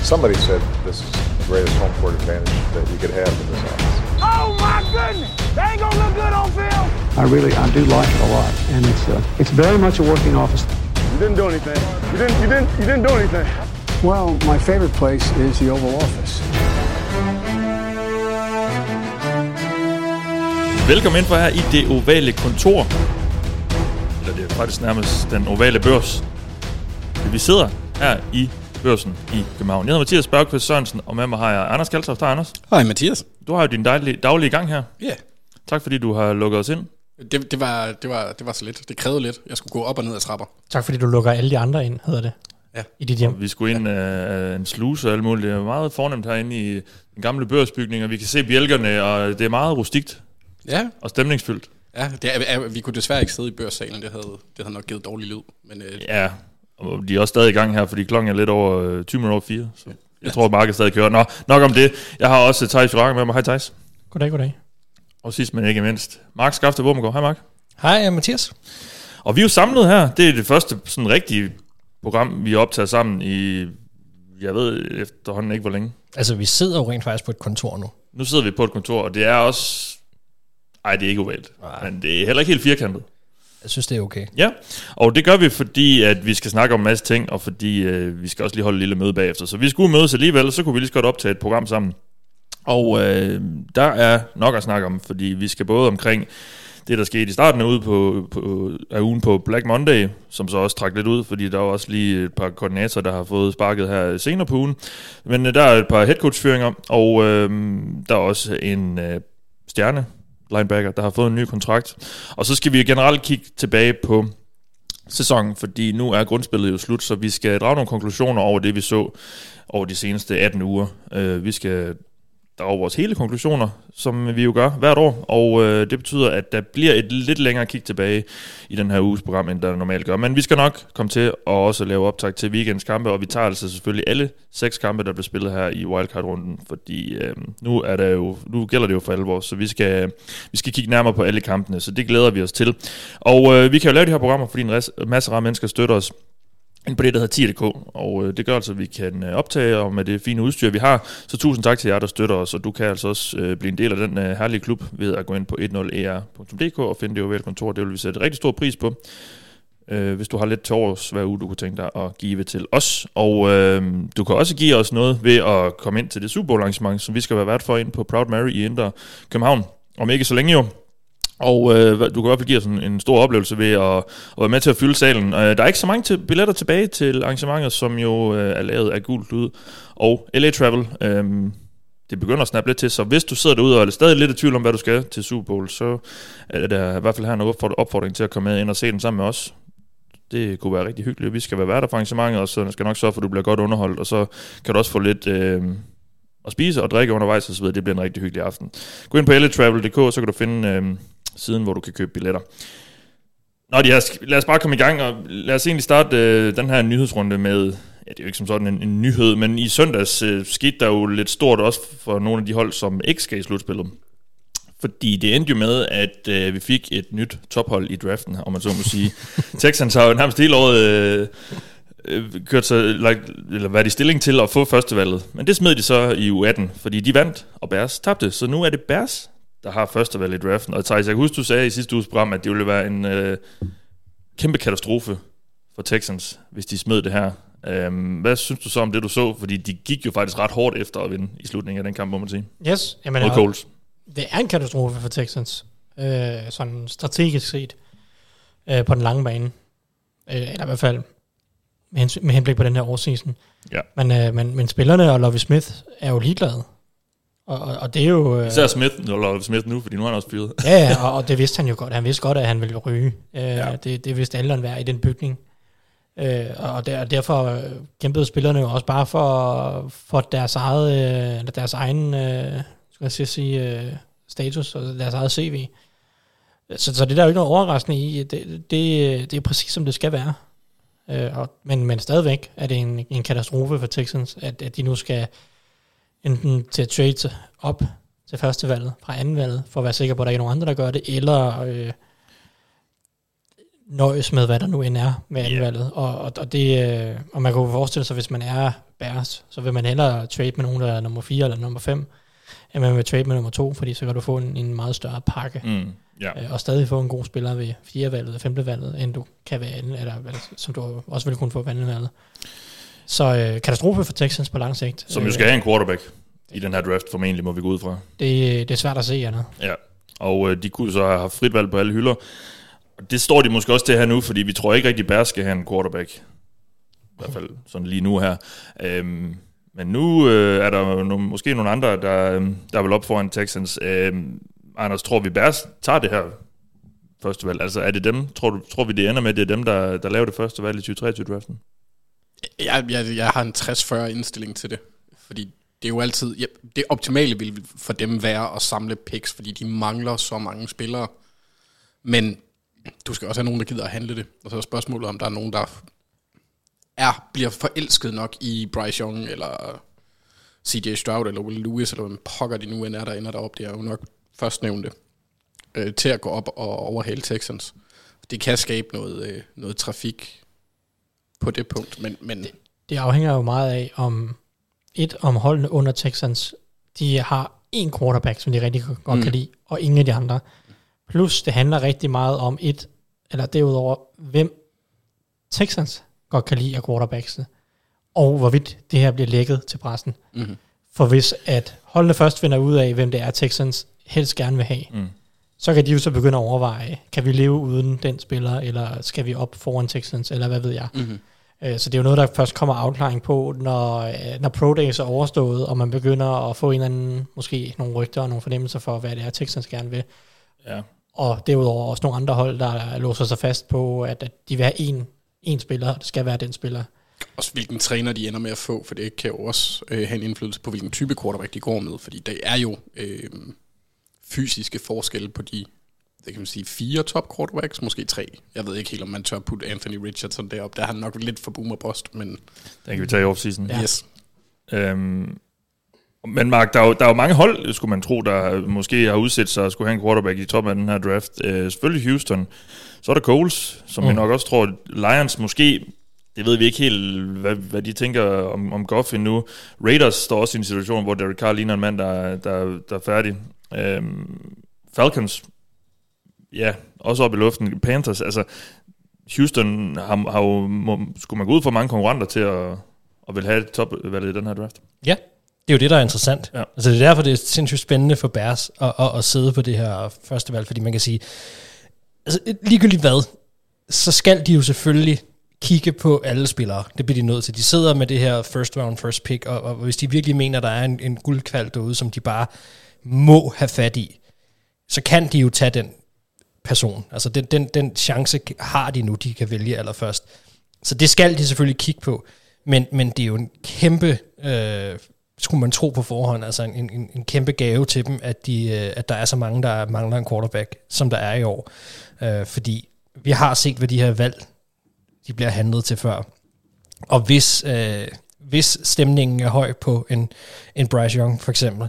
Somebody said this is the greatest home court advantage that you could have in this office. Oh my goodness! They ain't gonna look good on film. I do like it a lot, and it's very much a working office. You didn't do anything. You didn't do anything. Well, my favorite place is the Oval Office. Velkommen ind for her i det ovale kontor. Eller det er faktisk nærmest den ovale børs. Vi sidder her i børsen i København. Jeg hedder Mathias Bergqvist Sørensen, og med mig har jeg Anders Kaltoft. Hej Anders. Hej Mathias. Du har jo din daglige gang her. Ja. Yeah. Tak fordi du har lukket os ind. Det var så lidt. Det krævede lidt. Jeg skulle gå op og ned ad trapper. Tak fordi du lukker alle de andre ind, hedder det. Ja. I dit hjem. Og vi skulle ind af en sluse og alt muligt. Det er meget fornemt herinde i den gamle børsbygning, og vi kan se bjælkerne, og det er meget rustikt. Ja. Og stemningsfyldt. Ja, vi kunne desværre ikke sidde i børssalen. Det havde nok givet dårlig lyd. Men, ja, og de er også stadig i gang her, fordi klokken er lidt over 20 minutter over 4. Så jeg tror, at markedet stadig kører. Nå, nok om det. Jeg har også Theis Joranger med mig. Hej Theis. Goddag. Og sidst, men ikke mindst, Mark Skafte Vormegård. Hej Mark. Hej Mathias. Og vi er jo samlet her. Det er det første sådan rigtige program, vi optager sammen i, jeg ved efterhånden ikke hvor længe. Altså vi sidder jo rent faktisk på et kontor nu. Nu sidder vi på et kontor, og det er også, det er ikke ovalt, men det er heller ikke helt firkantet. Jeg synes det er okay. Ja, og det gør vi, fordi at vi skal snakke om en masse ting, og fordi vi skal også lige holde et lille møde bagefter. Så vi skulle mødes alligevel, så kunne vi lige så godt optage et program sammen. Og der er nok at snakke om, fordi vi skal både omkring det, der skete i starten af ugen på Black Monday, som så også trak lidt ud, fordi der var også lige et par koordinatorer, der har fået sparket her senere på ugen. Men der er et par headcoach-fyringer, og der er også en stjerne linebacker, der har fået en ny kontrakt. Og så skal vi generelt kigge tilbage på sæsonen, fordi nu er grundspillet jo slut, så vi skal drage nogle konklusioner over det, vi så over de seneste 18 uger. Vi skal drage vores hele konklusioner, som vi jo gør hvert år, og det betyder, at der bliver et lidt længere kig tilbage i den her uges program, end der normalt gør. Men vi skal nok komme til at også lave optag til weekends kampe, og vi tager altså selvfølgelig alle 6 kampe, der bliver spillet her i wildcard-runden, fordi nu gælder det jo for alvor, så vi skal kigge nærmere på alle kampene, så det glæder vi os til. Og vi kan jo lave de her programmer, fordi en masse rare mennesker støtter os ind på det, der hedder 10.dk, og det gør altså, at vi kan optage, og med det fine udstyr, vi har. Så tusind tak til jer, der støtter os, og du kan altså også blive en del af den herlige klub ved at gå ind på 10er.dk og finde det ovale kontor. Det vil vi sætte rigtig stor pris på, hvis du har lidt til års hver uge, du kunne tænke dig at give til os. Og du kan også give os noget ved at komme ind til det Super Bowl arrangement, som vi skal være vært for ind på Proud Mary i Indre København. Om ikke så længe jo. Og du kan i hvert fald give os en stor oplevelse ved at være med til at fylde salen. Der er ikke så mange billetter tilbage til arrangementet, som jo er lavet af Gul Klud og LA Travel. Det begynder at snappe lidt til, så hvis du sidder derude og er stadig lidt i tvivl om, hvad du skal til Super Bowl, så er der i hvert fald her en opfordring til at komme med ind og se den sammen med os. Det kunne være rigtig hyggeligt. Vi skal være værter for arrangementet, og så skal nok sørge for, at du bliver godt underholdt, og så kan du også få lidt at spise og drikke undervejs og så videre. Det bliver en rigtig hyggelig aften. Gå ind på latravel.dk, så kan du finde siden, hvor du kan købe billetter. Lad os bare komme i gang, og lad os egentlig starte den her nyhedsrunde med, det er jo ikke som sådan en nyhed, men i søndags skete der jo lidt stort også for nogle af de hold, som ikke skal i slutspillet. Fordi det endte jo med, at vi fik et nyt tophold i draften, om man så må sige. Texans har jo nærmest hele året kørt sig, eller været i stilling til at få førstevalget. Men det smed de så i U18, fordi de vandt, og Bears tabte. Så nu er det Bears, der har førstevalget i draften. Og Theis, jeg kan huske, du sagde i sidste uges program, at det ville være en kæmpe katastrofe for Texans, hvis de smed det her. Hvad synes du så om det, du så? Fordi de gik jo faktisk ret hårdt efter at vinde i slutningen af den kamp, må man sige. Yes, mod Colts. Det er en katastrofe for Texans, sådan strategisk set, på den lange bane. Eller i hvert fald med henblik på den her årsseason. Ja. Men spillerne og Lovie Smith er jo ligeglade. Og det er jo... Især Lovie Smith nu, fordi nu er han også fyret. Ja, og det vidste han jo godt. Han vidste godt, at han ville ryge. Det vidste alle enhver i den bygning. Og derfor kæmpede spillerne jo også bare for deres egen status og deres eget CV. Så det der er jo ikke noget overraskende i. Det er præcis som det skal være. Men stadigvæk er det en katastrofe for Texans, at de nu skal enten til at trade op til førstevalget fra andenvalget, for at være sikker på, at der ikke er nogen andre, der gør det, eller nøjes med, hvad der nu end er med anvalget. Og man kan jo forestille sig, hvis man er Bears, så vil man hellere trade med nogen, der er nummer 4 eller nummer 5, end man vil trade med nummer 2, fordi så kan du få en meget større pakke. Og stadig få en god spiller ved 4. valget og 5. valget, end du kan være anden, eller som du også vil kunne få ved anden valget. Så katastrofe for Texans på lang sigt. Som jo skal have en quarterback i den her draft, formentlig må vi gå ud fra. Det er svært at se, Anna. Ja, og de kunne så have haft frit valg på alle hylder. Og det står de måske også til her nu, fordi vi tror ikke rigtig, Bears skal have en quarterback. I hvert fald sådan lige nu her. Men nu er der måske nogle andre, der vil op foran Texans. Anders, tror vi Bears tager det her første valg? Altså er det dem? Tror vi det ender med, det er dem, der laver det første valg i 2023-draften? Jeg har en 60-40 indstilling til det. Fordi det er jo altid... Ja, det optimale vil for dem være at samle picks, fordi de mangler så mange spillere. Men du skal også have nogen, der gider at handle det. Og så er spørgsmålet, om der er nogen, der bliver forelsket nok i Bryce Young, eller CJ Stroud, eller Will Lewis, eller hvem pokker de nu end er, der ender deroppe. Det er jo nok førstnævnte til at gå op og overhale Texans. Det kan skabe noget trafik på det punkt, men det afhænger jo meget af, om holdene under Texans, de har en quarterback, som de rigtig godt kan lide, og ingen af de andre. Plus, det handler rigtig meget om eller derudover, hvem Texans godt kan lide af quarterbacksene, og hvorvidt det her bliver lækket til pressen. Mm-hmm. For hvis at holdene først finder ud af, hvem det er, Texans helst gerne vil have, så kan de jo så begynde at overveje, kan vi leve uden den spiller, eller skal vi op foran Texans, eller hvad ved jeg. Mm-hmm. Så det er jo noget, der først kommer afklaring på, når Pro Days er overstået, og man begynder at få en eller anden, måske nogle rygter og nogle fornemmelser for, hvad det er, Texans gerne vil. Ja. Og derudover også nogle andre hold, der låser sig fast på, at de vil have en spiller, og det skal være den spiller. Også hvilken træner de ender med at få, for det kan jo også have en indflydelse på, hvilken type quarterback de går med, fordi det er jo fysiske forskelle på de, det kan man sige, 4 top quarterbacks, måske 3. Jeg ved ikke helt, om man tør putte Anthony Richardson derop. Der er han nok lidt for boomer-bust, men... Den kan vi tage i offseason. Ja. Yes. Men Mark, der er jo mange hold, skulle man tro, der måske har udsat sig at skulle have en quarterback i toppen af den her draft. Selvfølgelig Houston. Så er der Coles, som vi nok også tror, Lions måske... Det ved vi ikke helt, hvad de tænker om Goff endnu. Raiders står også i en situation, hvor Derek Carr ligner en mand, der er færdig. Falcons, ja, også op i luften. Panthers, altså Houston har jo, skulle man gå ud for mange konkurrenter til at vil have et topvalg i den her draft. Ja, det er jo det, der er interessant. Ja. Altså det er derfor, det er sindssygt spændende for Bears at sidde på det her første valg, fordi man kan sige, altså ligegyldigt hvad, så skal de jo selvfølgelig kigge på alle spillere. Det bliver de nødt til. De sidder med det her first round, first pick, og hvis de virkelig mener, der er en guldkvald derude, som de bare må have fat i, så kan de jo tage den person. Altså den chance har de nu, de kan vælge allerførst. Så det skal de selvfølgelig kigge på. Men det er jo en kæmpe, skulle man tro på forhånd, altså en kæmpe gave til dem, at der er så mange, der mangler en quarterback, som der er i år. Fordi vi har set, hvad de her valg de bliver handlet til før. Og hvis stemningen er høj på en Bryce Young for eksempel,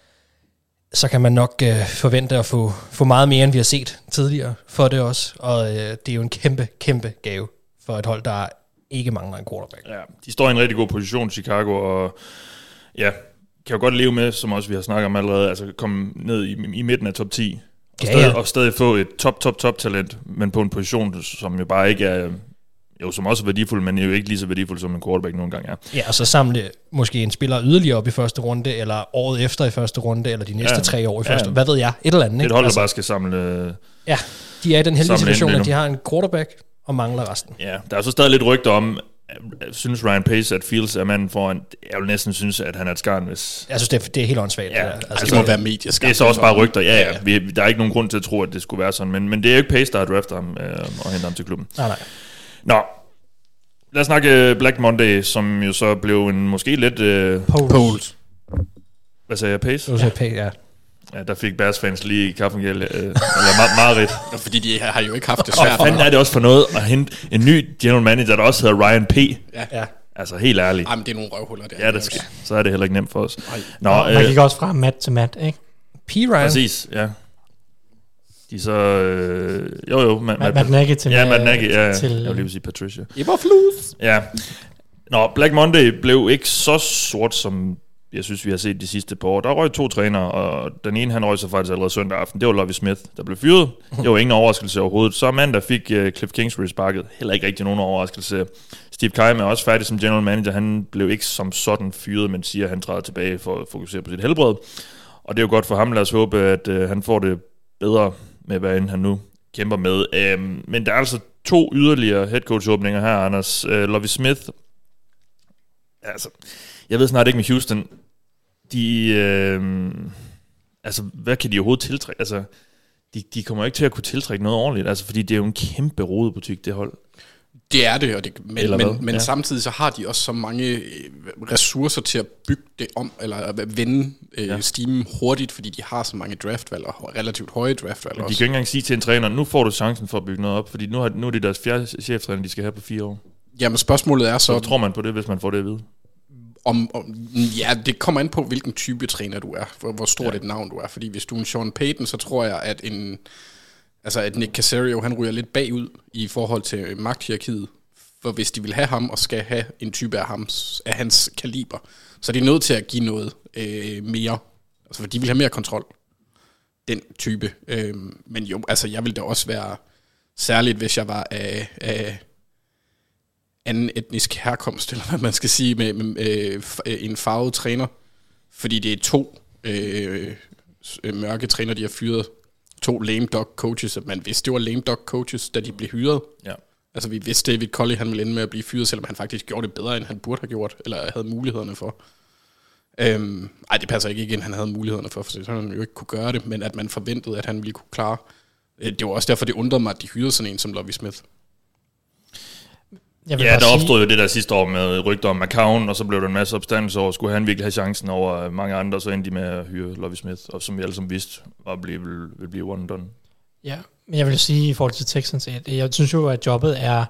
så kan man nok forvente at få meget mere, end vi har set tidligere for det også. Og det er jo en kæmpe, kæmpe gave for et hold, der ikke mangler en quarterback. Ja, de står i en rigtig god position, Chicago, og ja, kan jo godt leve med, som også vi har snakket om allerede, altså komme ned i midten af top 10, og stadig få et top talent, men på en position, som jo bare ikke er... Jo, som også er værdifuld, men jo ikke lige så værdifuld, som en quarterback nogle gange er. Ja, og så samle måske en spiller yderligere op i første runde, eller året efter i første runde, eller de næste 3 år i første runde. Hvad ved jeg? Et eller andet, ikke? Et hold, der bare skal samle... Ja, de er i den heldige situation, at de har en quarterback og mangler resten. Ja, der er så stadig lidt rygter om, synes Ryan Pace, at Fields er manden foran. Jeg vil næsten synes, at han er et skarn, hvis... Jeg synes, det er helt åndssvagt. Ja, altså, det må være medieskarn. Det er så også bare rygter. Ja. Der er ikke nogen grund til at tro, at det skulle være sådan. Men det er jo ikke Pace, der har draftet ham og hentet ham til klubben. Nej. Nå, lad os snakke Black Monday, som jo så blev en måske lidt... Poles. Hvad sagde jeg? Pace? Du sagde Pace, ja. Ja, der fik Bears fans lige kaffengæld, eller Marit. Ja, fordi de har jo ikke haft det svært. Og fanden er det også for noget at hente en ny general manager, der også hedder Ryan P. Ja. Altså helt ærligt. Jamen, det er nogle røvhuller der. Ja, det skal. Så er det heller ikke nemt for os. Man gik også fra Matt til Matt, ikke? P. Ryan. Præcis, ja. de så... Matt Nagy til... Ja, Matt Nagy, ja. Til, jeg vil lige sige Patricia. Eberflus! Ja. Nå, Black Monday blev ikke så sort, som jeg synes, vi har set de sidste par år. Der røg 2 trænere, og den ene, han røg så faktisk allerede søndag aften. Det var Lovie Smith, der blev fyret. Det var ingen overraskelse overhovedet. Så mandag fik Cliff Kingsbury sparket. Heller ikke rigtig nogen overraskelse. Steve Keim er også færdig som general manager. Han blev ikke som sådan fyret, men siger, at han træder tilbage for at fokusere på sit helbred. Og det er jo godt for ham. Lad os håbe, at han får det bedre med, hvad end han nu kæmper med. Men der er altså 2 yderligere headcoach-åbninger her, Anders. Lovie Smith... Altså, jeg ved snart ikke med Houston. Altså, hvad kan de overhovedet tiltrække? Altså, de kommer ikke til at kunne tiltrække noget ordentligt, altså, fordi det er jo en kæmpe rodebutik, det hold. Det er det, og men samtidig så har de også så mange ressourcer til at bygge det om, eller at vende stimen hurtigt, fordi de har så mange draftvalg, og relativt høje draftvalg også. De kan ikke engang sige til en træner, nu får du chancen for at bygge noget op, fordi nu er det deres 4. cheftræner, de skal have på 4 år. Jamen spørgsmålet er så... tror man på det, hvis man får det at vide? Ja, det kommer an på, hvilken type træner du er, hvor stort et navn du er. Fordi hvis du er en Sean Payton, så tror jeg, at Nick Caserio, han ryger lidt bagud i forhold til magthierarkiet. For hvis de vil have ham, og skal have en type af hans kaliber, så er de nødt til at give noget mere. Altså, for de vil have mere kontrol. Den type. Men jo, altså, jeg ville da også være særligt, hvis jeg var af anden etnisk herkomst, eller hvad man skal sige, med en farvet træner. Fordi det er 2 mørke træner, de har fyret. 2 lame dog coaches, at man vidste, det var lame dog coaches, da de blev hyret. Ja. Altså vi vidste, David Culley, han ville ende med at blive fyret, selvom han faktisk gjorde det bedre, end han burde have gjort, eller havde mulighederne for. Det passer ikke igen, han havde mulighederne for så han jo ikke kunne gøre det, men at man forventede, at han ville kunne klare. Det var også derfor, det undrede mig, at de hyrede sådan en som Lovie Smith. Ja, der opstod jo det der sidste år med rygter om McCown, og så blev der en masse opstandelse over, skulle han virkelig have chancen over mange andre, så endte de med at hyre Lovie Smith, og som vi alle sammen vidste, vil blive one and done. Ja, men jeg vil sige i forhold til Texans, at jeg synes jo, at jobbet er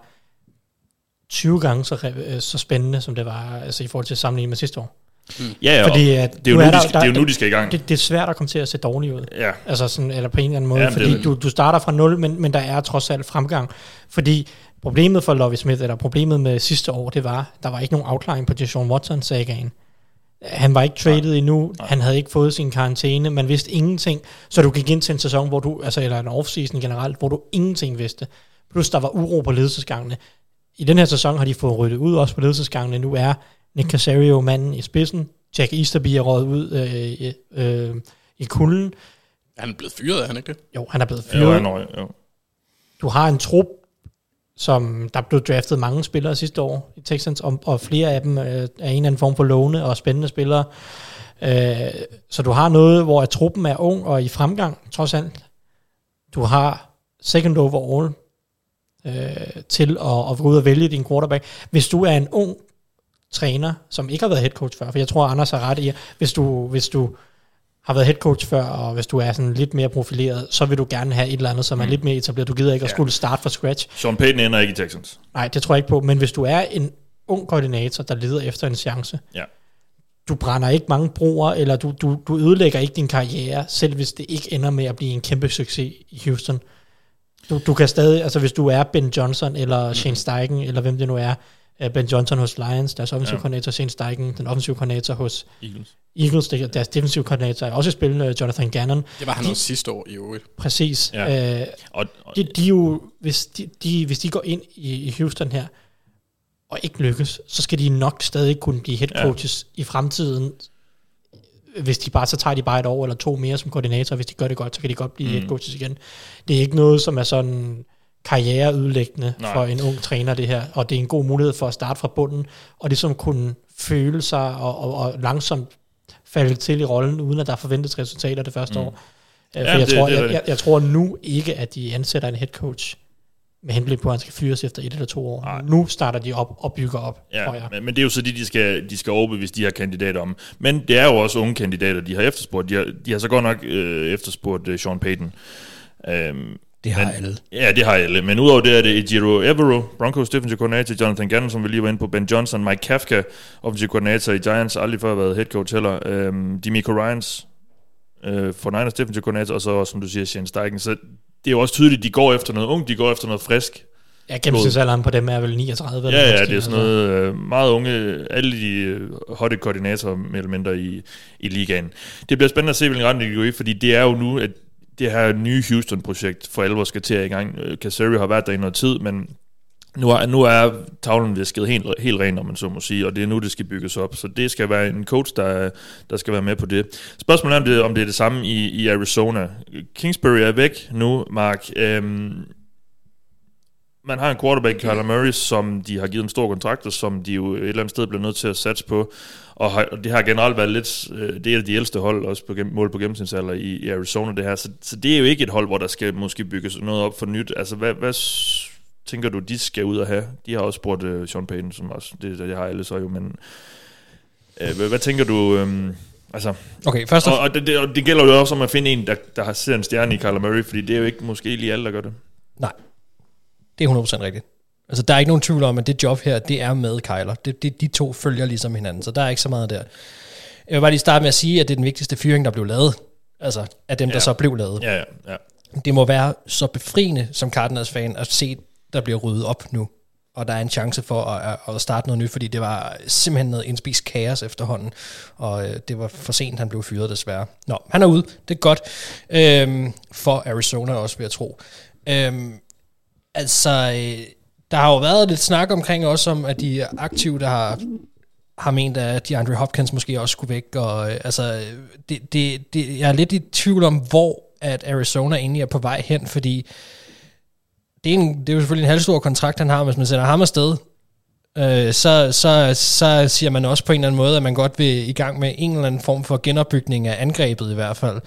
20 gange så spændende, som det var, altså i forhold til sammenligning med sidste år. Ja, fordi det er jo nu, de skal i gang. Det er svært at komme til at se dårligt ud. Ja. Altså sådan, eller på en eller anden måde, fordi du starter fra 0, men der er trods alt fremgang. Fordi problemet for Lovie Smith, eller problemet med sidste år, det var, der var ikke nogen outline på Deshaun Watson-sagaen. Han var ikke traded endnu, han havde ikke fået sin karantæne, man vidste ingenting, så du gik ind til en sæson, hvor du, altså, eller en offseason generelt, hvor du ingenting vidste. Plus der var uro på ledelsesgangene. I den her sæson har de fået ryddet ud også på ledelsesgangene. Nu er Nick Caserio manden i spidsen, Jack Easterby er røget ud i kulden. Han er blevet fyret, er han ikke det? Jo, han er blevet fyret. Jo. Du har en trup, som der blev draftet mange spillere sidste år i Texans, og flere af dem er en eller anden form for lovende og spændende spillere. Så du har noget, hvor truppen er ung og i fremgang, trods alt. Du har second overall til at gå ud og vælge din quarterback. Hvis du er en ung træner, som ikke har været head coach før, for jeg tror, Anders har ret i, hvis du har været head coach før, og hvis du er sådan lidt mere profileret, så vil du gerne have et eller andet, som er lidt mere etableret. Du gider ikke at skulle starte fra scratch. Sean Payton ender ikke i Texans. Nej, det tror jeg ikke på. Men hvis du er en ung koordinator, der leder efter en chance, du brænder ikke mange broer, eller du ødelægger ikke din karriere, selv hvis det ikke ender med at blive en kæmpe succes i Houston. Du kan stadig, altså hvis du er Ben Johnson, eller Shane Steichen, eller hvem det nu er, Ben Johnson hos Lions, deres offensive koordinator, Shane Steichen, den offensive koordinator hos Eagles, deres defensive koordinator, er også spillende Jonathan Gannon. Det var han også sidste år i øvrigt. Præcis. Ja. De jo, hvis de går ind i Houston her, og ikke lykkes, så skal de nok stadig kunne blive head coaches i fremtiden. Hvis de bare, så tager de bare et år eller 2 mere som koordinator. Hvis de gør det godt, så kan de godt blive head coaches igen. Det er ikke noget, som er sådan karriereødelæggende for en ung træner, det her. Og det er en god mulighed for at starte fra bunden, og det som kunne føle sig og langsomt falde til i rollen, uden at der forventes resultater det første år. For jeg tror nu ikke, at de ansætter en head coach med henblik på, at han skal fyres efter 1 eller 2 år. Nej. Nu starter de op og bygger op, tror jeg. Men det er jo så de skal overbevise de her kandidater om. Men det er jo også unge kandidater, de har efterspurgt. De har så godt nok efterspurgt Sean Payton. Det har alle. Ja, det har alle. Men udover det er det Ejiro Evero, Broncos defensive coordinator, Jonathan Gannon, som vi lige var inde på, Ben Johnson, Mike Kafka, offensive coordinator i Giants, aldrig før været head coach heller, DeMeco Ryans, for Niners defensive coordinator, og så, som du siger, Shane Steichen. Så det er jo også tydeligt, de går efter noget ungt, de går efter noget frisk. Ja, gennemsnitsalderen på dem er vel 39. Ja, det er sådan noget meget unge, alle de hotte koordinatorer mere eller mindre i ligaen. Det bliver spændende at se, hvilken retning de går i, fordi det er jo nu, at det her nye Houston-projekt for alvor skal til at i gang. Caserio har været der i noget tid, men nu er tavlen visket helt ren, om man så må sige, og det er nu, det skal bygges op. Så det skal være en coach, der skal være med på det. Spørgsmålet er, om det er det samme i Arizona. Kingsbury er væk nu, Mark. Man har en quarterback, Kyler Murray, som de har givet en stor kontrakt, som de jo et eller andet sted bliver nødt til at satse på. Og det har generelt været lidt, det er de ældste hold, også på mål på gennemsnitsalder i Arizona, det her. Så det er jo ikke et hold, hvor der skal måske bygges noget op for nyt. Altså, hvad tænker du, de skal ud og have? De har også spurgt Sean Payton, som også, det har alle så jo, men hvad tænker du... Altså, okay, først og det gælder jo også om at finde en, der har set en stjerne i Kyler Murray, fordi det er jo ikke måske lige alle, der gør det. Nej. Det er 100% rigtigt. Altså, der er ikke nogen tvivl om, at det job her, det er med Kyler. De to følger ligesom hinanden, så der er ikke så meget der. Jeg vil bare lige starte med at sige, at det er den vigtigste fyring, der blev lavet. Altså, af dem, der så blev lavet. Ja. Det må være så befriende som Cardinals-fan at se, der bliver ryddet op nu. Og der er en chance for at starte noget nyt, fordi det var simpelthen noget indspist kaos efterhånden. Og det var for sent, han blev fyret desværre. Nå, han er ude. Det er godt. For Arizona også, vil jeg tro. Altså, der har jo været lidt snak omkring også om, at de aktive, der har ment, at DeAndre Hopkins måske også skulle væk. Og altså, jeg er lidt i tvivl om, hvor at Arizona egentlig er på vej hen, fordi det er jo selvfølgelig en halvstor kontrakt, han har. Hvis man sender ham afsted, så siger man også på en eller anden måde, at man godt vil i gang med en eller anden form for genopbygning af angrebet i hvert fald.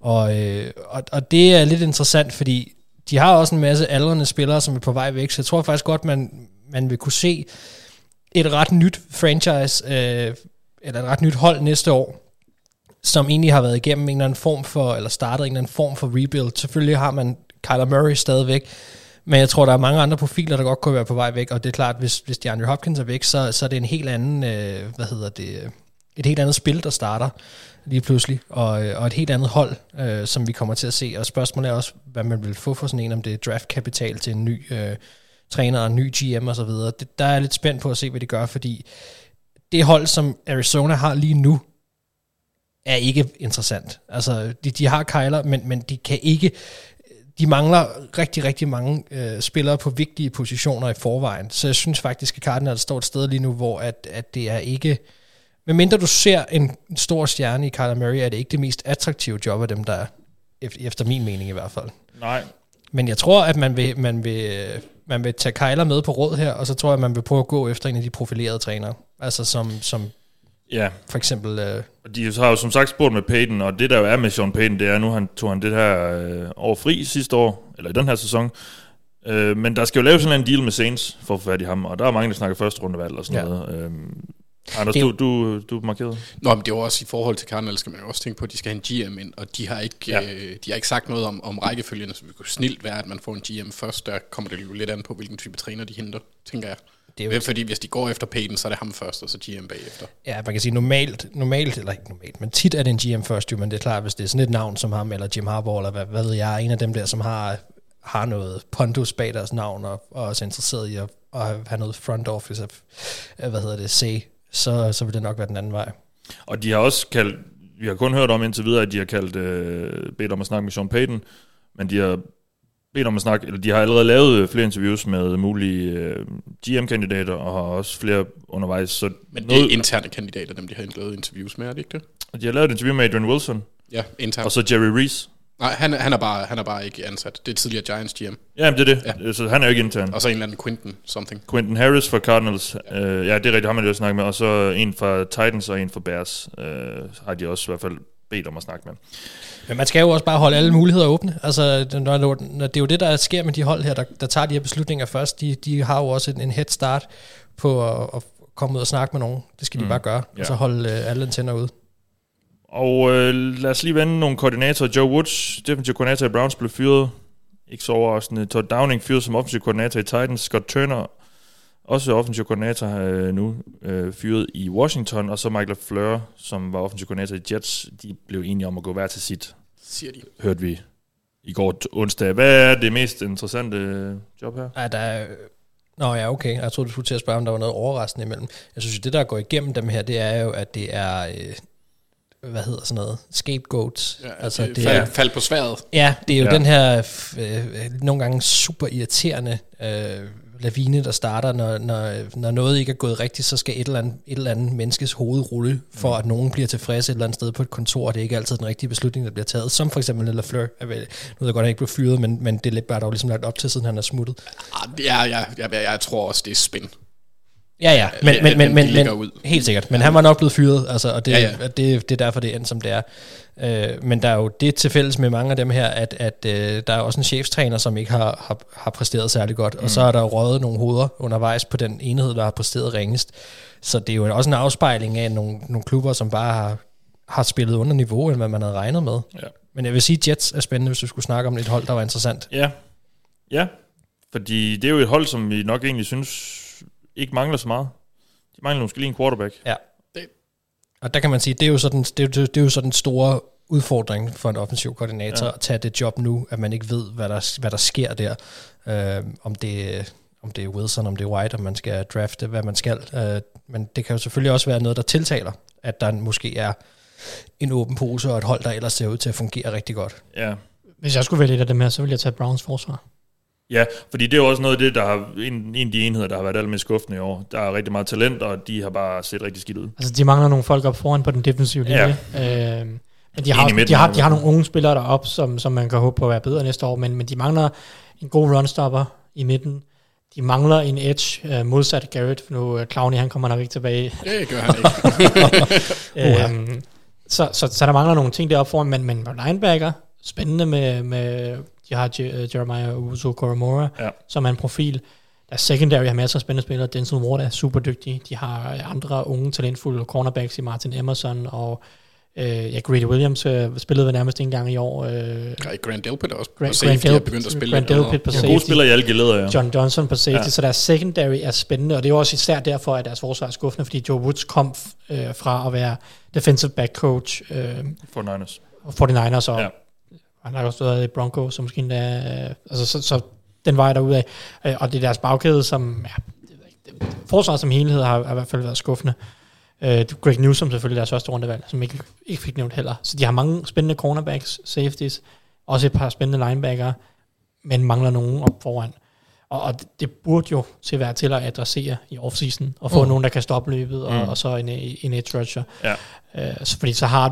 Og det er lidt interessant, fordi de har også en masse aldrende spillere, som er på vej væk, så jeg tror faktisk godt, man vil kunne se et ret nyt franchise, eller et ret nyt hold næste år, som egentlig har været igennem en eller anden form for, eller startet en eller anden form for rebuild. Selvfølgelig har man Kyler Murray stadigvæk, men jeg tror, der er mange andre profiler, der godt kunne være på vej væk, og det er klart, hvis DeAndre Hopkins er væk, så er det en helt anden, et helt andet spil, der starter lige pludselig, og et helt andet hold, som vi kommer til at se. Og spørgsmålet er også, hvad man vil få for sådan en, om det er draftkapital til en ny træner og en ny GM og så videre. Der er jeg lidt spændt på at se, hvad de gør, fordi det hold, som Arizona har lige nu, er ikke interessant. Altså, de har Kyler, men de kan ikke... De mangler rigtig, rigtig mange spillere på vigtige positioner i forvejen. Så jeg synes faktisk, at Cardinals står et sted lige nu, hvor at det er ikke... Medmindre du ser en stor stjerne i Kyler Murray, er det ikke det mest attraktive job af dem, der er, efter min mening i hvert fald. Nej. Men jeg tror, at man vil tage Kyler med på råd her, og så tror jeg, at man vil prøve at gå efter en af de profilerede trænere. Altså som ja. For eksempel... De har jo som sagt spurgt med Payton, og det der jo er med Sean Payton, det er, nu tog han det her år fri sidste år, eller i den her sæson. Men der skal jo laves sådan en deal med Saints for at få fat i ham, og der er mange, der snakker første rundevalg og sådan noget. Anders, du markerede? Nå, men det er jo også i forhold til Cardinals, skal man jo også tænke på, at de skal have en GM ind, og de har ikke sagt noget om rækkefølgerne, så det kunne snilt være, at man får en GM først. Der kommer det jo lidt an på, hvilken type træner de henter, tænker jeg. Det er jo fordi hvis de går efter Payton, så er det ham først, og så GM bagefter. Ja, man kan sige normalt, eller ikke normalt, men tit er det en GM først, jo, men det er klart, hvis det er sådan et navn som ham, eller Jim Harbaugh, eller hvad ved jeg, en af dem der, som har noget pondus bag deres navn, og er også interesseret i at have noget front office af, så vil det nok være den anden vej. Og de har også kaldt, vi har kun hørt om indtil videre, at de har bedt om at snakke med Sean Payton, men de har bedt om at snakke, eller de har allerede lavet flere interviews med mulige GM-kandidater, og har også flere undervejs. Så men det er interne kandidater, dem de har lavet interviews med, er det ikke det? De har lavet et interview med Adrian Wilson. Ja, internt. Og så Jerry Reese. Nej, han er bare ikke ansat. Det er tidligere Giants GM. Ja, det er det. Ja. Så han er jo ikke intern. Og så en eller anden Quentin Harris fra Cardinals. Ja, det er rigtigt, har man jo snakket med. Og så en fra Titans og en fra Bears har de også i hvert fald bedt om at snakke med. Men man skal jo også bare holde alle muligheder åbne. Altså, det er jo det, der sker med de hold her, der tager de her beslutninger først. De har jo også en head start på at komme ud og snakke med nogen. Det skal de bare gøre. Ja. Og så holde alle antænder ude. Og lad os lige vende nogle koordinatorer. Joe Woods, defensive koordinator i Browns, blev fyret. Ikke så overraskende. Todd Downing fyret som offensive koordinator i Titans. Scott Turner, også offensive koordinator nu, fyret i Washington. Og så Michael LaFleur, som var offensive koordinator i Jets. De blev enige om at gå hver til sit, siger de. Hørte vi i går onsdag. Hvad er det mest interessante job her? Ja, der er... Nå ja, okay. Jeg troede, du skulle til at spørge, om der var noget overraskende imellem. Jeg synes, det der går igennem dem her, det er jo, at det er... hvad hedder sådan noget? Scapegoats. Ja, altså, det er fald på sværet. Ja, det er jo den her nogle gange super irriterende lavine, der starter, når noget ikke er gået rigtigt, så skal et eller andet menneskes hoved rulle, for at nogen bliver tilfredse et eller andet sted på et kontor, og det er ikke altid den rigtige beslutning, der bliver taget. Som for eksempel Lafleur. Nu ved jeg godt, at han ikke blev fyret, men det er lidt bare dog ligesom lagt op til, siden han er smuttet. Jeg tror også, det er spin. Ja, men helt sikkert. Men han var nok blevet fyret, altså, og det er derfor, det er endt, som det er. Men der er jo det til fælles med mange af dem her, at der er også en cheftræner, som ikke har præsteret særlig godt, og så er der jo røget nogle hoveder undervejs på den enhed, der har præsteret ringest. Så det er jo også en afspejling af nogle klubber, som bare har spillet under niveau, end hvad man havde regnet med. Ja. Men jeg vil sige, at Jets er spændende, hvis du skulle snakke om et hold, der var interessant. Ja, fordi det er jo et hold, som vi nok egentlig synes ikke mangler så meget. De mangler måske lige en quarterback. Ja. Og der kan man sige, det er jo så den store udfordring for en offensiv koordinator, at tage det job nu, at man ikke ved, hvad der sker der. Om det er Wilson, om det er White, om man skal drafte, hvad man skal. Men det kan jo selvfølgelig også være noget, der tiltaler, at der måske er en åben pose og et hold, der ellers ser ud til at fungere rigtig godt. Ja. Hvis jeg skulle vælge et af dem her, så ville jeg tage Browns forsvar. Ja, fordi det er jo også noget af det, der har en af de enheder, der har været allermest skuffende i år. Der er rigtig meget talent, og de har bare set rigtig skidt ud. Altså, de mangler nogle folk op foran på den defensive linje. Ja. Men de har nogle unge spillere deroppe, som man kan håbe på at være bedre næste år, men de mangler en god runstopper i midten. De mangler en edge modsat Garrett, for nu Clowney, han kommer nok ikke tilbage. Det gør han ikke. Så der mangler nogle ting deroppe foran, men linebacker, spændende med de har Jeremiah Owusu-Koramoah, som er en profil. Der secondary har masser af spændende spillere. Denzel Ward er super dygtig. De har andre unge, talentfulde cornerbacks i Martin Emerson, og Greedy Williams spillede nærmest en gang i år. Grant Delpit også på safety er begyndt at spille. Grant Delpit på safety. Gode spillere i alle geleder, ja. John Johnson på safety, så deres secondary er spændende, og det er også især derfor, at deres forsvar er skuffende, fordi Joe Woods kom fra at være defensive back coach for 49ers, og han har også været i Broncos, så måske endda, så den vej derudad. Og det er deres bagkæde, som forsvaret som helhed har i hvert fald været skuffende. Greg Newsome selvfølgelig deres første rundevalg, som ikke fik nævnt heller. Så de har mange spændende cornerbacks, safeties, også et par spændende linebacker, men mangler nogen op foran. Og det burde jo til at være til at adressere i offseason, og få nogen, der kan stoppe løbet, og så en edge rusher. Ja. Fordi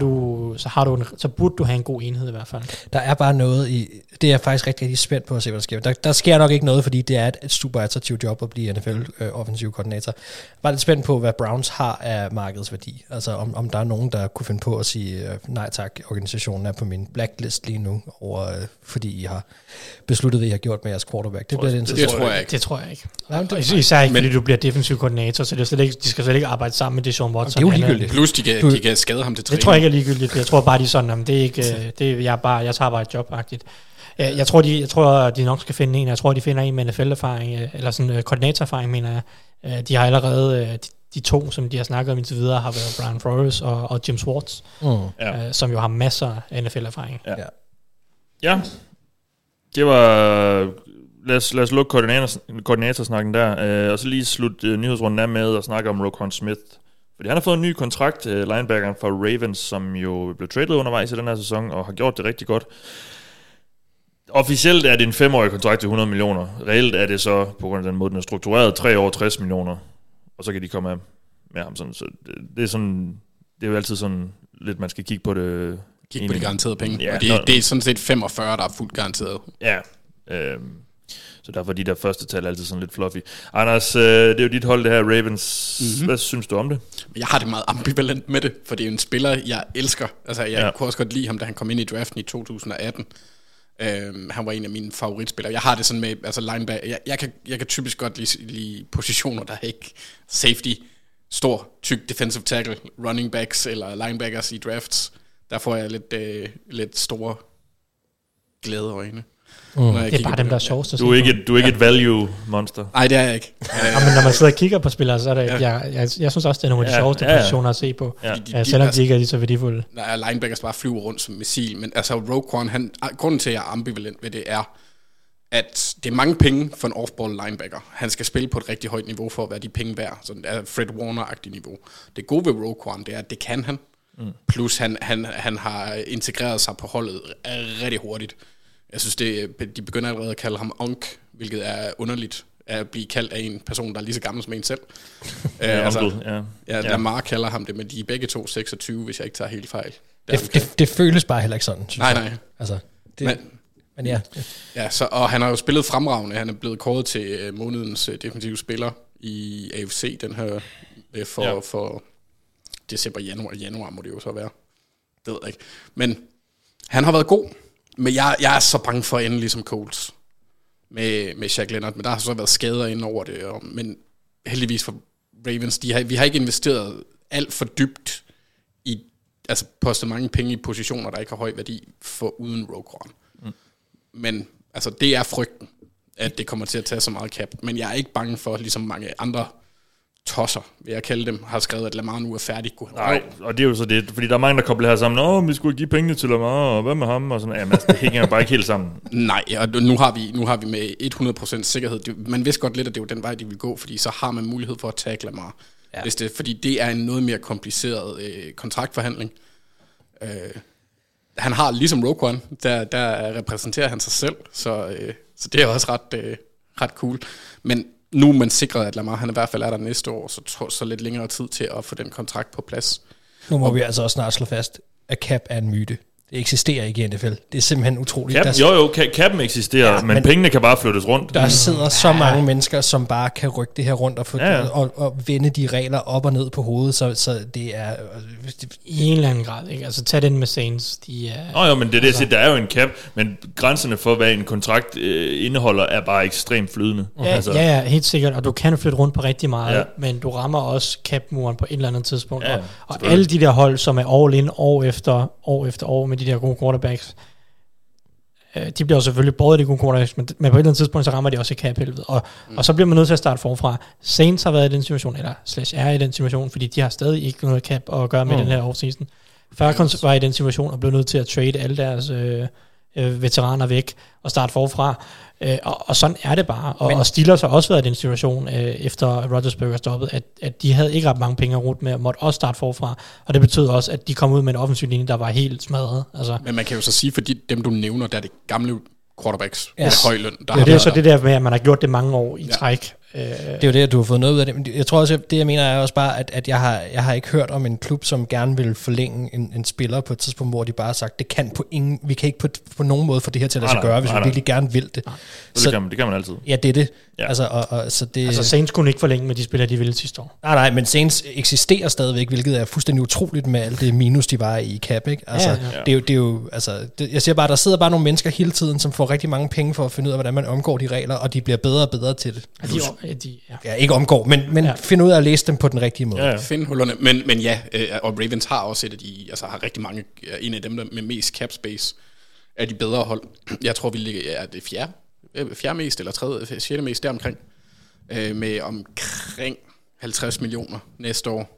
så burde du have en god enhed i hvert fald. Der er bare noget i, det er jeg faktisk rigtig, rigtig spændt på at se, hvad der sker. Der sker nok ikke noget, fordi det er et super attraktivt job at blive NFL offensiv koordinator. Jeg er bare lidt spændt på, hvad Browns har af markedsværdi. Altså om der er nogen, der kunne finde på at sige, nej tak, organisationen er på min blacklist lige nu, fordi I har besluttet, hvad I har gjort med jeres quarterback. Det tror jeg ikke. Det tror jeg ikke. Især ikke, fordi du bliver defensiv koordinator, så de skal slet ikke arbejde sammen med Deshaun Watson. Det er jo ligegyldigt. Plus de kan skade ham til træning. Det tror jeg ikke er ligegyldigt. Jeg tror bare, de er sådan, at det er ikke, jeg tager bare et job-agtigt. Jeg tror, de nok skal finde en. Jeg tror, de finder en med NFL-erfaring, eller sådan koordinatorerfaring, mener jeg. De har allerede, de to, som de har snakket om indtil videre, har været Brian Flores og Jim Schwartz, som jo har masser af NFL-erfaring. Ja. Det var... Lad os lukke koordinatorsnakken der, og så lige slutte nyhedsrunden af med at snakke om Roquan Smith. Fordi han har fået en ny kontrakt, linebackeren fra Ravens, som jo blev traded undervejs i den her sæson, og har gjort det rigtig godt. Officielt er det en 5-årig kontrakt til 100 millioner. Reelt er det så, på grund af den måde, den er struktureret, 3 år 60 millioner. Og så kan de komme af med ham sådan. Så det er sådan, det er jo altid sådan lidt, man skal kigge på det. Kigge på de garanterede penge. Ja, det er sådan set 45, der er fuldt garanteret. Ja, så derfor er de der første tal altid sådan lidt fluffy. Anders, det er jo dit hold, det her Ravens. Mm-hmm. Hvad synes du om det? Jeg har det meget ambivalent med det, for det er jo en spiller, jeg elsker. Altså, jeg kunne også godt lide ham, da han kom ind i draften i 2018. Han var en af mine favoritspillere. Jeg har det sådan med, altså linebacker. Jeg kan typisk godt lide positioner, der er ikke safety, stor, tyk defensive tackle, running backs eller linebackers i drafts. Der får jeg lidt store glædeøjne. Det er bare dem, der er sjovest. Du er ikke et value monster. Nej, det er jeg ikke. Men når man sidder og kigger på spillere, så er det, jeg synes også, det er nogle af de sjoveste positioner at se på. Selvom de ikke er lige så værdifulde. Nej, linebackers bare flyver rundt som missil, men altså Roquan, grunden til, at jeg er ambivalent ved det, er, at det er mange penge for en off-ball linebacker. Han skal spille på et rigtig højt niveau for at være de penge værd. Så det er Fred Warner-agtigt niveau. Det gode ved Roquan, det er, at det kan han. Plus han har integreret sig på holdet rigtig hurtigt. Jeg synes, de begynder allerede at kalde ham Onk, hvilket er underligt at blive kaldt af en person, der er lige så gammel som en selv. Lamar kalder ham det, men de er begge to 26, hvis jeg ikke tager helt fejl. Det føles bare heller ikke sådan, synes jeg. Nej. Altså, men ja. Ja, og han har jo spillet fremragende. Han er blevet kåret til månedens defensive spiller i AFC, den her for december, januar må det jo så være. Det ved jeg ikke. Men han har været god. Men jeg er så bange for at ende ligesom Colts med Shaq Leonard. Men der har så været skader ind over det. Men heldigvis for Ravens, vi har ikke investeret alt for dybt i, altså postet mange penge i positioner, der ikke har høj værdi for uden Roquan. Men altså det er frygten, at det kommer til at tage så meget cap. Men jeg er ikke bange for, ligesom mange andre tosser, vil jeg kalde dem, har skrevet, at Lamar nu er færdig. Nej, og det er jo så det, fordi der er mange, der kobler her sammen, vi skulle give pengene til Lamar, og hvad med ham, og sådan, altså, det hænger bare ikke helt sammen. Nej, og nu har vi med 100% sikkerhed, man vidste godt lidt, at det var den vej, de ville gå, fordi så har man mulighed for at tagge Lamar. Ja. Fordi det er en noget mere kompliceret kontraktforhandling. Han har, ligesom Roquan, der repræsenterer han sig selv, så det er også ret cool. Men nu er man sikret, at Lamar han i hvert fald er der næste år, så lidt længere tid til at få den kontrakt på plads. Nu må vi altså også snart slå fast, at cap er en myte. Det eksisterer ikke i NFL. Det er simpelthen utroligt. Capen eksisterer, men pengene kan bare flyttes rundt. Der sidder så mange mennesker, som bare kan rykke det her rundt og vende de regler op og ned på hovedet, så det er... I en eller anden grad, ikke? Altså tag den med Saints. Men det er det, der er jo en cap, men grænserne for, hvad en kontrakt indeholder, er bare ekstremt flydende. Ja, helt sikkert, og du kan flytte rundt på rigtig meget, men du rammer også cap-muren på et eller andet tidspunkt. Og alle de der hold, som er all in år efter år med de der gode quarterbacks, de bliver jo selvfølgelig både de gode quarterbacks, men på et eller andet tidspunkt, så rammer de også cap-helvede. Og så bliver man nødt til at starte forfra. Saints har været i den situation, eller er i den situation, fordi de har stadig ikke noget cap at gøre med den her offseason. Falcons var i den situation og blev nødt til at trade alle deres veteraner væk og starte forfra. Og sådan er det bare. Og Steelers har også været i den situation, efter Rodgersberger stoppede, at de havde ikke ret mange penge at rute med, og måtte også starte forfra. Og det betød også, at de kom ud med en offensiv linje, der var helt smadret. Altså. Men man kan jo så sige, fordi dem du nævner, der er det gamle quarterbacks med høj løn. Det er så det der med, at man har gjort det mange år i træk. Det er jo det, at du har fået noget ud af det. Men jeg tror også, at det jeg mener er også bare, at jeg har ikke hørt om en klub, som gerne vil forlænge en spiller på et tidspunkt, hvor de bare har sagt, vi kan ikke på nogen måde få det her til at lade sig gøre, hvis vi virkelig gerne vil det. Så, det kan man altid. Ja, det er det. Ja. Altså Saints kunne ikke forlænge med de spillere, de ville sidste år. Nej, men Saints eksisterer stadigvæk, hvilket er fuldstændig utroligt med alt det minus, de var i cap, ikke? Altså, det er jo jeg siger bare, der sidder bare nogle mennesker hele tiden, som får rigtig mange penge for at finde ud af, hvordan man omgår de regler, og de bliver bedre og bedre til det. Ikke omgår, men finde ud af at læse dem på den rigtige måde. Finde hullerne, men og Ravens har også et af de, altså har rigtig mange, en af dem, der med mest cap space, er de bedre hold. Jeg tror, vi ligger det fjerde mest, eller sjette mest deromkring, med omkring 50 millioner næste år,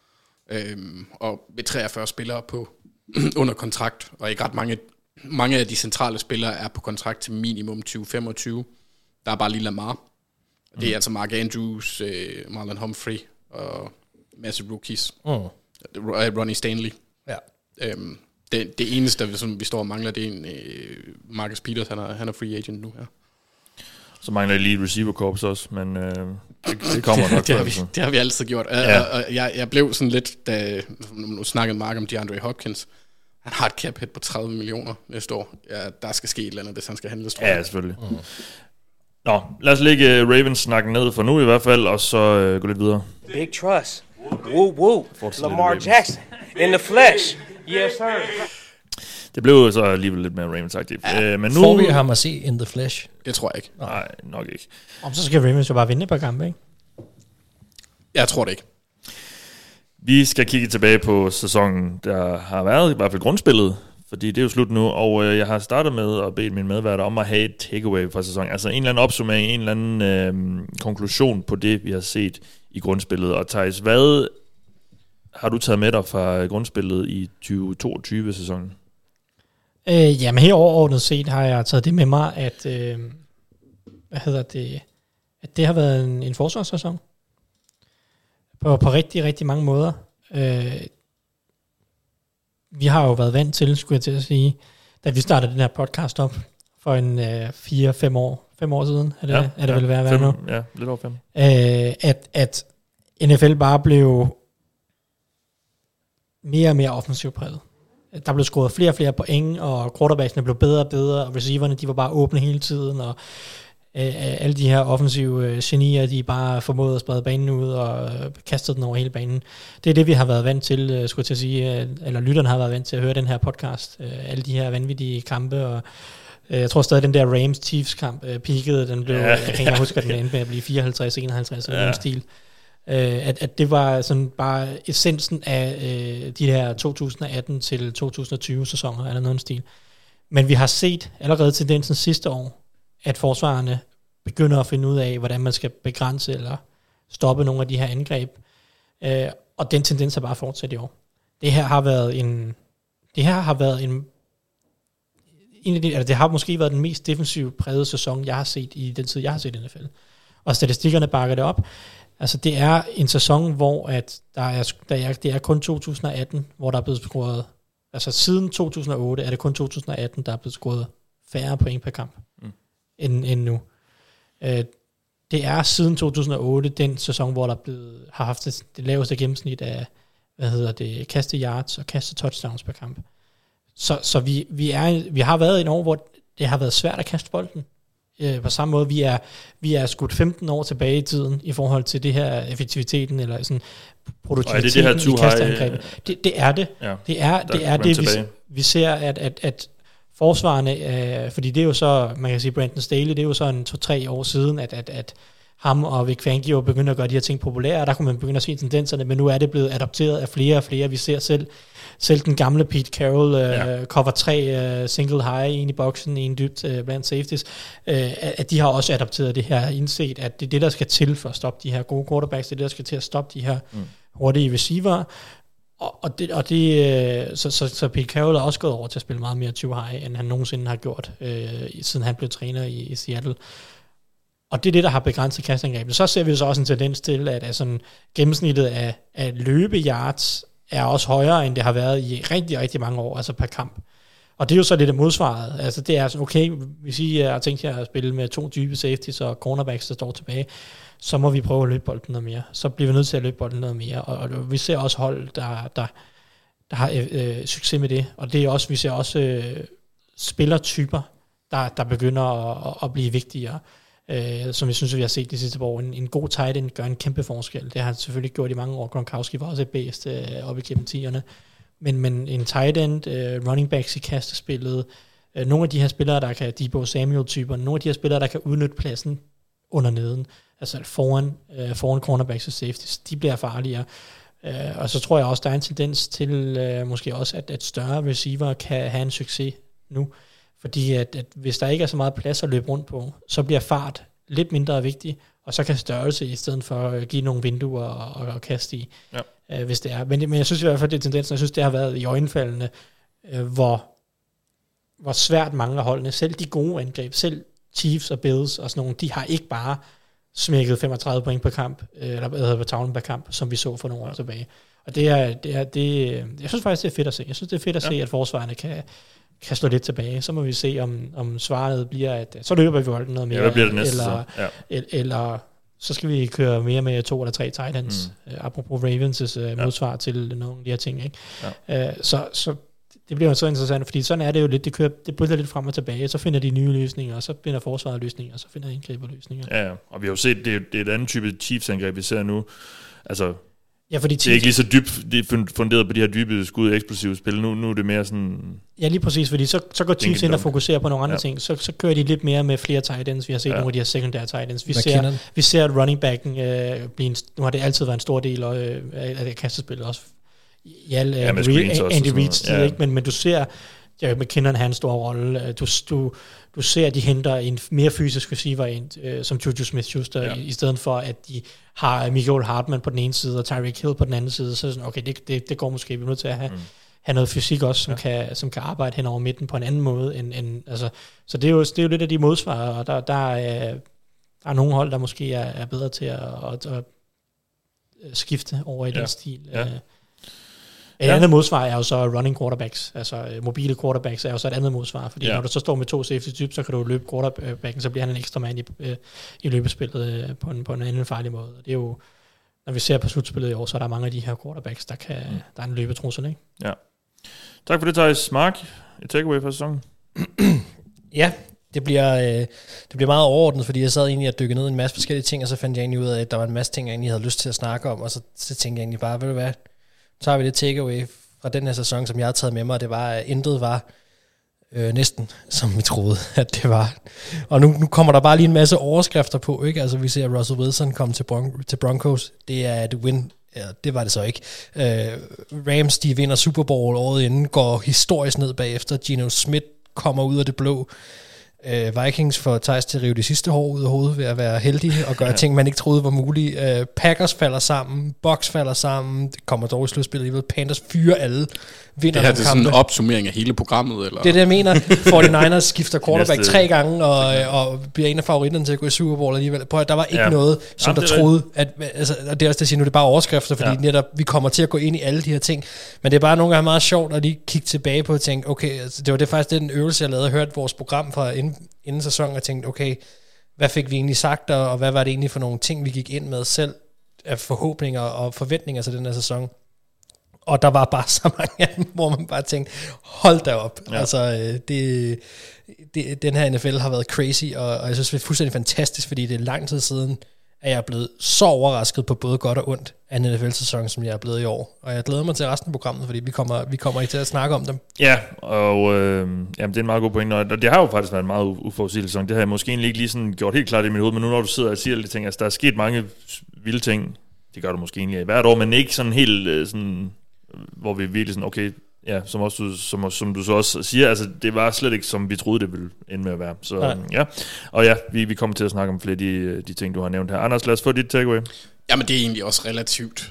og med 43 spillere på under kontrakt, og ikke ret mange af de centrale spillere er på kontrakt til minimum 2025. Der er bare lige Lamar. Det er altså Mark Andrews, Marlon Humphrey og masse rookies. Ronnie Stanley. Ja. Det eneste, som vi står og mangler, det er en Marcus Peters, han er free agent nu her. Så mangler lige receiver corps også, men det kommer nok. Det har vi altid gjort. Og jeg blev sådan lidt, da nu snakkede Mark om DeAndre Hopkins. Han har et cap hit på 30 millioner næste år. Ja, der skal ske et eller andet, hvis han skal handles. Ja, selvfølgelig. Nå, lad os lægge Ravens snakken ned for nu i hvert fald, og så gå lidt videre. Big trust. Woo woo. Lamar Jackson in the flesh. Yes, sir. Det blev jo så alligevel lidt mere Ravens-agtigt. Men nu får vi ham at se in the flesh? Det tror jeg ikke. Nej, nok ikke. Og så skal Ravens jo bare vinde et par kampe, ikke? Jeg tror det ikke. Vi skal kigge tilbage på sæsonen, der har været, i hvert fald grundspillet, fordi det er jo slut nu, og jeg har startet med at bede mine medværter om at have et takeaway fra sæsonen. Altså en eller anden opsummering, en eller anden konklusion på det, vi har set i grundspillet. Og Theis, hvad har du taget med dig fra grundspillet i 2022-sæsonen? Jamen helt overordnet set har jeg taget det med mig, at at det har været en forsvarssæson på rigtig, rigtig mange måder. Vi har jo været vant til, skulle jeg til at sige, da vi startede den her podcast op for en 4-5 år siden, er det vel værd at være nu? Ja, lidt over 5. At NFL bare blev mere og mere offensivt præget. Der blev scoret flere og flere point, og quarterbacksene blev bedre og bedre, og receiverne, de var bare åbne hele tiden, og alle de her offensive genier, de bare formåede at sprede banen ud og kastede den over hele banen. Det er det, vi har været vant til, skulle jeg til at sige, eller lytterne har været vant til at høre den her podcast. Alle de her vanvittige kampe, og jeg tror stadig, den der Rams-Chiefs-kamp peakede, den blev, jeg kan ikke huske, at den endte med at blive 54-51 eller den stil. At det var sådan bare essensen af de her 2018 til 2020 sæsoner, eller noget stil. Men vi har set allerede tendensen sidste år, at forsvarerne begynder at finde ud af, hvordan man skal begrænse eller stoppe nogle af de her angreb. Og den tendens har bare fortsat i år. Det har måske været den mest defensivt prægede sæson, jeg har set i den tid, jeg har set i NFL. Og statistikkerne bakker det op. Altså det er en sæson, hvor at det er kun 2018, hvor der er blevet scoret, altså siden 2008 er det kun 2018, der er blevet scoret færre point per kamp end nu. Det er siden 2008 den sæson, hvor der har haft det laveste gennemsnit af kaste yards og kaste touchdowns per kamp. Så vi har været i et år, hvor det har været svært at kaste bolden. På samme måde, vi er skudt 15 år tilbage i tiden i forhold til det her effektiviteten eller sådan produktiviteten i kasteangrebet. Det er det. Ja, det er det, vi ser, at forsvarerne, fordi det er jo så, man kan sige, Brandon Staley, det er jo så en 2-3 år siden, at ham og Vic Fangio begynder at gøre de her ting populære, og der kunne man begynde at se tendenserne, men nu er det blevet adopteret af flere og flere. Vi ser selv den gamle Pete Carroll cover 3 single high, en i boksen, en dybt blandt safeties, at de har også adopteret det her, indset, at det er det, der skal til for at stoppe de her gode quarterbacks, det er det, der skal til at stoppe de her hurtige receiver. Så Pete Carroll er også gået over til at spille meget mere too high, end han nogensinde har gjort, siden han blev træner i Seattle. Og det er det, der har begrænset kastangrebet. Så ser vi så også en tendens til, at sådan, gennemsnittet af løbeyards er også højere, end det har været i rigtig, rigtig mange år, altså per kamp. Og det er jo så lidt af modsvaret. Altså det er sådan, okay, hvis I har tænkt jer at spille med 2 dybe safeties og cornerbacks, der står tilbage, så må vi prøve at løbe bolden noget mere. Så bliver vi nødt til at løbe bolden noget mere. Og vi ser også hold, der har succes med det. Og det er også, vi ser også spillertyper, der begynder at blive vigtigere. Som jeg synes, vi har set de sidste år. En god tight end gør en kæmpe forskel. Det har han selvfølgelig gjort i mange år. Gronkowski var også et bedst op igennem 10'erne. Men en tight end, running backs i kastespillet, nogle af de her spillere, der kan, Deebo Samuel-typer, nogle af de her spillere, der kan udnytte pladsen under neden, altså foran cornerbacks og safeties, de bliver farligere. Og så tror jeg også, der er en tendens til måske også, at større receiver kan have en succes nu. Fordi at hvis der ikke er så meget plads at løbe rundt på, så bliver fart lidt mindre vigtig, og så kan størrelse i stedet for at give nogle vinduer og kaste i, hvis det er. Men jeg synes i hvert fald, det er tendensen, jeg synes, det har været i øjenfaldene, hvor svært mange af holdene, selv de gode angreb, selv Chiefs og Bills og sådan nogle, de har ikke bare smækket 35 point per kamp, eller på tavlen per kamp, som vi så for nogle år tilbage. Og det jeg synes faktisk, det er fedt at se. Jeg synes, det er fedt at se, at forsvarerne kan slå lidt tilbage. Så må vi se, om svaret bliver, at så løber vi bolden noget mere. Ja, hvad bliver det næste eller så skal vi køre mere med 2 eller 3 tight ends. Apropos Ravens' modsvar til nogle af de her ting. Ikke? Ja. Så det bliver jo så interessant, fordi sådan er det jo lidt, det bryder lidt frem og tilbage, så finder de nye løsninger, og så finder forsvaret løsninger, og så finder indgriberløsninger. Ja, og vi har jo set, det er et andet type Chiefs-angreb, vi ser nu. Altså, ja, fordi det er ikke lige så dybt det er funderet på de her dybe skud eksplosive spil. Nu er det mere sådan... Ja, lige præcis, fordi så går Chiefs ind og fokuserer på nogle andre ting. Så kører de lidt mere med flere tight ends. Vi har set nogle af de her secondary tight ends. Vi ser at running backen nu har det altid været en stor del af kastespillet også. Andy Reid's tid, ikke? Men du ser Jerick McKinnon har en stor rolle. Du ser, at de henter en mere fysisk receiver ind, som Juju Smith-Schuster, i stedet for, at de har Mecole Hardman på den ene side, og Tyreek Hill på den anden side. Så sådan, okay, det går måske. Vi er nødt til at have noget fysik også, som kan arbejde hen over midten på en anden måde. Altså, så det er jo lidt af de modsvar, og der er nogle hold, der måske er bedre til at skifte over i den stil. Ja. Et andet modsvar er jo så running quarterbacks, altså mobile quarterbacks er jo så et andet modsvar, fordi når du så står med 2 safety-typer, så kan du løbe quarterbacken, så bliver han en ekstra mand i løbespillet på en anden farlig måde. Det er jo, når vi ser på slutspillet i år, så er der mange af de her quarterbacks, der er en løbetrussel, ikke? Ja. Tak for det, Thijs. Mark, et takeaway for sæsonen? Ja, det bliver meget overordnet, fordi jeg sad egentlig og dykkede ned i en masse forskellige ting, og så fandt jeg egentlig ud af, at der var en masse ting, jeg egentlig havde lyst til at snakke om, og så tænkte jeg egentlig bare, ved du hvad, så har vi det takeaway fra den her sæson, som jeg har taget med mig, det var, at intet var næsten, som vi troede, at det var. Og nu kommer der bare lige en masse overskrifter på, ikke? Altså vi ser Russell Wilson komme til Broncos, det er et win. Ja, det var det så ikke. Rams, de vinder Super Bowl året inden, går historisk ned bagefter. Geno Smith kommer ud af det blå. Vikings får Thijs til at rive de sidste hår ud af hovedet ved at være heldige og gøre ting, man ikke troede var mulige. Packers falder sammen, Bucks falder sammen, det kommer dog i slutspillet alligevel. Panthers fyrer alle, vinder det her er sådan en opsummering af hele programmet, eller? Det er det, jeg mener. 49ers skifter quarterback 3 gange, og bliver en af favoritterne til at gå i Super Bowl alligevel. Der var ikke noget, som der troede, at altså, det er også det, jeg siger nu, det er bare overskrifter, fordi netop vi kommer til at gå ind i alle de her ting. Men det er bare nogle gange meget sjovt at lige kigge tilbage på og tænke, okay, altså, det var faktisk den øvelse, jeg lavede, hørte vores program fra inden sæsonen, og tænkte, okay, hvad fik vi egentlig sagt, og hvad var det egentlig for nogle ting, vi gik ind med selv af forhåbninger og forventninger til den her sæson. Og der var bare så mange af dem, hvor man bare tænkte, hold da op. Ja. Altså, den her NFL har været crazy, og jeg synes, det er fuldstændig fantastisk, fordi det er lang tid siden, at jeg er blevet så overrasket på både godt og ondt af en NFL-sæson, som jeg er blevet i år. Og jeg glæder mig til resten af programmet, fordi vi kommer ikke til at snakke om dem. Ja, og jamen, det er en meget god point, og det har jo faktisk været en meget uforudsigelig sæson. Det har jeg måske egentlig ikke lige sådan gjort helt klart i mit hoved, men nu når du sidder og siger alle de ting, altså der er sket mange vilde ting, det gør du måske egentlig hvert år, men ikke sådan helt sådan, hvor vi virkelig sådan, okay, ja, som du så også siger, altså det var slet ikke, som vi troede, det ville ende med at være. Så ja, og ja, vi kommer til at snakke om flere af de ting, du har nævnt her. Anders, lad os få dit takeaway. Jamen det er egentlig også relativt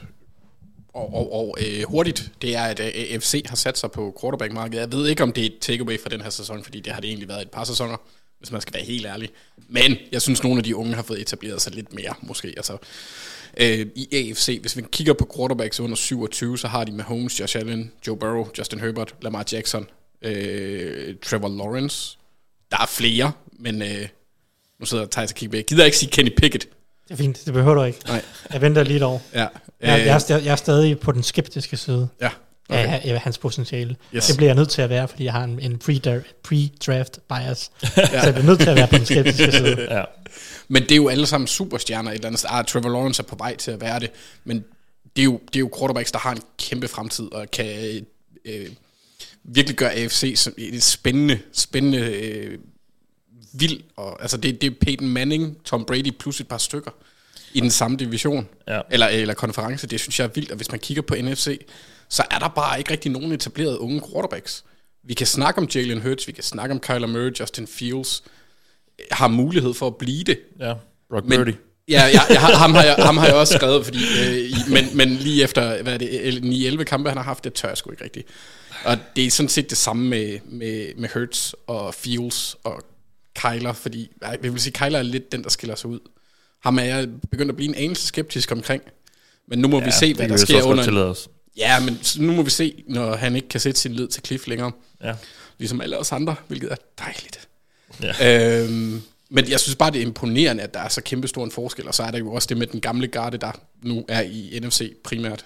og hurtigt. Det er, at AFC har sat sig på quarterback-markedet. Jeg ved ikke, om det er et takeaway for den her sæson, fordi det har det egentlig været et par sæsoner, hvis man skal være helt ærlig. Men jeg synes, nogle af de unge har fået etableret sig lidt mere, måske. Altså, i AFC, hvis vi kigger på quarterbacks under 27, så har de Mahomes, Josh Allen, Joe Burrow, Justin Herbert, Lamar Jackson, Trevor Lawrence. Der er flere, men nu sidder Thijs og kigger med. Jeg gider ikke sige Kenny Pickett. Det er fint, det behøver du ikke. Nej. Jeg venter lige et år. Ja. Jeg er stadig på den skeptiske side. Ja. Okay. Af hans potentiale. Yes. Det bliver jeg nødt til at være, fordi jeg har en pre-draft bias. Så jeg bliver nødt til at være på den skeptiske side. Ja. Men det er jo alle sammen superstjerner et eller andet sted. Trevor Lawrence er på vej til at være det, men det er jo quarterbacks, der har en kæmpe fremtid, og kan virkelig gøre AFC som et spændende vild. Og, altså det er Peyton Manning, Tom Brady plus et par stykker i den samme division, eller konference. Det synes jeg er vildt, og hvis man kigger på NFC, så er der bare ikke rigtig nogen etablerede unge quarterbacks. Vi kan snakke om Jalen Hurts, vi kan snakke om Kyler Murray, Justin Fields, har mulighed for at blive det. Ja, Brock Purdy. Ja, ham har jeg også skrevet, fordi, men lige efter, hvad er det, 9-11 kampe, han har haft, det tør jeg sgu ikke rigtigt. Og det er sådan set det samme med Hurts og Fields og Kyler, fordi jeg vil sige, Kyler er lidt den, der skiller sig ud. Ham er jeg begyndt at blive en anelse skeptisk omkring. Men nu må vi se, hvad der sker under. Ja, men nu må vi se, når han ikke kan sætte sin lid til Cliff længere. Ja. Ligesom alle os andre, hvilket er dejligt. Ja. Men jeg synes bare, det er imponerende, at der er så kæmpe stor en forskel. Og så er der jo også det med den gamle garde, der nu er i NFC primært.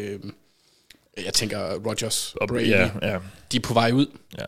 Jeg tænker Rodgers og Brady, de er på vej ud. Ja.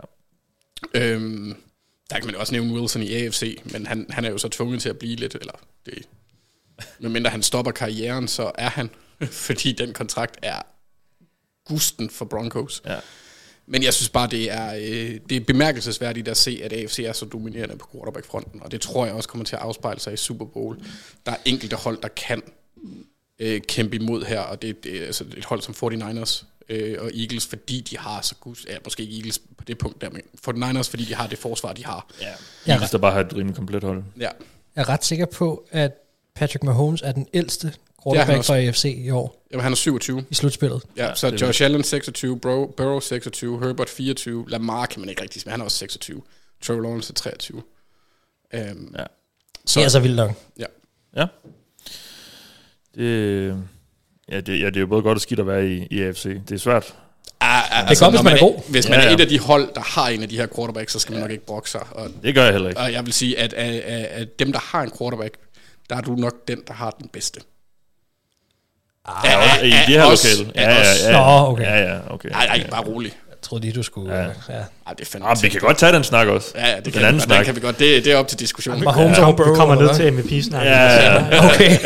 Der kan man jo også nævne Wilson i AFC, men han er jo så tvunget til at blive lidt, eller det, medmindre han stopper karrieren, så er han, fordi den kontrakt er gusten for Broncos. Ja. Men jeg synes bare, det er bemærkelsesværdigt at se, at AFC er så dominerende på quarterback-fronten, og det tror jeg også kommer til at afspejle sig i Super Bowl. Der er enkelte hold, der kan kæmpe imod her, og det er altså et hold som 49ers og Eagles, fordi de har så måske ikke Eagles på det punkt der, men 49ers, fordi de har det forsvar, de har. Ja. Eagles, der bare har et rimelig komplet hold. Ja. Jeg er ret sikker på, at Patrick Mahomes er den ældste quarterback for AFC i år. Jamen, han er 27. I slutspillet. Ja, så Josh Allen 26, Burrow 26, Herbert 24, Lamar kan man ikke rigtig sige, men han er også 26. Trevor Lawrence er 23. Så det er så vildt nok. Ja. Det er jo både godt og skidt at være i AFC. Det er svært. Altså, det er godt, hvis man er god. Hvis man er et af de hold, der har en af de her quarterbacks, så skal man nok ikke brokke sig. Og, det gør jeg heller ikke. Og jeg vil sige, at dem, der har en quarterback, der er du nok den, der har den bedste. I de her lokale. Ja, okay. Nej, bare rolig. Jeg troede lige, du skulle... Ej, det er vi kan godt tage den snak også. Ja, det kan vi godt. Det er op til diskussion. Mahomes kommer ned til MVP-snak. Okay.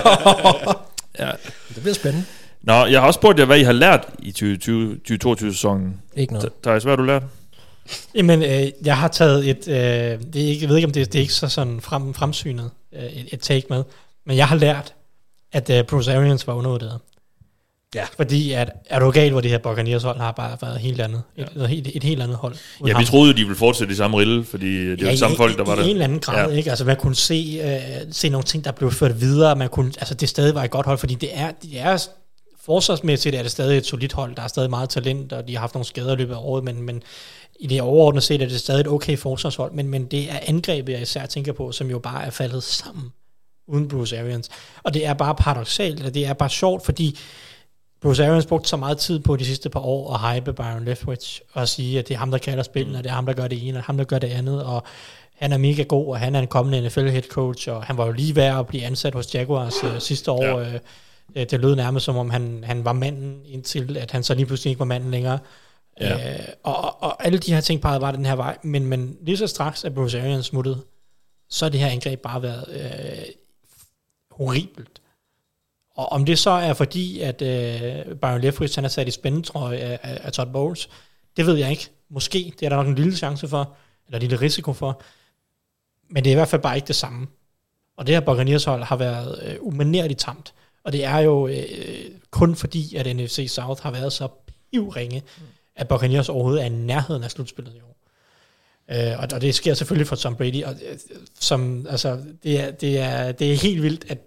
Det bliver spændende. Nå, jeg har også spurgt jer, hvad I har lært i 2022-sæsonen. Ikke noget. Thijs, hvad har du lært? Jamen, jeg har taget et... jeg ved ikke, om det er ikke så sådan fremsynet et take med, men jeg har lært, at Bruce Arians var undervurderet. Ja. Fordi er du galt, hvor det her Buccaneers hold har bare været helt andet. Et helt andet hold. Ja, vi troede, de ville fortsætte i samme rille, fordi det var samme folk, der var der. I en eller anden grad, ikke? Altså, man kunne se nogle ting, der blev ført videre. Man kunne, altså, det stadig var et godt hold, fordi det er forsvarsmæssigt er det stadig et solidt hold. Der er stadig meget talent, og de har haft nogle skader i løbet af året, men i det overordnede set er det stadig et okay forsvarshold. Men det er angrebet, jeg især tænker på, som jo bare er faldet sammen uden Bruce Arians. Og det er bare paradoksalt, og det er bare sjovt, fordi Bruce Arians brugte så meget tid på de sidste par år at hype Byron Leftwich og sige, at det er ham, der kalder spillene, og det er ham, der gør det ene, og ham, der gør det andet, og han er mega god, og han er en kommende NFL head coach, og han var jo lige værd at blive ansat hos Jaguars sidste år. Ja. Det lød nærmest som om han var manden, indtil at han så lige pludselig ikke var manden længere. Ja. Og alle de her ting pegede bare den her vej, men lige så straks at Bruce Arians smuttede, så har det her angreb bare været horribelt. Og om det så er fordi, at Byron Leftwich han er sat i spændetrøje af Todd Bowles, det ved jeg ikke. Måske, det er der nok en lille chance for, eller en lille risiko for, men det er i hvert fald bare ikke det samme. Og det her Buccaneers hold har været umanerligt tamt, og det er jo kun fordi, at NFC South har været så pivringe, at Buccaneers overhovedet er i nærheden af slutspillet i år. Og det sker selvfølgelig for Tom Brady, og det er helt vildt, at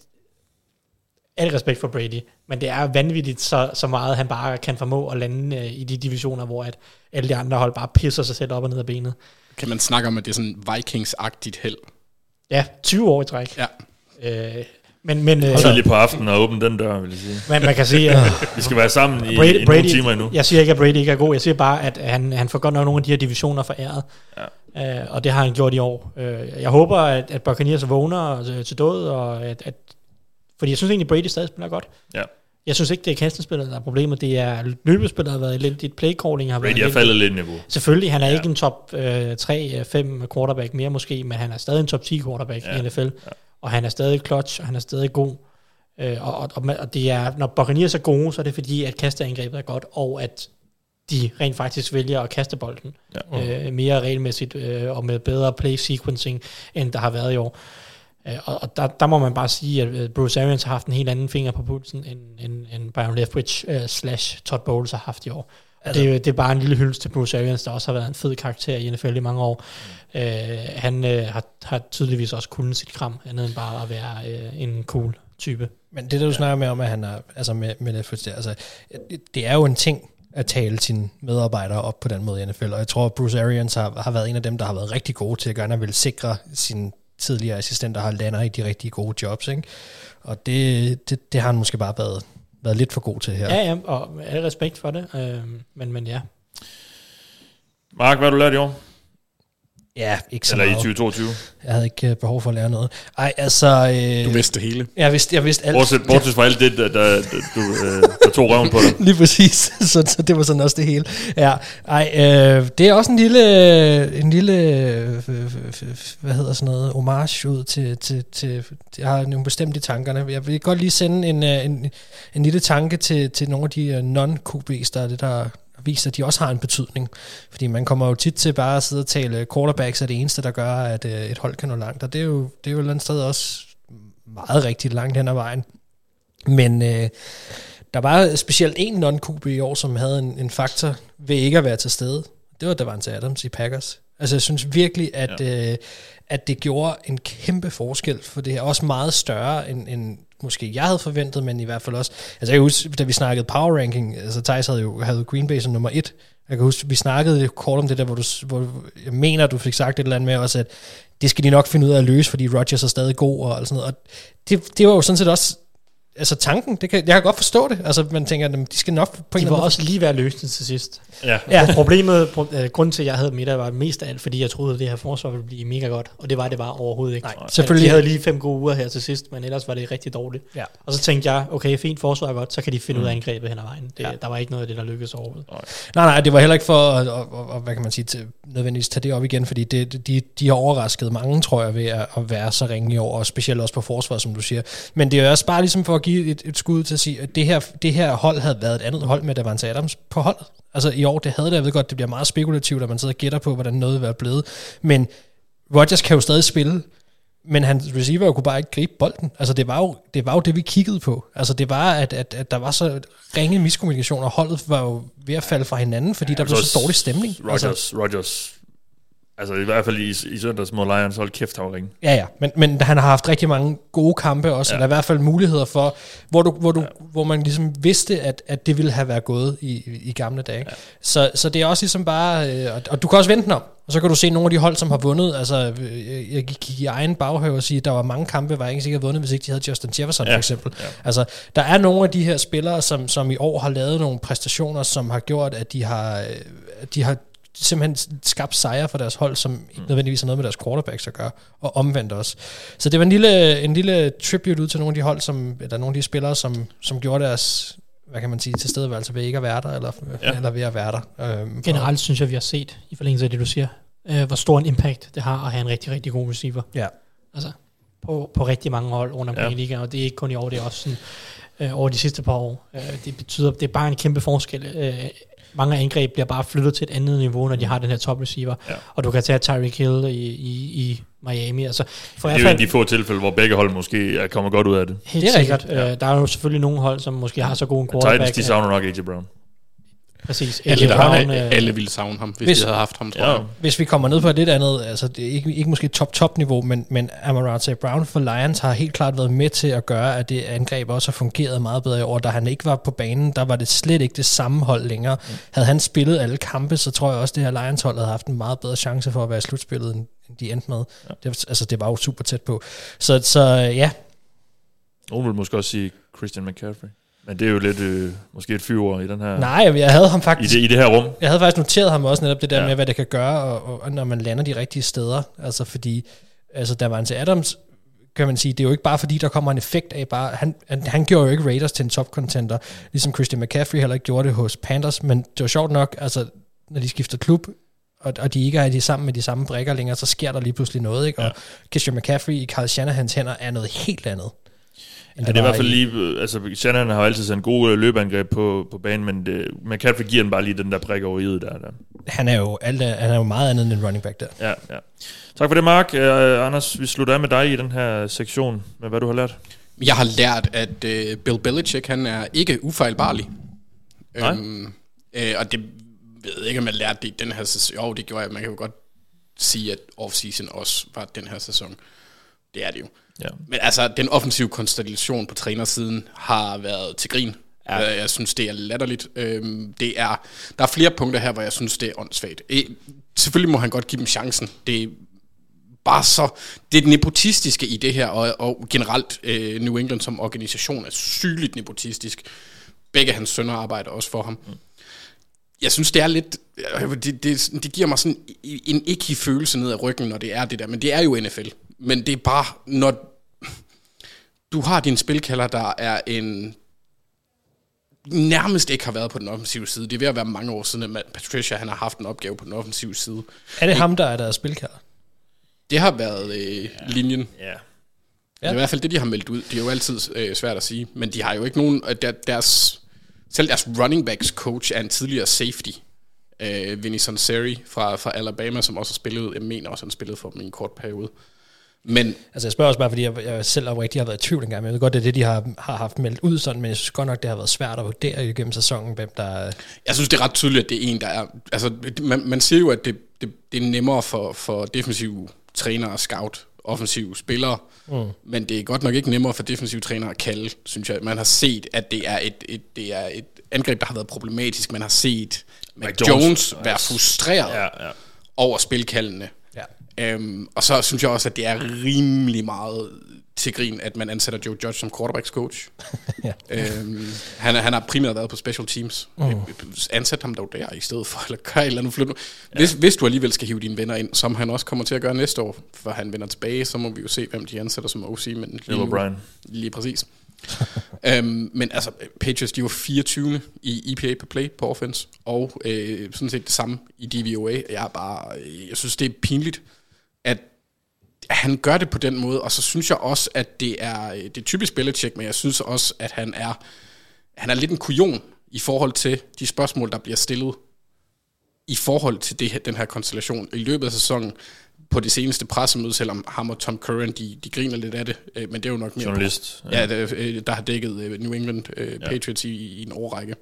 al respekt for Brady, men det er vanvittigt så meget, han bare kan formå at lande i de divisioner, hvor at alle de andre hold bare pisser sig selv op og ned af benet. Kan man snakke om, at det er sådan Vikings-agtigt held? Ja, 20 år i træk. Ja. Men tidligt på aftenen og åbne den dør, vil jeg sige. Men man kan sige, at vi skal være sammen i nogle timer endnu. Jeg siger ikke, at Brady ikke er god. Jeg siger bare, at han får godt nok nogle af de her divisioner foræret. Ja. Og det har han gjort i år. Jeg håber, at Buccaneers vågner til død, og at fordi jeg synes egentlig, Brady stadig spiller godt. Ja. Jeg synes ikke, det er kastespillet, der er problemet. Det er løbespillet, der har været elendigt. Playcalling har været elendigt. Brady har faldet lidt niveau. Selvfølgelig, han er ikke en top 3-5 quarterback mere måske, men han er stadig en top 10 quarterback i NFL. Ja. Og han er stadig clutch, og han er stadig god. Og det er, når Buccaneers er gode, så er det fordi, at kasteangrebet er godt, og at de rent faktisk vælger at kaste bolden mere regelmæssigt og med bedre play sequencing, end der har været i år. Og der må man bare sige, at Bruce Arians har haft en helt anden finger på pulsen, end Byron Leftwich / Todd Bowles har haft i år. Altså, det er bare en lille hyldest til Bruce Arians, der også har været en fed karakter i NFL i mange år. Han har tydeligvis også kunnet sit kram, andet end bare at være en cool type. Men det, der du snakker med om, at han er, altså med Leftwich, altså, det er jo en ting at tale sine medarbejdere op på den måde i NFL, og jeg tror, at Bruce Arians har været en af dem, der har været rigtig gode til at gerne vil sikre sin tidligere assistenter har lander i de rigtig gode jobs, ikke? Og det har han måske bare været lidt for god til her. Ja, og al respekt for det, men ja. Mark, hvad har du lært i år? Ja, ikke så meget. Eller i 2022? Jeg havde ikke behov for at lære noget. Ej, altså... Du vidste det hele. Jeg vidste alt. Bortset fra alt det, der tog røven på dig. Lige præcis. Så det var sådan også det hele. Ja, det er også en lille hvad hedder sådan noget, homage ud til jeg har nogle bestemte tankerne. Jeg vil godt lige sende en lille tanke til nogle af de non-QB's, der viser, at de også har en betydning. Fordi man kommer jo tit til bare at sidde og tale quarterbacks er det eneste, der gør, at et hold kan nå langt. Og det er jo et eller andet sted også meget rigtig langt hen ad vejen. Men Der var specielt en non-QB i år, som havde en faktor ved ikke at være til stede. Det var Davante Adams i Packers. Altså jeg synes virkelig, at det gjorde en kæmpe forskel, for det er også meget større, end måske jeg havde forventet, men i hvert fald også... Altså jeg kan huske, da vi snakkede power ranking, altså Thijs havde Green Bay som nummer 1. Jeg kan huske, vi snakkede kort om det der, hvor jeg mener, du fik sagt et eller andet med også, at det skal de nok finde ud af at løse, fordi Rodgers er stadig god og sådan noget. Og det var jo sådan set også... Altså tanken, jeg kan godt forstå det. Altså man tænker, at de skal nok på en de var også lige være løsning til sidst. Ja. Grunden til, at jeg havde med der var mest af alt, fordi jeg troede, at det her forsvar ville blive mega godt. Og det var det bare overhovedet ikke. Nej, selvfølgelig. De havde lige 5 gode uger her til sidst, men ellers var det rigtig dårligt. Ja. Og så tænkte jeg, okay, fint, forsvar er godt, så kan de finde ud af angrebet hen ad vejen. Der var ikke noget af det, der lykkedes overhovedet. Nej, det var heller ikke for at hvad kan man sige, nødvendigvis tage det op igen, fordi de har overrasket mange, tror jeg, ved at være så ringe i år, og specielt også på forsvar, som du siger. Men det er også bare ligesom for at give et skud til at sige, at det her hold havde været et andet hold med Davante Adams på holdet. Altså i år, det havde det, jeg ved godt, det bliver meget spekulativt, at man sidder og gætter på, hvordan noget vil være blevet. Men Rodgers kan jo stadig spille, men hans receiver kunne bare ikke gribe bolden. Altså det var jo det, vi kiggede på. Altså det var, at der var så ringe miskommunikation, og holdet var jo ved at falde fra hinanden, fordi der blev så dårlig stemning. Rodgers altså i hvert fald i søndags mod Lions, hold kæft, han var ringe. Ja, men han har haft rigtig mange gode kampe også, eller i hvert fald muligheder for, hvor man ligesom vidste, at det ville have været gået i gamle dage. Ja. Så det er også ligesom bare, og du kan også vente den om, og så kan du se nogle af de hold, som har vundet. Altså, jeg gik i egen baghave og sige, at der var mange kampe, var ikke sikkert vundet, hvis ikke de havde Justin Jefferson for eksempel. Ja. Altså, der er nogle af de her spillere, som i år har lavet nogle præstationer, som har gjort, at de har simpelthen skabt sejre for deres hold, som ikke nødvendigvis har noget med deres quarterbacks at gøre, og omvendt også. Så det var en lille tribute ud til nogle af de hold, eller nogle af de spillere, som gjorde deres, hvad kan man sige, tilstedeværelse ved ikke at være der, eller ved at være der. Generelt synes jeg, vi har set, i forlængelse af det, du siger, hvor stor en impact det har at have en rigtig, rigtig god receiver. Ja. Altså, på rigtig mange hold rundt omkring i ligaen, og det er ikke kun i år, det er også sådan, over de sidste par år. Det er bare en kæmpe forskel. Mange angreb bliver bare flyttet til et andet niveau, når de har den her top receiver. Ja. Og du kan tage Tyreek Hill i Miami. Altså, det er jo en af de få tilfælde, hvor begge hold måske er kommet godt ud af det. Helt sikkert. Der er jo selvfølgelig nogle hold, som måske har så god en quarterback. Titans, de savner nok AJ Brown. Præcis. Alle ville savne ham, hvis de havde haft ham, tror jeg. Hvis vi kommer ned på et lidt andet, altså det er ikke måske top-niveau, men Amon-Ra St. Brown for Lions har helt klart været med til at gøre, at det angreb også har fungeret meget bedre i år. Da han ikke var på banen, der var det slet ikke det samme hold længere. Havde han spillet alle kampe, så tror jeg også, det her Lions-hold havde haft en meget bedre chance for at være i slutspillet, end de endte med. Ja. Det var jo super tæt på. Så ja. Nogen vil måske også sige Christian McCaffrey. Men det er jo lidt måske et fyr i den her... Nej, jeg havde ham faktisk... I det her rum. Jeg havde faktisk noteret ham også netop det der med, hvad det kan gøre, og når man lander de rigtige steder. Altså fordi, Davante Adams, kan man sige, det er jo ikke bare fordi, der kommer en effekt af bare... Han gjorde jo ikke Raiders til en top-contender, ligesom Christian McCaffrey heller ikke gjorde det hos Panthers, men det var sjovt nok, altså når de skifter klub, og de ikke er sammen med de samme brikker længere, så sker der lige pludselig noget, ikke? Og Christian McCaffrey i Kyle Shanahans hænder er noget helt andet. Ja, det er i hvert fald lige, altså Shanahan har jo altid sådan en god løbeangreb på banen, men McCaffrey giver den bare lige den der brik over i'et der. Han er jo meget andet end en running back der. Ja. Tak for det, Mark. Anders, vi slutter af med dig i den her sektion med, hvad du har lært. Jeg har lært, at Bill Belichick, han er ikke ufejlbarlig. Og det ved jeg ikke, om jeg lærte det i den her sæson. Jo, det gjorde jeg. Man kan jo godt sige, at off-season også var den her sæson. Det er det jo. Ja. Men altså, den offensive konstellation på trænersiden har været til grin. Ja. Jeg synes, det er latterligt. Der er flere punkter her, hvor jeg synes, det er åndssvagt. Selvfølgelig må han godt give dem chancen. Det er bare så... Det er det nepotistiske i det her, og generelt New England som organisation er sygeligt nepotistisk. Begge hans sønner arbejder også for ham. Jeg synes, det er lidt... Det giver mig sådan en ikke følelse ned ad ryggen, når det er det der. Men det er jo NFL. Men det er bare, når du har din spilkalder, der er nærmest ikke har været på den offensive side. Det er ved at være mange år siden, at Patricia han har haft en opgave på den offensive side. Er det ham, der er deres spilkalder? Det har været linjen. Ja. Det er i hvert fald det, de har meldt ud. Det er jo altid svært at sige. Men de har jo ikke nogen... Selv deres running backs coach er en tidligere safety. Vinny Sunseri fra Alabama, som også har spillet... Jeg mener også, han spillede for dem i en kort periode. Men altså jeg spørger også bare, fordi jeg selv oprigtigt har været i tvivl engang, men jeg ved godt, det er det, de har haft meldt ud sådan, men jeg synes godt nok, det har været svært at vurdere igennem sæsonen, hvem der... Jeg synes, det er ret tydeligt, at det er en, der er... Altså, man siger jo, at det er nemmere for defensive trænere og scout offensive spillere, men det er godt nok ikke nemmere for defensive trænere at kalde, synes jeg. Man har set, at det er et angreb, der har været problematisk. Man har set Jones være frustreret over spilkaldene. Ja. Og så synes jeg også, at det er rimelig meget til grin, at man ansætter Joe Judge som quarterbacks coach. Han har primært været på special teams. Ansæt ham dog der i stedet for, eller gør et eller andet flyt. Hvis du alligevel skal hive dine venner ind, som han også kommer til at gøre næste år, for han vender tilbage, så må vi jo se, hvem de ansætter som OC. Men lige præcis. Men altså, Patriots, de var 24. i EPA per play på offense, og sådan set det samme i DVOA. Jeg synes, det er pinligt, at han gør det på den måde, og så synes jeg også, at det er typisk Belichick, men jeg synes også, at han er lidt en kujon i forhold til de spørgsmål, der bliver stillet i forhold til den her konstellation i løbet af sæsonen. På det seneste pressemøde, selvom ham og Tom Curran, de griner lidt af det, men det er jo nok mere journalist, der har dækket New England Patriots i en årrække.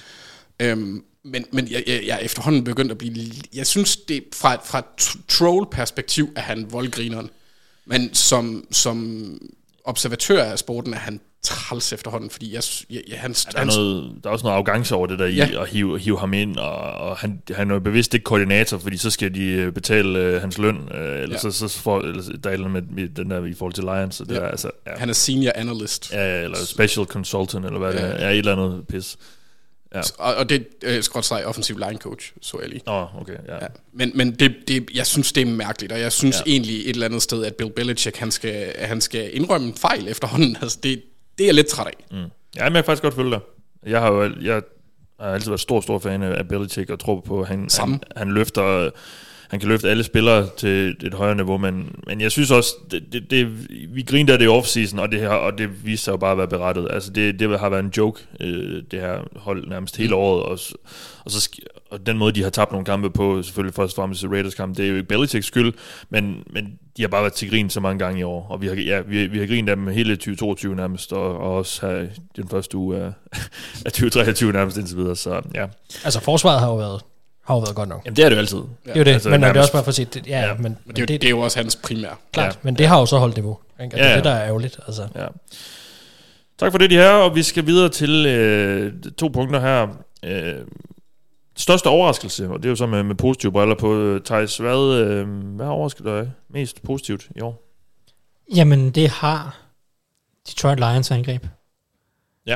Men jeg efterhånden begyndt at blive... Jeg synes, det fra troll-perspektiv er han voldgrineren, men som observatør af sporten er han træls efterhånden, fordi der er også noget arrogance over det der i at hive ham ind, og han er jo bevidst ikke koordinator, fordi så skal de betale hans løn, eller så får der er et eller andet med den der i forhold til Lions. Så det er, altså, han er senior analyst. Ja, eller special consultant, eller hvad det er, et eller andet pis. Ja. Og det er skråtstreg offensiv line coach, så jeg lige. Okay, ja. Men jeg synes, det er mærkeligt, og jeg synes egentlig et eller andet sted, at Bill Belichick, han skal indrømme en fejl efterhånden. Altså, det er jeg lidt træt af. Ja, men jeg kan faktisk godt følge dig. Jeg har altid været stor fan af Belichick, og tror på, at han løfter... Han kan løfte alle spillere til et højere niveau, men jeg synes også, vi griner af det i offseason, og det viser sig jo bare at være berettet. Altså det har været en joke, det her hold nærmest hele året, og den måde, de har tabt nogle kampe på, selvfølgelig først og fremmest Raiders kamp, det er jo ikke Belichicks skyld, men de har bare været til grin så mange gange i år, og vi har grinet af dem hele 2022 nærmest, og også her den første uge af 2023 nærmest indtil videre, så ja. Altså forsvaret har jo været godt nok. Jamen det er det jo altid. Det er jo det, altså, men det er også bare for at sige, men det er jo også hans primære. Klart, men det har jo så holdt niveau. Ikke? Det er det, der er ærgerligt. Altså. Ja. Tak for det, de her, og vi skal videre til 2 punkter her. Største overraskelse, og det er jo så med positive briller på. Theis, hvad overrasker dig mest positivt i år? Jamen, det har Detroit Lions angreb. Ja.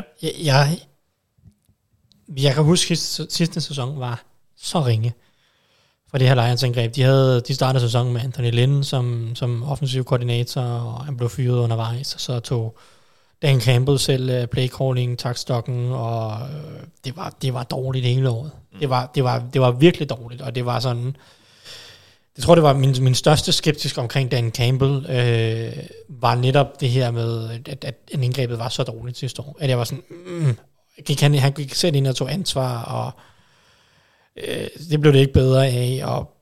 Jeg kan huske, sidste sæson var så ringe for det her Lions angreb. De startede sæsonen med Anthony Lynn som offensiv koordinator, og han blev fyret undervejs, og så tog Dan Campbell selv playcalling, taktstokken, og det var dårligt hele året. Det var virkelig dårligt, og det var sådan... Jeg tror, det var min største skeptisk omkring Dan Campbell, var netop det her med, at angrebet var så dårligt sidste år. At jeg var sådan... Han gik selv ind og tog ansvar, og det blev det ikke bedre af, og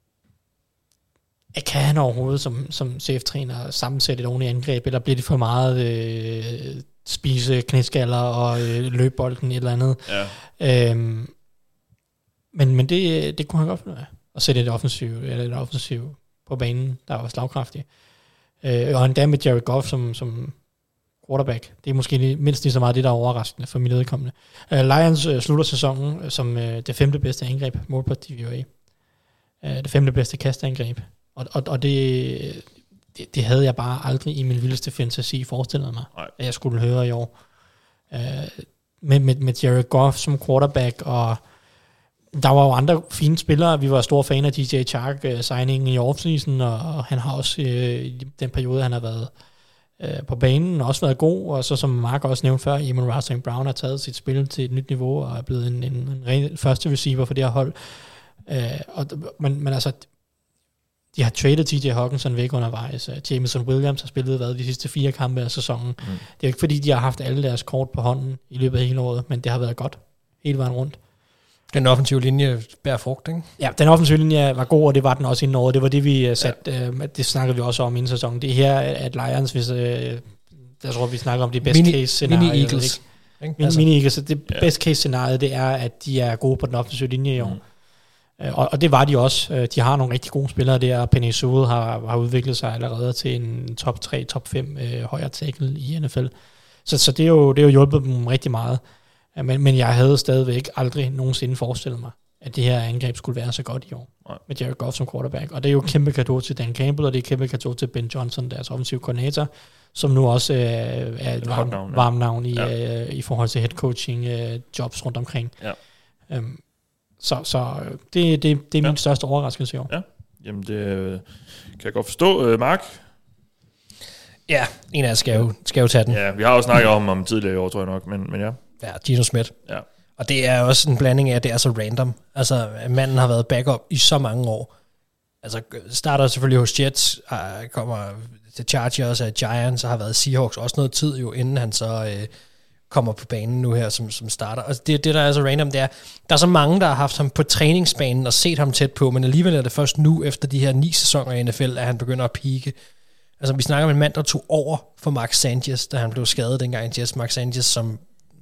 kan han overhovedet som cheftræner sammensætte et ordentligt angreb, eller bliver det for meget spise knæskaller og løbe bolden et eller andet? Ja. Men det kunne han godt finde ud af, at sætte et offensiv på banen, der var slagkraftig. Og endda med Jared Goff som quarterback. Det er måske mindst lige så meget det, der er overraskende for mit vedkommende. Lions slutter sæsonen som det 5. bedste angreb målt på DVOA. Det 5. bedste kastangreb. Og det havde jeg bare aldrig i min vildeste fantasi forestillet mig, at jeg skulle høre i år. Med Jared Goff som quarterback, og der var jo andre fine spillere. Vi var store fan af DJ Chark signingen i offseason, og han har også i den periode, han har været på banen, og også været god, og så som Mark også nævnte før, Amon-Ra St. Brown har taget sit spil til et nyt niveau, og er blevet en første receiver for det her hold. Men altså, de har traded TJ Hawkinson væk undervejs. Jameson Williams har spillet de sidste 4 kampe af sæsonen. Det er jo ikke fordi, de har haft alle deres kort på hånden i løbet af hele året, men det har været godt hele vejen rundt. Den offensive linje bærer frugt, ikke? Ja, den offensive linje var god, og det var den også inden over. Det var det, vi satte, det snakkede vi også om inden sæsonen. Det her, at Lions, hvis, jeg tror, vi snakker om det best case scenario. Mini-Eagles. Mini-Eagles, det best case scenario, det er, at de er gode på den offensive linje i år. Og det var de også. De har nogle rigtig gode spillere der. Penei Sewell har udviklet sig allerede til en top 3, top 5 højre tackle i NFL. Så det er jo hjulpet dem rigtig meget. Men jeg havde stadigvæk aldrig nogensinde forestillet mig, at det her angreb skulle være så godt i år. Nej. Med Jared Goff som quarterback. Og det er jo kæmpe cadeau til Dan Campbell, og det er kæmpe cadeau til Ben Johnson, deres offensive koordinator, som nu også er et varmt navn i forhold til head coaching jobs rundt omkring. Ja. Så det er min største overraskelse i år. Ja. Jamen det kan jeg godt forstå. Mark? Ja, en af jer skal jo tage den. Ja, vi har også snakket om tidligere i år, tror jeg nok, men ja. Ja, Geno Smith. Ja. Og det er også en blanding af, at det er så random. Altså, manden har været backup i så mange år. Altså, starter selvfølgelig hos Jets, kommer til Chargers og Giants, og har været Seahawks også noget tid jo, inden han så kommer på banen nu her som starter. Og det der er så random, det er, der er så mange, der har haft ham på træningsbanen og set ham tæt på, men alligevel er det først nu, efter de her 9 sæsoner i NFL, at han begynder at peake. Altså, vi snakker om en mand, der tog over for Mark Sanchez, da han blev skadet dengang i Jets. Mark Sanchez, som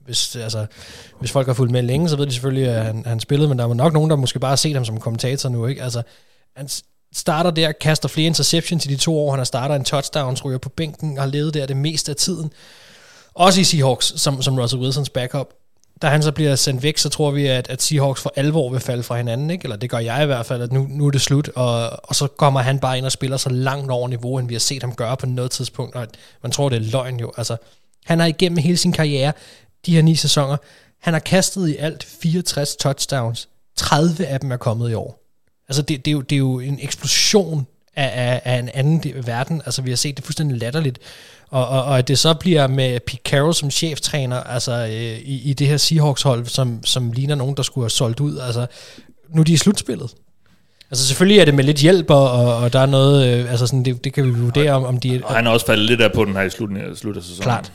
hvis folk har fulgt med længe, så ved de selvfølgelig, at han spillede, men der var nok nogen, der måske bare har set ham som kommentator nu, ikke? Altså, han starter der, kaster flere interceptions i de 2 år, han har startet en touchdown, ryger på bænken, og har levet der det meste af tiden. Også i Seahawks, som Russell Wilsons backup. Da han så bliver sendt væk, så tror vi, at Seahawks for alvor vil falde fra hinanden, ikke? Eller det gør jeg i hvert fald, at nu er det slut, og så kommer han bare ind og spiller så langt over niveau, end vi har set ham gøre på noget tidspunkt, og man tror, det er løgn jo. Altså, han har igennem hele sin karriere, de her 9 sæsoner, han har kastet i alt 64 touchdowns. 30 af dem er kommet i år. Altså, det er jo en eksplosion af en anden verden. Altså, vi har set det fuldstændig latterligt. Og at det så bliver med Pete Carroll som cheftræner, altså i det her Seahawks-hold, som ligner nogen, der skulle have solgt ud. Altså, nu er de i slutspillet. Altså selvfølgelig er det med lidt hjælp, og der er noget, altså sådan, det kan vi vurdere om de... Og han har også faldet lidt af på den her i slut af sæsonen. Klart.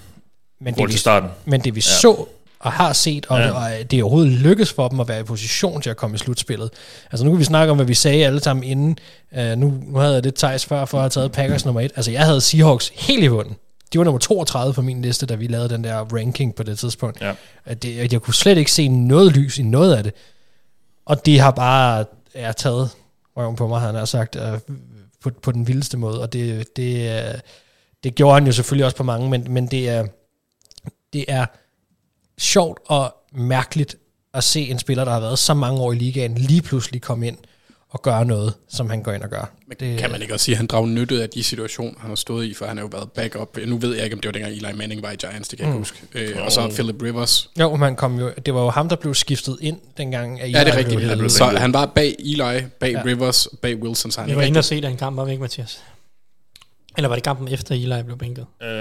Men det vi ja. så og har set, og det er overhovedet lykkes for dem at være i position til at komme i slutspillet. Altså nu kan vi snakke om, hvad vi sagde alle sammen inden. Nu havde jeg det Thijs før for at have taget Packers nummer 1. Altså jeg havde Seahawks helt i bunden. De var nummer 32 på min liste, da vi lavede den der ranking på det tidspunkt. Ja. Jeg kunne slet ikke se noget lys i noget af det. Og de har bare taget røven på mig, han har sagt, på den vildeste måde. Og det gjorde han jo selvfølgelig også på mange, men det er sjovt og mærkeligt at se en spiller, der har været så mange år i ligaen, lige pludselig komme ind og gøre noget, som han går ind og gør. Men kan man ikke også sige, at han drager nytte af de situationer, han har stået i, for han har jo været backup. Nu ved jeg ikke, om det var dengang Eli Manning var i Giants, det kan jeg ikke huske. Og så Philip Rivers. Jo, det var jo ham, der blev skiftet ind dengang. Ja, det er rigtigt. Så han var bag Eli, bag Rivers, bag Wilson. Så han var inde og se den kamp, var vi ikke, Mathias? Eller var det kampen efter Eli blev bænket?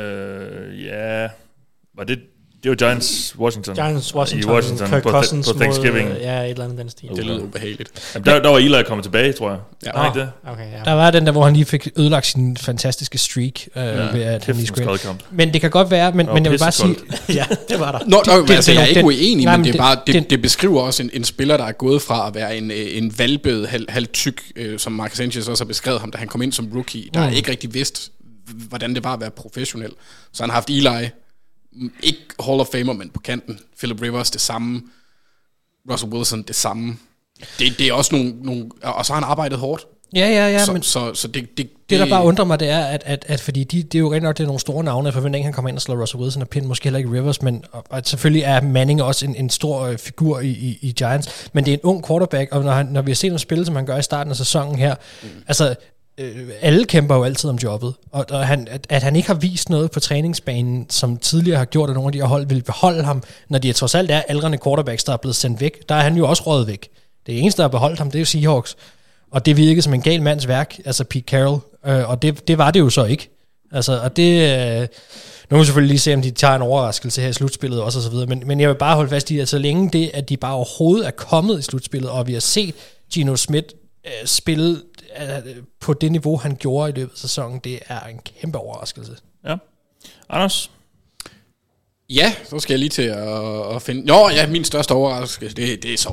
Ja, var det... Det var Giants-Washington. I Washington Kirk Cousins på Thanksgiving. Mod, ja, et eller andet den stil. Det lyder ubehageligt. Jamen, der var Eli kommet tilbage, tror jeg. Ja. Ikke det? Okay, ja. Der var den der, hvor han lige fik ødelagt sin fantastiske streak. Ved at han lige skulle. Men det kan godt være, men jeg vil bare sige... ja, det var der. Jeg er ikke uenig, men det er bare, det beskriver også en spiller, der er gået fra at være en valgbød, halvtyk, som Mark Sanchez også har beskrevet ham, da han kom ind som rookie, der ikke rigtig vidste, hvordan det var at være professionel. Så han har haft Eli, ikke Hall of Famer, men på kanten. Philip Rivers, det samme. Russell Wilson, det samme. Det er også nogle... Og så har han arbejdet hårdt. Ja. Så det der bare undrer mig, det er, at fordi det er jo rent nok, det er nogle store navne. Jeg forventer ikke, han kommer ind og slår Russell Wilson og pin, måske heller ikke Rivers, men og selvfølgelig er Manning også en stor figur i Giants. Men det er en ung quarterback, og når vi har set ham spille, som han gør i starten af sæsonen her, altså... alle kæmper jo altid om jobbet, og at han ikke har vist noget på træningsbanen, som tidligere har gjort, at nogle af de her hold vil beholde ham, når de trods alt er aldrende quarterbacks, der er blevet sendt væk. Der er han jo også røget væk. Det eneste, der har beholdt ham, det er jo Seahawks, og det virkede som en gal mands værk, altså Pete Carroll, og det var det jo så ikke. Altså, og det... Nu må vi selvfølgelig lige se, om de tager en overraskelse her i slutspillet også og så videre, men jeg vil bare holde fast i, at så længe det, at de bare overhovedet er kommet i slutspillet, og vi har set Geno Smith spille på det niveau, han gjorde i løbet af sæsonen, det er en kæmpe overraskelse. Ja. Anders? Ja, så skal jeg lige til at finde... Jo, ja, min største overraskelse, det er Sovs.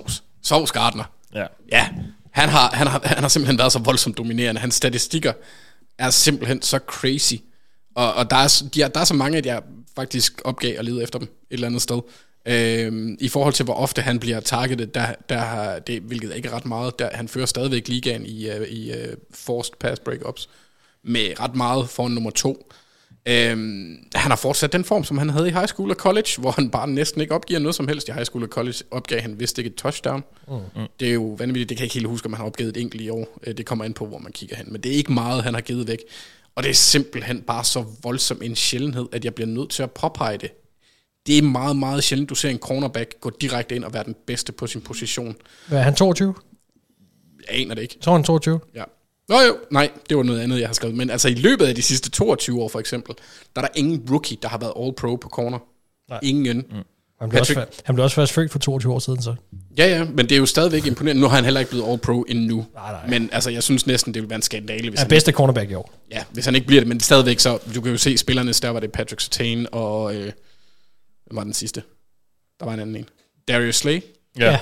Sauce Gardner. Ja. Han har simpelthen været så voldsomt dominerende. Hans statistikker er simpelthen så crazy. Og der er så mange, at jeg faktisk opgav at lede efter dem et eller andet sted. I forhold til, hvor ofte han bliver targetet, det, hvilket ikke er ret meget, han fører stadigvæk ligaen i forced pass breakups med ret meget foran nummer 2. Han har fortsat den form, som han havde i high school og college, hvor han bare næsten ikke opgiver noget som helst. I high school og college opgav han vist ikke et touchdown. Det er jo vanvittigt, det kan jeg ikke helt huske, om han har opgivet et enkelt i år. Det kommer ind på, hvor man kigger hen. Men det er ikke meget, han har givet væk. Og det er simpelthen bare så voldsom en sjældenhed, at jeg bliver nødt til at påpege det. Det er meget, meget sjældent, du ser en cornerback gå direkte ind og være den bedste på sin position. Hvad er han, 22? Jeg aner det ikke. Tror han 22? Ja. Nej, det var noget andet, jeg har skrevet. Men altså i løbet af de sidste 22 år for eksempel, der er der ingen rookie, der har været all-pro på corner. Nej. Ingen. Han blev også først født for 22 år siden, så. Ja, men det er jo stadigvæk imponerende. Nu har han heller ikke blevet all-pro endnu. Nej. Men altså, jeg synes næsten, det vil være en skandale. Hvis han bedste cornerback i år. Ja, hvis han ikke bliver det. Men stadigvæk så, du kan jo se spillerne, der var det Patrick Surtain og... hvem var den sidste? Der var en anden en. Darius Slay. Ja.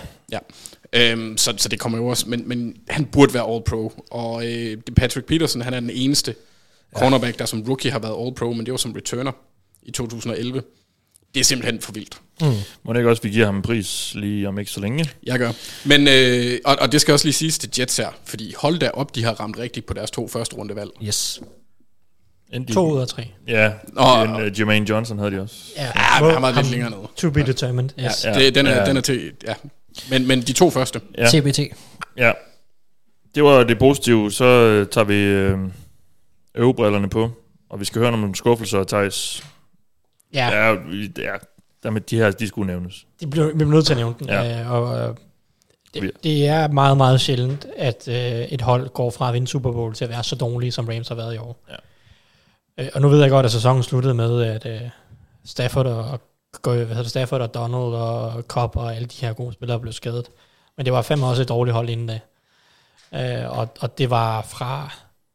Så det kommer jo også, men han burde være all-pro, og Patrick Peterson, han er den eneste cornerback, der som rookie har været all-pro, men det var som returner i 2011. Det er simpelthen for vildt. Må det ikke også, vi giver ham en pris lige om ikke så længe? Jeg gør. Men, og det skal også lige siges til Jets her, fordi hold da op, de har ramt rigtigt på deres 2 første rundevalg. Yes. 2 ud af 3. Ja, Jermaine Johnson havde de også. Ja, han var lidt længere nede. To be determined. Yes. Ja. Den er til... Ja. Men de 2 første. Ja. TBT. Ja. Det var det positive. Så tager vi øvebrillerne på, og vi skal høre nogle skuffelser, Thijs. Ja. Der med de her, de skulle nævnes. Vi bliver nødt til at nævne den. Ja. Det er meget, meget sjældent, at et hold går fra at vinde Super Bowl til at være så dårlige, som Rams har været i år. Ja. Og nu ved jeg godt, at sæsonen sluttede med, at Stafford og Donald og Cobb og alle de her gode spillere blev skadet. Men det var fandme også et dårligt hold inden da. Og det var fra...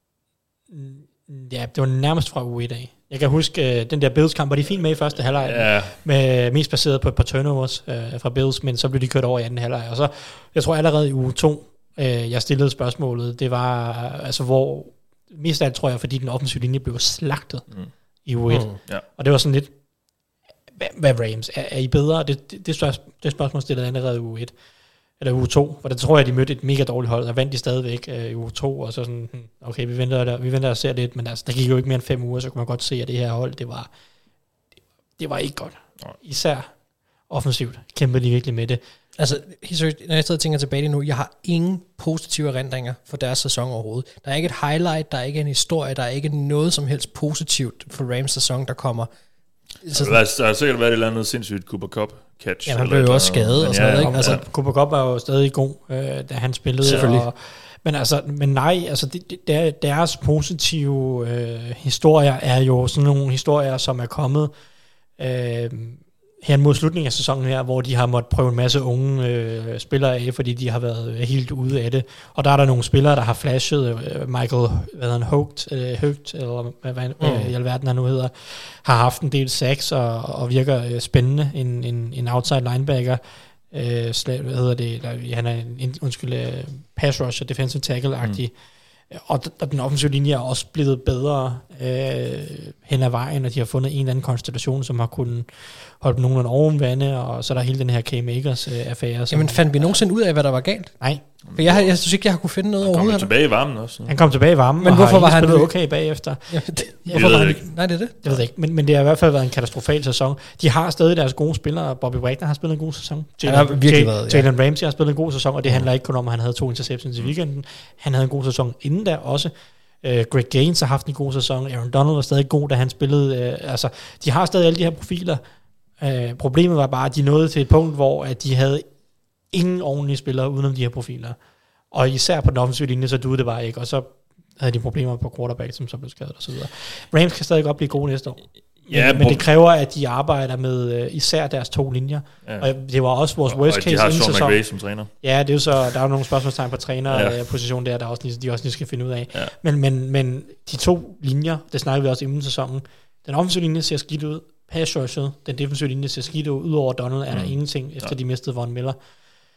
Ja, det var nærmest fra uge i dag. Jeg kan huske den der Bills-kamp, var de fint med i første halvleg, med mest baseret på et par turnovers fra Bills, men så blev de kørt over i anden halvleg. Og så, jeg tror allerede i uge 2, jeg stillede spørgsmålet, det var, altså hvor, mest af alt tror jeg, fordi den offensive linje blev slagtet i uge 1. Og det var sådan lidt, hvad Rams, er I bedre? Det spørgsmål stillede allerede i uge 1. Eller uge 2, for der tror jeg, de mødte et mega dårligt hold, og vandt de stadigvæk i uge 2, og så sådan, okay, vi venter og ser lidt, men altså, der gik jo ikke mere end 5 uger, så kunne man godt se, at det her hold, det var ikke godt. Især offensivt kæmpede de virkelig med det. Altså, når jeg sidder og tænker tilbage nu, jeg har ingen positive erindringer for deres sæson overhovedet. Der er ikke et highlight, der er ikke en historie, der er ikke noget som helst positivt for Rams sæson, der kommer. Så der har sikkert været et eller andet sindssygt Cooper Cup catch. Ja, han blev jo også skadet og sådan noget, ikke? Altså, Cooper Cup var jo stadig god, da han spillede. Selvfølgelig. Men nej, altså deres positive historier er jo sådan nogle historier, som er kommet her mod slutningen af sæsonen her, hvor de har måttet prøve en masse unge spillere af, fordi de har været helt ude af det. Og der er der nogle spillere, der har flashet. Michael Hogt, eller hvad i alverden han nu hedder, har haft en del sacks og virker spændende. En outside linebacker. Han er en pass rusher, defensive tackle-agtig. Og den offensive linje er også blevet bedre hen ad vejen, og de har fundet en eller anden konstellation, som har kunnet holde nogenlunde oven vande, og så er der hele den her K-Makers affære. Jamen fandt vi nogensinde ud af, hvad der var galt? Nej. For jeg synes ikke, jeg har kunne finde noget overhovedet. Han kom tilbage i varmen også. Han kom tilbage i varmen, men hvorfor var han spillet okay bagefter? Hvorfor var han ikke? Nej, det er det. Jeg ved ikke, men det har i hvert fald været en katastrofal sæson. De har stadig deres gode spillere. Bobby Wagner har spillet en god sæson. Jalen Ramsey har spillet en god sæson, og det handler ikke kun om, at han havde 2 interceptions i weekenden. Han havde en god sæson inden da også. Greg Gaines har haft en god sæson. Aaron Donald var stadig god, da han spillede. Altså, de har stadig alle de her profiler. Problemet var bare, at de nåede til et punkt, hvor at de havde ingen ordentlige spillere udenom de her profiler. Og især på den offensive linje, så duede det bare ikke. Og så havde de problemer på quarterback, som så blev skadet og så videre. Rams kan stadig godt blive gode næste år. Men det kræver, at de arbejder med især deres 2 linjer. Ja. Og det var også vores worst case inden sæson. Og de har Sean McVay som træner. Ja, det er jo så, der er jo nogle spørgsmålstegn på trænerpositionen der også, de også lige skal finde ud af. Ja. Men de 2 linjer, det snakker vi også inden sæsonen. Den offensive linje ser skidt ud. Pass rushet, den defensive linje ser skidt ud. Udover Donald er der ingenting, efter de mistede Von Miller.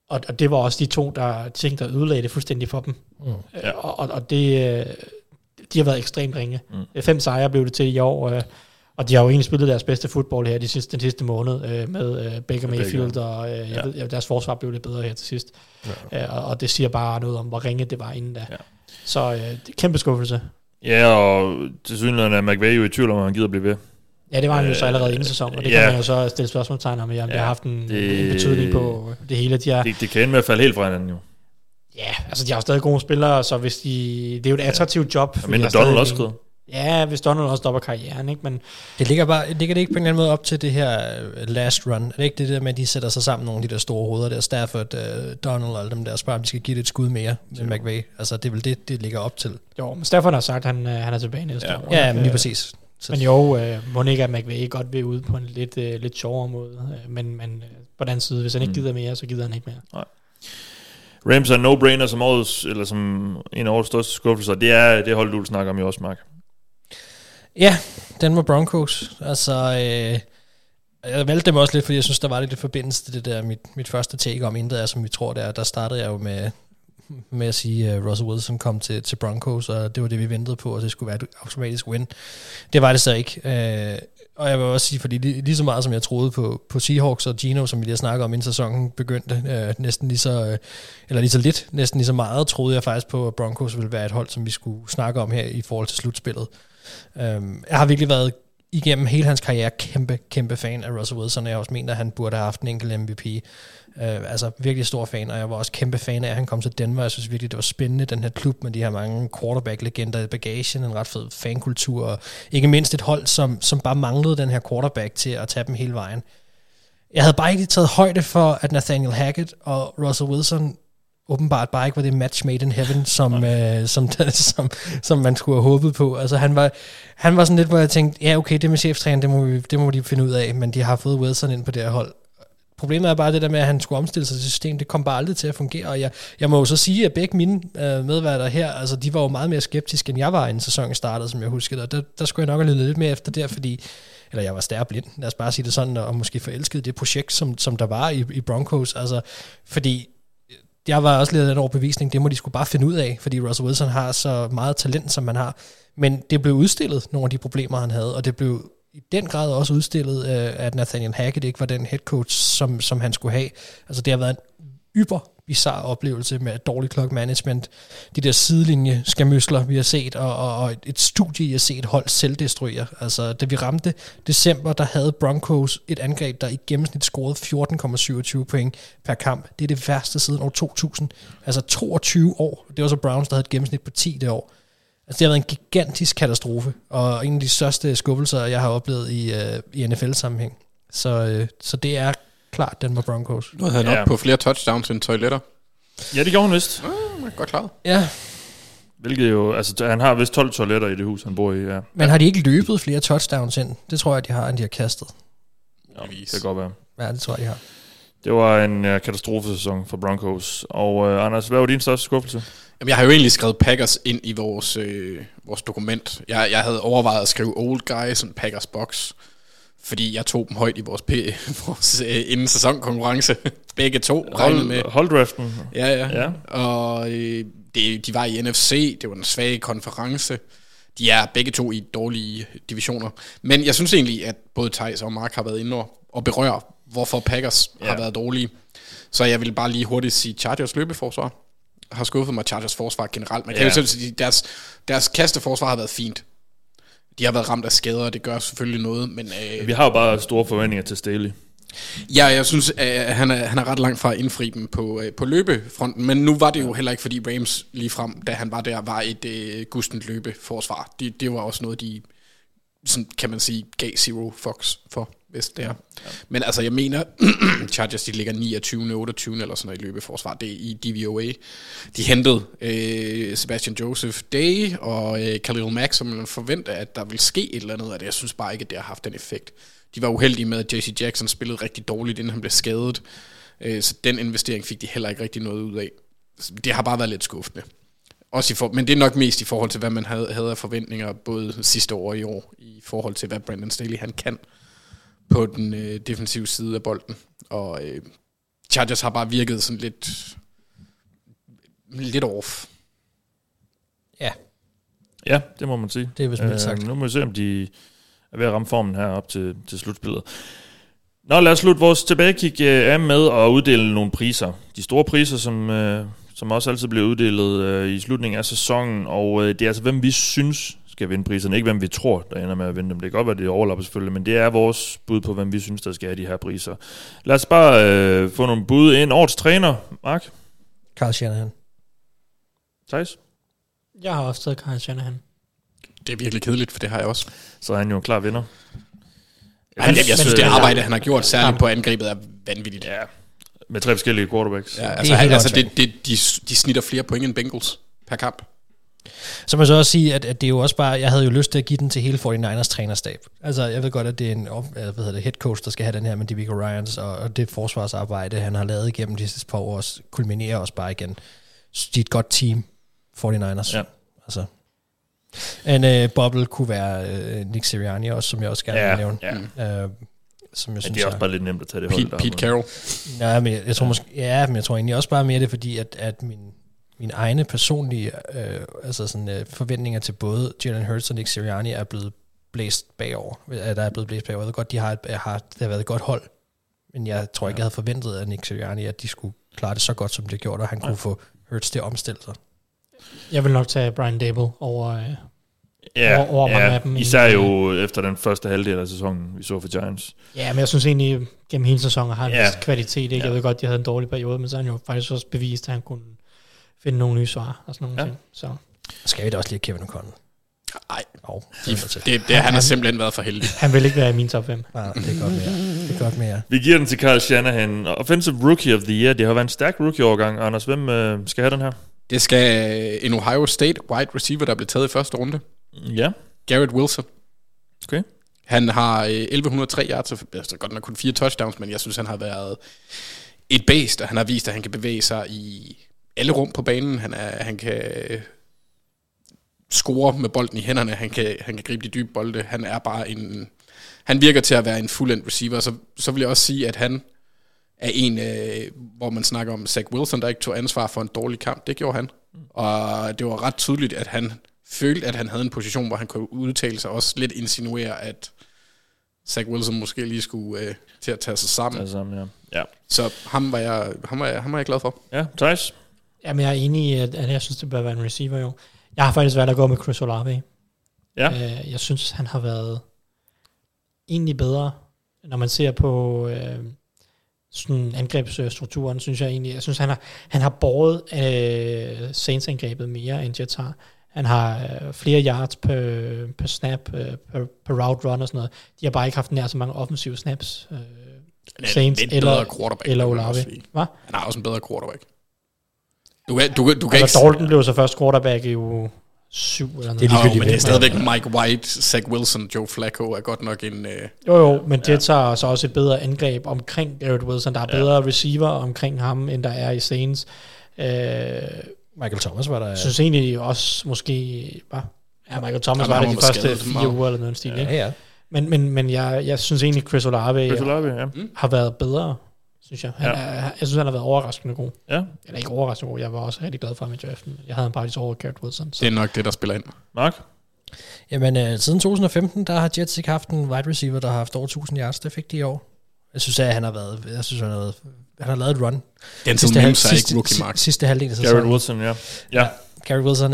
Og det var også de to, der ødelagde det fuldstændig for dem. Ja. Og det, de har været ekstremt ringe. 5 sejre blev det til i år, og de har jo egentlig spillet deres bedste fodbold her den sidste måned med Baker Mayfield, og deres forsvar blev lidt bedre her til sidst. Og det siger bare noget om, hvor ringe det var inden da. Ja. Så det er kæmpe skuffelse. Ja, og til synligheden er McVay jo i tvivl om, han gider blive ved. Ja, det var han jo så allerede inden sæson, og det kan man jo så stille spørgsmålstegn om, det har haft en betydning på det hele. Det kan ende med at falde helt fra hinanden jo. Ja, altså de har jo stadig gode spillere, så hvis det er jo et attraktivt job. Men Donald også skrider. Ja, hvis Donald også stopper karrieren, ikke? Men det ligger det ikke på en eller anden måde op til det her last run? Er det ikke det der med, at de sætter sig sammen, nogle af de der store hoveder der, Stafford, Donald og alle dem der, spørger, om de skal give det et skud mere med McVay? Altså, det er vel det ligger op til. Jo, men Stafford har sagt, at han er tilbage næste år. Ja, men lige præcis. Men jo, må ikke at McVay godt vil ud på en lidt sjovere måde. Men på den anden side, hvis han ikke gider mere, så gider han ikke mere. Nej. Rams er no-brainer som årets, eller som en af årets største skuffelser. Det er det hold, du snakker om jo også, Mark. Ja, Denver Broncos. Altså, jeg valgte dem også lidt, fordi jeg synes, der var lidt i forbindelse til det der, mit første take om intet er, som vi tror det er. Der startede jeg jo med at sige, at Russell Wilson kom til Broncos, og det var det, vi ventede på, og det skulle være et automatisk win. Det var det så ikke. Og jeg vil også sige, fordi lige så meget som jeg troede på Seahawks og Geno, som vi lige snakkede om inden sæsonen begyndte, næsten lige så lidt, næsten lige så meget, troede jeg faktisk på, at Broncos ville være et hold, som vi skulle snakke om her i forhold til slutspillet. Jeg har virkelig været igennem hele hans karriere kæmpe fan af Russell Wilson, og jeg også mener, at han burde have haft en enkelt MVP. Altså virkelig stor fan, og jeg var også kæmpe fan af, at han kom til Denver. Jeg synes virkelig, det var spændende, den her klub med de her mange quarterback-legender i bagagen, en ret fed fankultur, og ikke mindst et hold, som bare manglede den her quarterback til at tage dem hele vejen. Jeg havde bare ikke taget højde for, at Nathaniel Hackett og Russell Wilson åbenbart bare ikke var det match made in heaven, som man skulle have håbet på. Altså han var sådan lidt, hvor jeg tænkte, ja okay, det med cheftræner, det må de finde ud af, men de har fået Wilson ind på det her hold. Problemet er bare det der med, at han skulle omstille sig til systemet, det kom bare aldrig til at fungere, og jeg må jo så sige, at begge mine medværter her, altså de var jo meget mere skeptiske, end jeg var, inden sæsonen startede, som jeg husker, og der skulle jeg nok have lidt mere efter der, fordi, eller jeg var stærblind, lad os bare sige det sådan, og måske forelskede det projekt, som der var i Broncos, altså, fordi jeg var også lidt af den overbevisning, det må de skulle bare finde ud af, fordi Russell Wilson har så meget talent, som man har, men det blev udstillet, nogle af de problemer, han havde, og det blev i den grad også udstillet, at Nathaniel Hackett ikke var den head coach, som han skulle have. Altså det har været en bizarre oplevelse med dårlig clock management, de der sidelinje skamysler, vi har set, og et studie, I har set hold selvdestruere. Altså da vi ramte december, der havde Broncos et angreb, der i gennemsnit scorede 14,27 point per kamp. Det er det værste siden år 2000. Altså 22 år. Det var så Browns, der havde et gennemsnit på 10 det år. Altså det har været en gigantisk katastrofe, og en af de største skuffelser, jeg har oplevet i NFL-sammenhæng. Så det er klart Denver Broncos. Nu havde han op på flere touchdowns end toiletter. Ja, det gjorde han vist. Godt klaret. Ja. Hvilket jo, altså han har vist 12 toiletter i det hus, han bor i, ja. Men har de ikke løbet flere touchdowns ind? Det tror jeg, de har, end de har kastet. Ja, det kan godt være. Ja, det tror jeg, de har. Det var en katastrofesæson for Broncos. Og Anders, hvad var din største skuffelse? Jamen, jeg har jo egentlig skrevet Packers ind i vores dokument. Jeg havde overvejet at skrive Old Guys og Packers Box, fordi jeg tog dem højt i vores inden sæsonkonkurrence. Begge to regnede med. Holddraften. Ja. Og de var i NFC, det var en svag konference. De er begge to i dårlige divisioner. Men jeg synes egentlig, at både Thijs og Mark har været inde og berøre, hvorfor Packers har været dårlige. Så jeg vil bare lige hurtigt sige, Chargers løbeforsvar har skuffet mig. Chargers forsvar generelt. Man kan jo selv sige, deres kasteforsvar har været fint. De har været ramt af skader, og det gør selvfølgelig noget. Men vi har jo bare store forventninger til Staley. Ja, jeg synes, at han er ret langt fra at indfri dem på løbefronten. Men nu var det jo heller ikke, fordi Rams lige frem, da han var der, var et gustent løbeforsvar. Det var også noget, de, sådan kan man sige, gav zero fucks for, hvis det er. Ja. Men altså, jeg mener, Chargers, de ligger 29-28 eller sådan noget i løbeforsvar. Det er i DVOA. De hentede Sebastian Joseph Day og Khalil Mack, som man forventer, at der vil ske et eller andet af det. Jeg synes bare ikke, at det har haft den effekt. De var uheldige med, at JC Jackson spillede rigtig dårligt, inden han blev skadet. Så den investering fik de heller ikke rigtig noget ud af. Det har bare været lidt skuffende. Også men det er nok mest i forhold til, hvad man havde af forventninger, både sidste år og i år, i forhold til, hvad Brandon Staley han kan på den defensive side af bolden. Og Chargers har bare virket sådan lidt off. Ja. Ja, det må man sige. Det er vist mildt sagt. Nu må vi se, om de er ved at ramme formen her op til slutspillet. Nå, lad os slutte vores tilbagekig af med at uddele nogle priser. De store priser, som også altid bliver uddelt i slutningen af sæsonen, og det er altså, hvem vi synes skal vinde priserne. Ikke hvem vi tror, der ender med at vinde dem. Det kan godt være, det overlapper selvfølgelig, men det er vores bud på, hvem vi synes, der skal have de her priser. Lad os bare få nogle bud ind. Årets træner, Mark? Kyle Shanahan. Thijs? Jeg har også taget Kyle Shanahan. Det er virkelig kedeligt, for det har jeg også. Så er han jo en klar vinder. Jeg synes, det arbejde, han har gjort, særligt på angrebet, er vanvittigt. Ja, med 3 forskellige quarterbacks. Ja, de snitter flere point end Bengals per kamp. Så må jeg så også sige, at det er jo også bare, jeg havde jo lyst til at give den til hele 49ers trænerstab. Altså, jeg ved godt, at det er en head coach, der skal have den her med DeMeco Ryans, og det forsvarsarbejde, han har lavet igennem de sidste par år, kulminerer også bare igen. De er et godt team, 49ers. Ja. Altså. En bubble kunne være Nick Sirianni også, som jeg også gerne vil nævne. Ja. Som jeg synes, det er også bare lidt nemt at tage det hold der. Pete Carroll. Ja, men jeg tror måske, men jeg tror egentlig også bare mere det, fordi at mine egne personlige forventninger til både Jalen Hurts og Nick Sirianni er blevet blæst bagover. Der er blevet blæst bagover. Jeg ved godt, det har været et godt hold, men jeg tror ikke, jeg havde forventet af Nick Sirianni, at de skulle klare det så godt, som det gjorde, og han kunne få Hurts til at omstille sig. Jeg vil nok tage Brian Daboll over mange af dem. Især jo efter den første halvdel af sæsonen, vi så for Giants. Ja, men jeg synes egentlig, gennem hele sæsonen har han kvalitet. Ikke? Jeg ved godt, de havde en dårlig periode, men så har han jo faktisk også bevist, at han kunne finde nogle nye svar og sådan nogle ting. Så. Skal vi da også lige Kevin O'Connell? Nej, han har simpelthen været for heldig. Han vil ikke være i min top 5. Nej, det er godt mere. Vi giver den til Kyle Shanahan. Offensive Rookie of the Year. Det har været en stærk rookie-overgang. Anders, hvem skal have den her? Det skal en Ohio State wide receiver, der blev taget i første runde. Ja. Garrett Wilson. Okay. Han har 1103 yards, altså godt nok kun 4 touchdowns, men jeg synes, han har været et beast, og han har vist, at han kan bevæge sig i alle rum på banen. Han kan score med bolden i hænderne, han kan gribe de dybe bolde. Han er bare han virker til at være en full-end receiver, så vil jeg også sige, at han er en, hvor man snakker om Zach Wilson, der ikke tog ansvar for en dårlig kamp. Det gjorde han. Og det var ret tydeligt, at han følte, at han havde en position, hvor han kunne udtale sig, også lidt insinuere, at Zach Wilson måske lige skulle til at tage sig sammen. Ja. Så ham var jeg glad for. Ja, Thijs? Jamen, jeg er enig i, at jeg synes, det bør være en receiver jo. Jeg har faktisk valgt at gå med Chris Olave. Ja. Jeg synes, han har været egentlig bedre, når man ser på sådan angrebsstrukturen, synes jeg egentlig. Jeg synes, han har båret Saints-angrebet mere, end Jets har. Han har flere yards per snap, per route run og sådan noget. De har bare ikke haft nær så mange offensive snaps. Saints eller Olave. Hvad? Han har også en bedre quarterback. Du kan ikke... Dalton blev så først quarterback i uge 7 eller noget. Men det er stadigvæk Mike White, Zach Wilson, Joe Flacco er godt nok en... Jo, men Jets har så også et bedre angreb omkring Garrett Wilson. Der er bedre receiver omkring ham, end der er i Saints. Michael Thomas var der... Jeg synes egentlig også måske... Michael Thomas var det de første 4 uger eller noget stil. Ja. Men jeg synes egentlig, Chris Olave har været bedre, synes jeg. Jeg synes, han har været overraskende god. Ja. Eller ikke overraskende god, jeg var også rigtig glad for ham i draften. Jeg havde ham faktisk over Garrett Wilson. Så. Det er nok det, der spiller ind. Mark? Jamen, siden 2015, der har Jets ikke haft en wide receiver, der har haft over 1000 yards. Det fik de i år. Jeg synes, at han har lavet et run. Den som nemt sig ikke rookie mark. Sidste halvdel af sæsonen. Garrett Wilson, ja. Garrett Wilson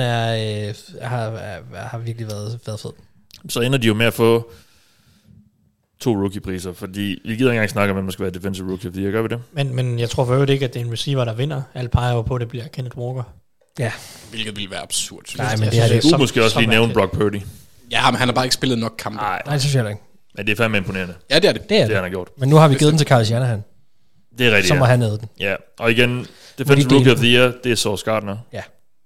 har virkelig været fed. Så ender de jo med at få 2 rookie-priser, fordi vi gider ikke engang snakke om, at man skal være defensive rookie of the year. Gør vi det? Men jeg tror for øvrigt ikke, at det er en receiver, der vinder. Alle peger jo på, at det bliver Kenneth Walker. Ja. Hvilket ville være absurd. Nej, men det er det. Du måske også lige nævne Brock Purdy. Ja, men han har bare ikke spillet nok kampe. Nej, det synes jeg ikke. Men det er fandme imponerende. Ja, det er det. Det han har gjort. Men nu har vi givet den til Kyle Shanahan. Det er rigtigt, som må have nede den. Ja, og igen, defensive rookie of the year, det er Sauce Gardner. Ja.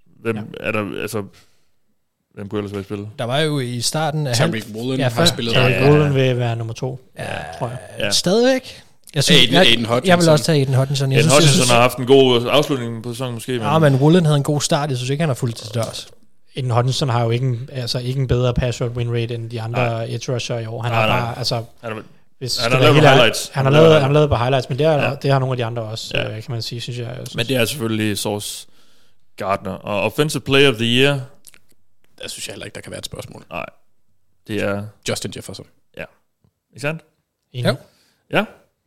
Hvem kunne ellers være i spillet? Der var jo i starten af... Tariq Woolen har spillet. Tariq Woolen vil være nummer 2, tror jeg. Ja. Stadigvæk. Aiden Hutchinson. Jeg vil også tage Aiden Hutchinson. Aiden Hutchinson har haft en god afslutning på sæsonen måske. Ja, men Woolen havde en god start. Jeg synes ikke, han har fulgt til dørs. Aiden Hutchinson har jo ikke en bedre pass rate win rate end de andre edge rusher i år. Han har bare, Han har lavet highlights. Han har lavet på highlights, men det har nogle af de andre også, kan man sige, synes jeg. Men det er selvfølgelig Sauce Gardner. Og Offensive Player of the Year? Der synes jeg heller ikke, der kan være et spørgsmål. Nej. Det er... Justin Jefferson. Ja. Ikke sandt? Ja.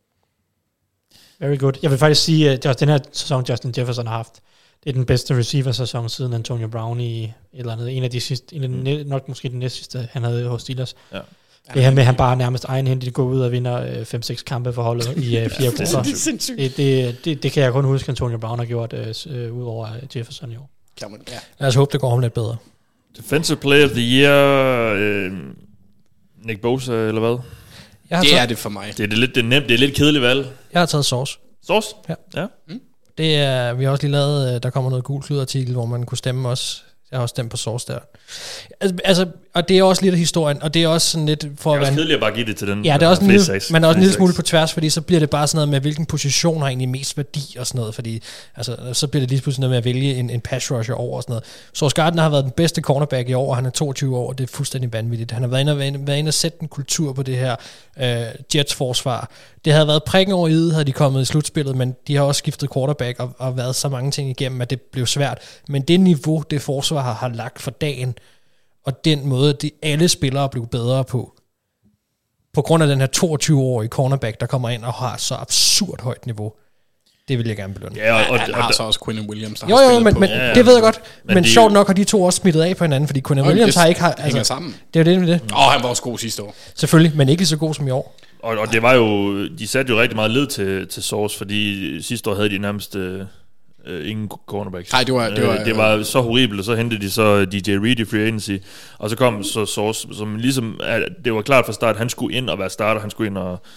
Very good. Jeg vil faktisk sige, at den her sæson, Justin Jefferson har haft, det er den bedste receiver-sæson siden Antonio Brown i et eller andet. En af de sidste, nok måske den næste sidste, han havde hos Steelers. Ja. Det her med, at han bare nærmest egenhændigt går ud og vinder 5-6 kampe for holdet i 4 kvarter. Det kan jeg kun huske, Antonio Brown har gjort, ud over Jefferson i år. Lad os håbe, det går ham lidt bedre. Defensive Player of the Year, Nick Bosa, eller hvad? Det er det for mig. Det er nemt, det er lidt kedeligt valg. Jeg har taget Sauce. Sauce? Ja. Det er, vi har også lige lavet, der kommer noget gul kludartikel, hvor man kunne stemme også. Jeg har også stemt på Sauce der. Altså, og det er også lidt af historien, og det er også sådan lidt for at være... Det er kedeligt at bare give det til den. Ja, det er også man er også en lille smule på tværs, fordi så bliver det bare sådan noget med, hvilken position har egentlig mest værdi og sådan noget, fordi altså, så bliver det lige pludselig noget med at vælge en pass rusher over og sådan noget. Sauce Gardner har været den bedste cornerback i år, og han er 22 år, og det er fuldstændig vanvittigt. Han har været inde og sætte en kultur på det her Jets forsvar. Det havde været prikken over i det, havde de kommet i slutspillet, men de har også skiftet quarterback og været så mange ting igennem, at det blev svært. Men det niveau, det forsvar har lagt for dagen, og den måde, alle spillere blev bedre på grund af den her 22-årige cornerback, der kommer ind og har så absurd højt niveau. Det vil jeg gerne belønne. Ja, og han har så også Quinnen Williams, der har spillet men det ved jeg godt. Men sjovt nok har de to også smittet af på hinanden, fordi Quinnen Williams har ikke... hænger sammen. Det er jo det med det. Han var også god sidste år. Selvfølgelig, men ikke lige så god som i år. Og det var jo... De satte jo rigtig meget led til Sauce, fordi sidste år havde de nærmest... ingen cornerbacks. Nej, det var så horribelt, og så hentede de så DJ Reed i free agency, og så kom så Sauce, som ligesom, det var klart fra start, han skulle ind og være starter, han skulle ind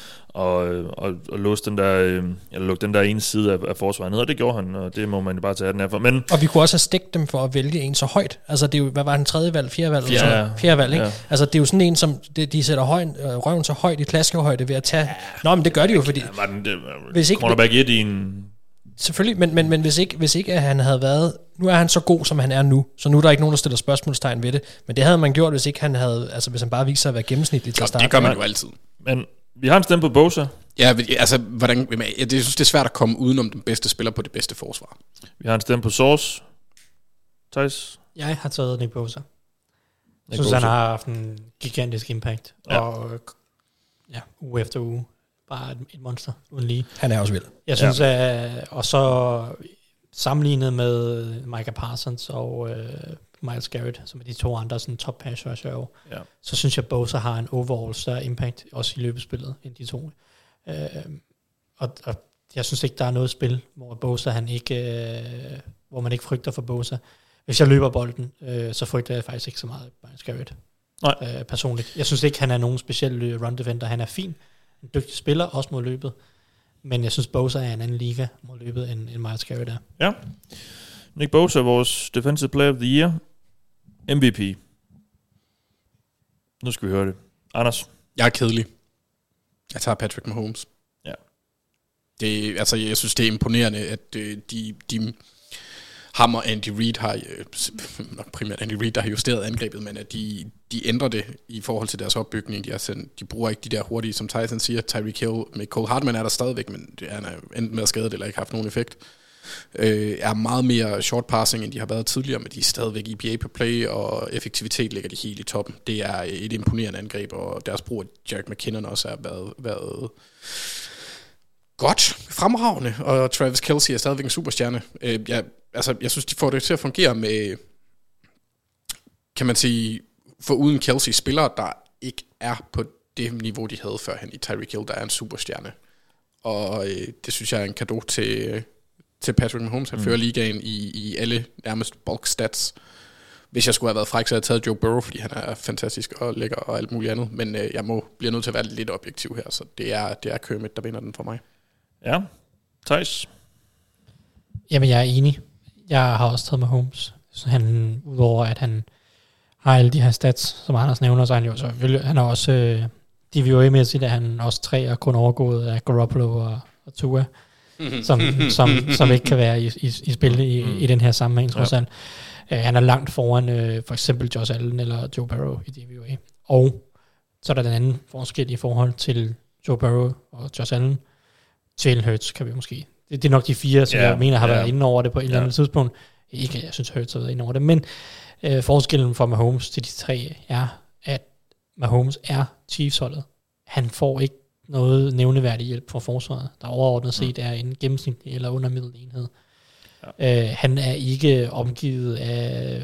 og låse den der, eller lukke den der ene side af forsvaret ned, og det gjorde han, og det må man bare tage den her for. Men, og vi kunne også have stegt dem for at vælge en så højt. Altså det er jo, hvad var den tredje valg? Fjerde valg, ikke? Ja. Altså det er jo sådan en, som de sætter røven så højt i klaskehøjde ved at tage... Nå, men det gør de jo, fordi... Hvis ikke cornerback 1 i en... Selvfølgelig, men hvis ikke at han havde været... Nu er han så god, som han er nu, så nu er der ikke nogen, der stiller spørgsmålstegn ved det. Men det havde man gjort, hvis ikke han havde... Altså hvis han bare viser sig at være gennemsnitlig til at starte. Det gør man jo altid. Men vi har en stemme på Bosa. Ja, altså, jeg synes, det er svært at komme udenom den bedste spiller på det bedste forsvar. Vi har en stemme på Sauce. Thijs? Jeg har taget Nick Bosa. Jeg synes, han har haft en gigantisk impact. Ja. Og uge efter uge. Bare et monster uden lige. Han er også vild. Jeg synes, og så sammenlignet med Micah Parsons og Myles Garrett, som er de to andre sådan top pass rusher, så synes jeg, Bosa har en overall større impact, også i løbespillet, end de to. Og jeg synes ikke, der er noget spil, hvor Bosa hvor man ikke frygter for Bosa. Hvis jeg løber bolden, så frygter jeg faktisk ikke så meget Myles Garrett. Personligt. Jeg synes ikke, han er nogen speciel run defender. Han er fin. En dygtig spiller, også mod løbet. Men jeg synes, Bosa er en anden liga mod løbet, end Myles Garrett er. Ja. Nick Bosa, vores Defensive Player of the Year. MVP. Nu skal vi høre det. Anders? Jeg er kedelig. Jeg tager Patrick Mahomes. Ja. Jeg synes, det er imponerende, at de ham og Andy Reid har, nok primært Andy Reid, der har justeret angrebet, men at de ændrer det i forhold til deres opbygning. De bruger ikke de der hurtige, som Tyson siger, Tyreek Hill. Med Cole Hartman er der stadigvæk, men han er enten med at skade eller ikke haft nogen effekt. Er meget mere short passing, end de har været tidligere, men de er stadigvæk EPA per play, og effektivitet ligger de helt i toppen. Det er et imponerende angreb, og deres brug af Jerick McKinnon også har været godt, fremragende, og Travis Kelce er stadigvæk en superstjerne. Jeg synes, de får det til at fungere med, kan man sige, for uden Kelce spillere, der ikke er på det niveau, de havde førhen i Tyreek Hill, der er en superstjerne. Og det synes jeg er en cadeau til Patrick Mahomes. Han fører ligaen i alle nærmest bulk stats. Hvis jeg skulle have været fræk, så havde jeg taget Joe Burrow, fordi han er fantastisk og lækker og alt muligt andet. Men jeg bliver nødt til at være lidt objektiv her, så det er Kermit, der vinder den for mig. Ja. Thijs? Jamen, jeg er enig. Jeg har også taget Mahomes. Så han, udover at han har alle de her stats, som Anders nævner, så han har også DVOA-mæssigt, at han også 3 er kun overgået af Garoppolo og Tua, som ikke kan være i spil i den her sammenhæng, trods alt. Han er langt foran for eksempel Josh Allen eller Joe Burrow i DVOA. Og så er der den anden forskel i forhold til Joe Burrow og Josh Allen. Jalen Hurts kan vi måske. Det er nok de 4, som jeg mener har været inde over det på et eller andet tidspunkt. Ikke, jeg synes, Hurts har været inde over det, men forskellen for Mahomes til de 3 er, at Mahomes er Chiefs-holdet. Han får ikke noget nævneværdig hjælp fra forsvaret, der overordnet set er en gennemsnitlig eller undermiddelenhed. Han er ikke omgivet af...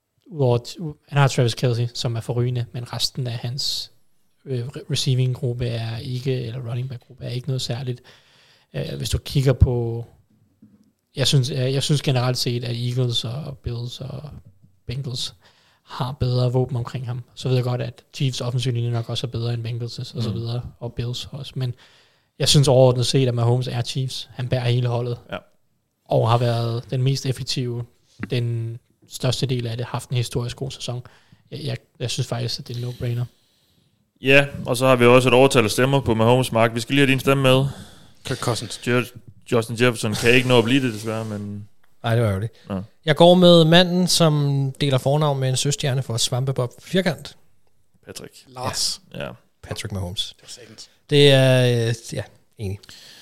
Han har Travis Kelce, som er forrygende, men resten af hans receiving-gruppe er ikke, eller running back-gruppe er ikke noget særligt. Hvis du kigger på... Jeg synes generelt set, at Eagles og Bills og Bengals har bedre våben omkring ham. Så ved jeg godt, at Chiefs offensivlinje nok også er bedre end Bengals og så videre, og Bills også. Men jeg synes overordnet set, at Mahomes er Chiefs. Han bærer hele holdet. Ja. Og har været den mest effektive, den største del af det, haft en historisk god sæson. Jeg synes faktisk, at det er en no-brainer. Ja, og så har vi også et overtal af stemmer på Mahomes mark. Vi skal lige have din stemme med. Kirk Cousins. Justin Jefferson kan ikke nå at blive det, desværre, men... Nej, det var jo det. Ja. Jeg går med manden, som deler fornavn med en søstjerne for Svampebob Firkant. Patrick. Lars. Ja. Patrick Mahomes. Det er enig.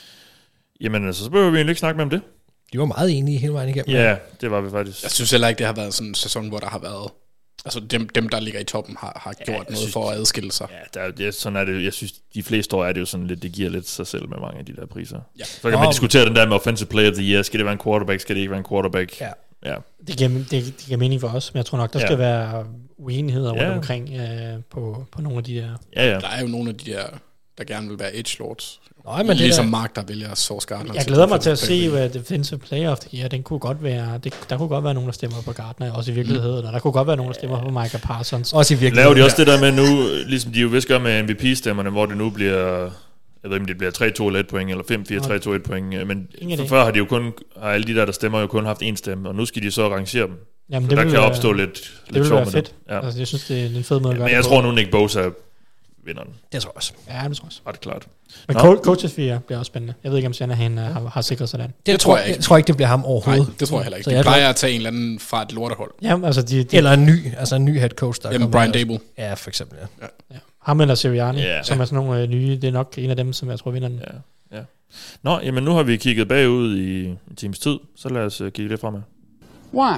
Jamen, altså, så behøver vi egentlig ikke snakke med om det. De var meget enige hele vejen igennem. Ja, det var vi faktisk. Jeg synes heller ikke, det har været sådan en sæson, hvor der har været... Altså dem der ligger i toppen, har gjort noget for at adskille sig. Ja, sådan er det. Jeg synes, de fleste år er det jo sådan lidt, det giver lidt sig selv med mange af de der priser. Ja. Så kan man diskutere den der med Offensive Player of the Year. Skal det være en quarterback? Skal det ikke være en quarterback? Ja. Det giver mening for os, men jeg tror nok, der skal være uenigheder rundt omkring på nogle af de der... Ja. Der er jo nogle af de der gerne vil være edge lords. Nej, men ligesom Mark, der vælger Sauce Gardner. Jeg glæder mig til at se, hvad Defensive Player of the Year, den kunne godt være, der kunne godt være nogen, der stemmer på Gardner, også i virkeligheden, og der kunne godt være nogen, der stemmer på Micah Parsons. Også i virkeligheden. Laver de også det der med nu, ligesom de jo vist gør med MVP-stemmerne, hvor det nu bliver, jeg ved ikke, om det bliver 3-2 1 point, eller 5-4-3-2 1 point, men før har de jo kun, har alle de der stemmer jo kun haft én stemme, og nu skal de så rangere dem. Jamen, så der kan opstå lidt det vil være fedt. Ja. Altså, jeg synes, det er en fed måde at gøre det. Men jeg tror nu, Nick Bosa vinder den. Det tror jeg også. Ja, det tror jeg også. Ret klart. Men Coaches 4 bliver også spændende. Jeg ved ikke, om Shanahan har sikret sig den. Det tror jeg ikke. Jeg tror ikke, det bliver ham overhovedet. Nej, det tror jeg heller ikke. De plejer at tage en eller anden fra et lortehold. Jamen, altså eller en ny head coach, der kommer. Brian Dable. Ja, for eksempel, ja. Ham eller Sirianni, som er sådan nogle nye. Det er nok en af dem, som jeg tror vinder den. Ja. Nå, jamen nu har vi kigget bagud i en times tid, så lad os kigge lidt fremad. Why?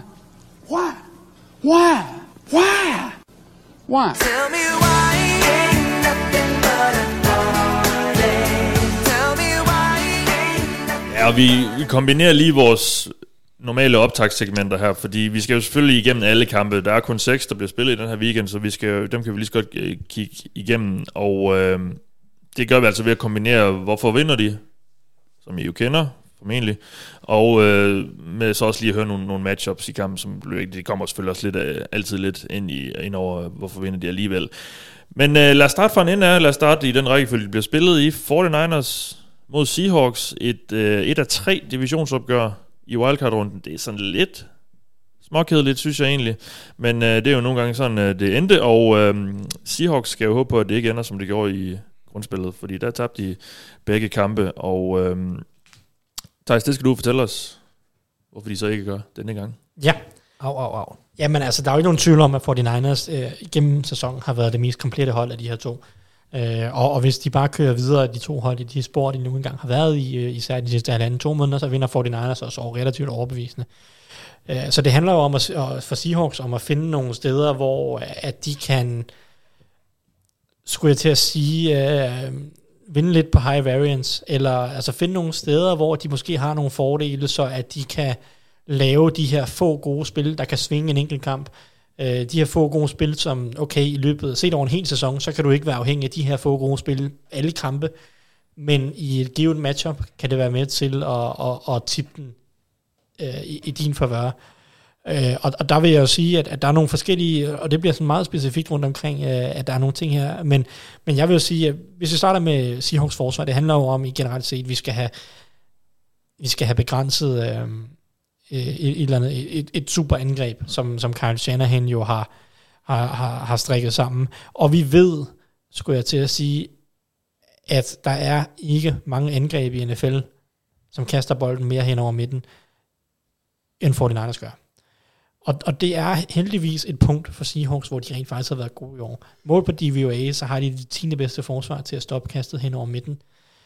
Tell me why ain't nothing but a party. Tell me why ain't nothing. Ja, og vi kombinerer lige vores normale optagssegmenter her, fordi vi skal jo selvfølgelig igennem alle kampe. Der er kun 6, der bliver spillet i den her weekend, så dem kan vi lige så godt kigge igennem, og det gør vi altså ved at kombinere, hvorfor vinder de, som I jo kender, formentlig, og med så også lige at høre nogle matchups i kampen, som det kommer selvfølgelig også lidt, altid lidt ind over, hvorfor vinder de alligevel. Men lad os starte fra en ende af. Lad os starte i den rækkefølge, de bliver spillet i. 49ers mod Seahawks, et af 3 divisionsopgør i wildcard-runden. Det er sådan lidt småkedeligt, synes jeg egentlig. Men det er jo nogle gange sådan, det endte, og Seahawks skal jo håbe på, at det ikke ender, som det gjorde i grundspillet, fordi der tabte de begge kampe, og Thijs, det skal du fortælle os, hvorfor de så ikke gør denne gang. Ja. Au. Jamen altså, der er jo ikke nogen tvivl om, at 49ers gennem sæsonen har været det mest komplette hold af de her 2. Og hvis de bare kører videre, de 2 hold i de spor, de nu engang har været i, især de sidste 1,5-2 måneder, så vinder 49ers også relativt overbevisende. Så det handler jo om for Seahawks om at finde nogle steder, hvor at de kan, skulle jeg til at sige, vinde lidt på high variance, eller altså finde nogle steder, hvor de måske har nogle fordele, så at de kan lave de her få gode spil, der kan svinge en enkelt kamp. De her få gode spil, som okay, i løbet, set over en hel sæson, så kan du ikke være afhængig af de her få gode spil, alle kampe, men i et givet matchup, kan det være med til at tippe den i din favør. Og der vil jeg jo sige, at der er nogle forskellige, og det bliver sådan meget specifikt rundt omkring, at der er nogle ting her, men jeg vil jo sige, at hvis vi starter med Seahawks forsvar, det handler jo om i generelt set, at vi skal have begrænset et super angreb, som Kyle Shanahan jo har strikket sammen, og vi ved, skulle jeg til at sige, at der er ikke mange angreb i NFL, som kaster bolden mere hen over midten, end 49ers gør. Og det er heldigvis et punkt for Seahawks, hvor de rent faktisk har været gode i år. Mål på DVOA, så har de det 10. bedste forsvar til at stoppe kastet hen over midten.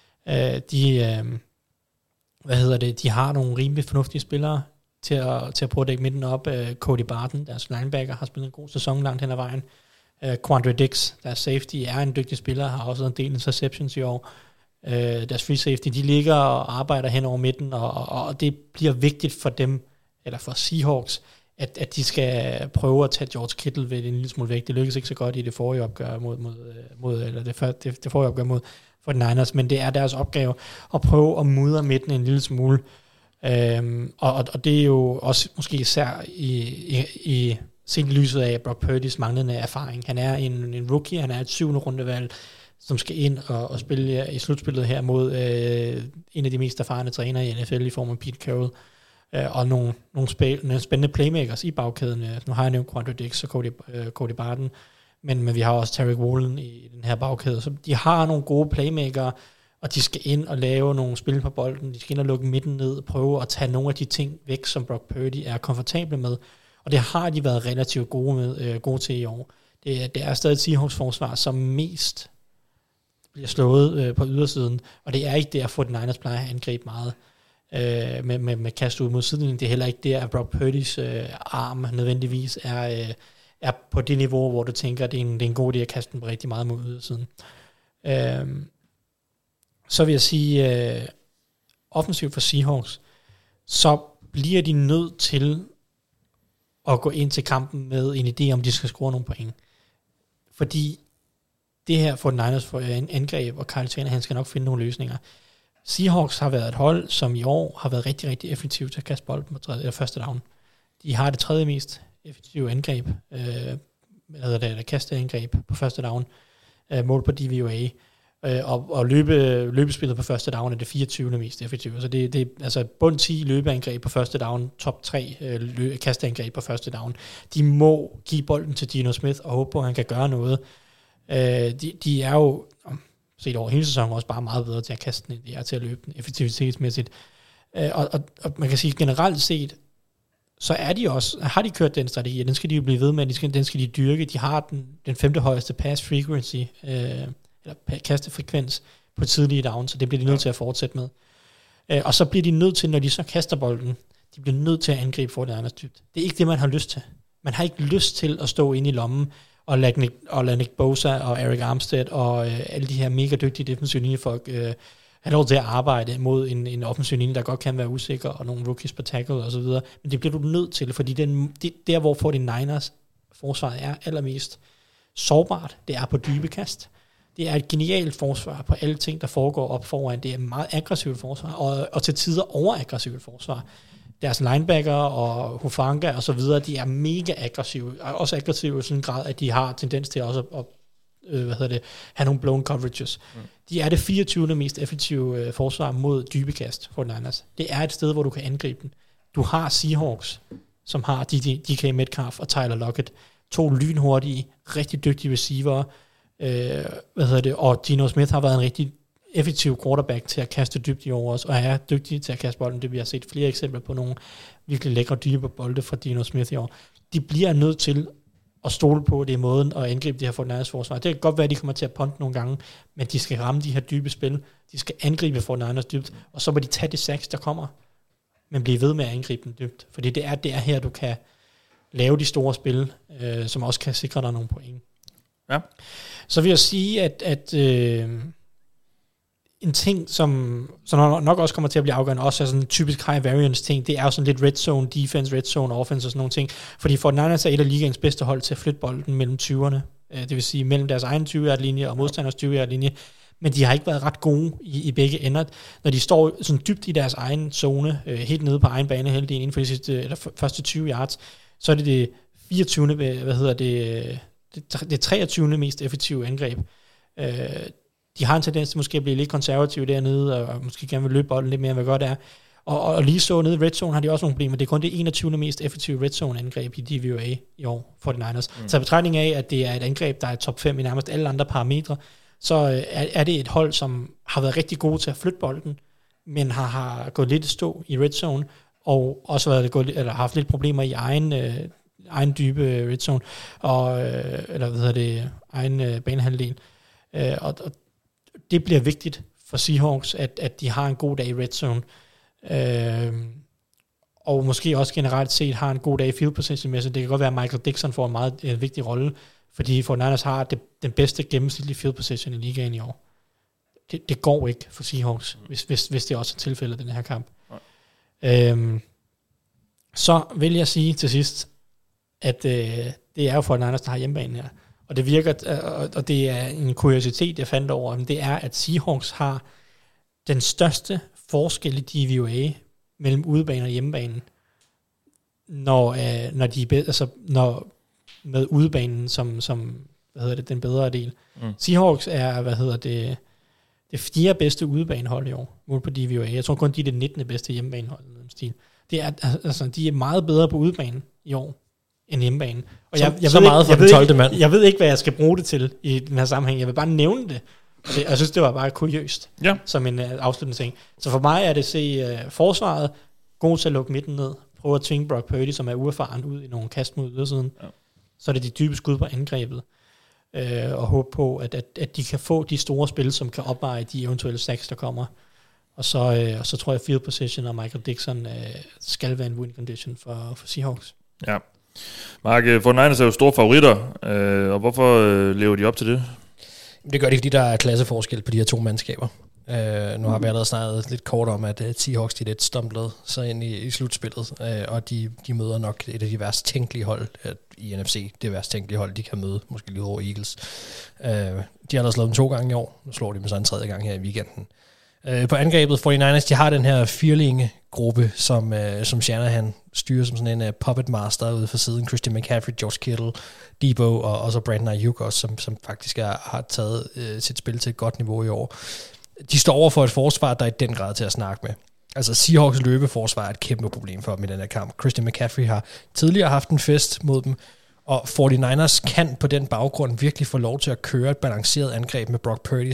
De har nogle rimelig fornuftige spillere til at prøve at dække midten op. Cody Barton, deres linebacker, har spillet en god sæson langt hen ad vejen. Quandre Dix, deres safety, er en dygtig spiller, har også en del interceptions i år. Deres free safety, de ligger og arbejder hen over midten, og det bliver vigtigt for dem, eller for Seahawks, at de skal prøve at tage George Kittle ved en lille smule væk. Det lykkedes ikke så godt i det forrige opgør det forrige opgør mod 49ers, men det er deres opgave at prøve at mudre midten en lille smule. Og det er jo også måske især i set lyset af Brock Purdy's manglende erfaring. Han er en rookie, han er et 7. rundevalg, som skal ind og spille i slutspillet her mod en af de mest erfarne trænere i NFL i form af Pete Carroll. Og nogle spændende playmakers i bagkæden. Nu har jeg nævnt Quandre Dix og Cody Barton, men vi har også Tariq Woolen i den her bagkæde. Så de har nogle gode playmakere, og de skal ind og lave nogle spil på bolden. De skal ind og lukke midten ned og prøve at tage nogle af de ting væk, som Brock Purdy er komfortable med. Og det har de været relativt gode til i år. Det er stadig Seahawks forsvar, som mest bliver slået på ydersiden, og det er ikke derfor, at Niners plejer at angribe meget med kast ud mod sidelinjen. Det er heller ikke der, at Brock Purdy's arm nødvendigvis er på det niveau, hvor du tænker, at det er en god idé at kaste den rigtig meget mod ydersiden. Så vil jeg sige, offensivt for Seahawks, så bliver de nødt til at gå ind til kampen med en idé om, de skal score nogle point. Fordi det her for Niners for en angreb, og Kyle Shanahan skal nok finde nogle løsninger. Seahawks har været et hold, som i år har været rigtig, rigtig effektivt til at kaste bolden på første down. De har det 3. mest effektive angreb, kasteangreb på første down, mål på DVOA, og løbespillet på første down er det 24. mest effektive. Så det er altså bund 10 løbeangreb på første down, top 3 kasteangreb på første down. De må give bolden til Geno Smith og håbe på, at han kan gøre noget. De er jo set over hele sæsonen også bare meget bedre til at kaste den, end de er til at løbe den effektivitetsmæssigt. Og man kan sige generelt set, så har de kørt den strategi, og den skal de jo blive ved med, den skal de dyrke. De har den 5. højeste pass frequency, eller kastefrekvens på tidlige down, så det bliver de nødt til at fortsætte med. Og så bliver de nødt til, når de så kaster bolden, de bliver nødt til at angribe for det andet dybt. Det er ikke det, man har lyst til. Man har ikke lyst til at stå inde i lommen og lade Nick Bosa og Eric Armstead og alle de her mega dygtige defensive linjefolk have lov til at arbejde mod en offensiv linje, der godt kan være usikker, og nogle rookies på tackle og så videre. Men det bliver du nødt til, fordi der hvor 49ers forsvaret er allermest sårbart, det er på dybe kast. Det er et genialt forsvar på alle ting, der foregår op foran. Det er et meget aggressivt forsvar, og til tider overaggressivt forsvar. Deres linebacker og Hufanga og så videre, de er mega aggressive, og også aggressive i sådan en grad, at de har tendens til også at have nogle blown coverages. De er det 24. mest effektive forsvar mod dybe kast for Niners. Det er et sted, hvor du kan angribe den. Du har Seahawks, som har DK Metcalf og Tyler Lockett, 2 lynhurtige, rigtig dygtige receiver, og Geno Smith har været en rigtig effektiv quarterback til at kaste dybt i år også, og er dygtig til at kaste bolden. Det vi har set flere eksempler på nogle virkelig lækre dybe bolde fra Geno Smith i år. De bliver nødt til at stole på, det måden at angribe det her for Niners forsvar. Det kan godt være, at de kommer til at punte nogle gange, men de skal ramme de her dybe spil. De skal angribe for Niners dybt, og så må de tage det sacks, der kommer, men blive ved med at angribe dem dybt. Fordi det er her, du kan lave de store spil, som også kan sikre dig nogle point. Ja. Så vil jeg sige, at en ting, som nok også kommer til at blive afgørende, også er sådan en typisk high variance ting, det er jo sådan lidt red zone defense, red zone offense og sådan nogle ting, fordi 49ers er et af ligaens bedste hold til at flytte bolden mellem 20'erne, det vil sige mellem deres egen 20-yard linje og modstanders 20-yard linje, men de har ikke været ret gode i begge ender, når de står sådan dybt i deres egen zone, helt nede på egen banehalvdel inden for de første 20 yards, så er det 24. Det 23. mest effektive angreb. De har en tendens til måske at blive lidt konservative dernede, og måske gerne vil løbe bolden lidt mere, end hvad godt er. Og lige så nede i red zone har de også nogle problemer. Det er kun det 21. mest effektive red zone angreb i DVOA i år for the Niners. Så i betragtning af, at det er et angreb, der er top 5 i nærmest alle andre parametre, så er det et hold, som har været rigtig gode til at flytte bolden, men har gået lidt i stå i red zone, og også været haft lidt problemer i egen dybe red zone, og, egen banehalvdel. Og det bliver vigtigt for Seahawks, at de har en god dag i red zone, og måske også generelt set har en god dag i field position-mæssigt. Det kan godt være, at Michael Dixon får en meget vigtig rolle, fordi 49ers har den bedste gennemsnitlige field position i ligaen i år. Det går ikke for Seahawks, hvis det også er tilfældet i den her kamp. Så vil jeg sige til sidst, at det er jo 49ers, der har hjemmebanen her. Og det virker, og det er en kuriositet, jeg fandt over, det er, at Seahawks har den største forskel i DVOA mellem udebane og hjemmebane, når de når med udebanen som den bedre del. Seahawks er, det 4. bedste udebanehold i år, målt på DVOA. Jeg tror kun, de er det 19. bedste hjemmebanehold i den stil. Det er, de er meget bedre på udebanen i år, end hjemmebanen. Og jeg ved ikke, hvad jeg skal bruge det til i den her sammenhæng. Jeg vil bare nævne det. Og jeg synes, det var bare kuriøst, som en afsluttende ting. Så for mig er det at se forsvaret, god til at lukke midten ned, prøve at tvinge Brock Purdy, som er uerfaren, ud i nogle kast mod ydersiden. Ja. Så er det de dybe skud på angrebet. Og håbe på, at de kan få de store spil, som kan opveje de eventuelle sacks, der kommer. Og så tror jeg, field position og Michael Dixon skal være en win condition for Seahawks. Ja. Mark, 49ers er jo store favoritter, og hvorfor lever de op til det? Det gør de, fordi der er klasseforskel på de her to mandskaber. Nu har vi allerede snakket lidt kort om, at Seahawks de lidt stumblede sig ind i slutspillet, og de møder nok et af de værst tænkelige hold i NFC. Det værst tænkelige hold, de kan møde, måske lige over Eagles. De har allerede slået dem 2 gange i år. Nu slår de dem så en 3. gang her i weekenden. På angrebet 49ers, de har den her firlinge-gruppe, som Shanahan styrer som sådan en puppet master ude for siden. Christian McCaffrey, George Kittle, Debo og så Brandon Ayuk også, som faktisk har taget sit spil til et godt niveau i år. De står over for et forsvar, der er i den grad til at snakke med. Altså Seahawks løbeforsvar er et kæmpe problem for dem i den her kamp. Christian McCaffrey har tidligere haft en fest mod dem, og 49ers kan på den baggrund virkelig få lov til at køre et balanceret angreb med Brock Purdy,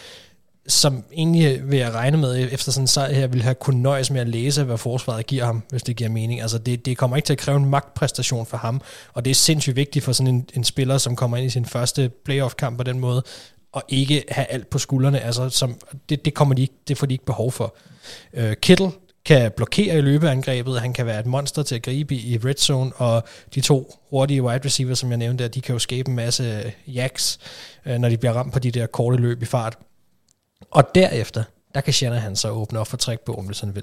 som egentlig vil jeg regne med, efter sådan en sejr her, vil have kunnet nøjes med at læse, hvad forsvaret giver ham, hvis det giver mening. Altså det kommer ikke til at kræve en magtpræstation for ham, og det er sindssygt vigtigt for sådan en spiller, som kommer ind i sin første playoff-kamp på den måde, og ikke have alt på skuldrene. Altså, det får de ikke behov for. Kittle kan blokere i løbeangrebet, han kan være et monster til at gribe i red zone, og de 2 hurtige wide receivers, som jeg nævnte der, de kan jo skabe en masse jacks, når de bliver ramt på de der korte løb i fart. Og derefter, der kan Shanahan så åbne op for trækbogen, hvis han vil.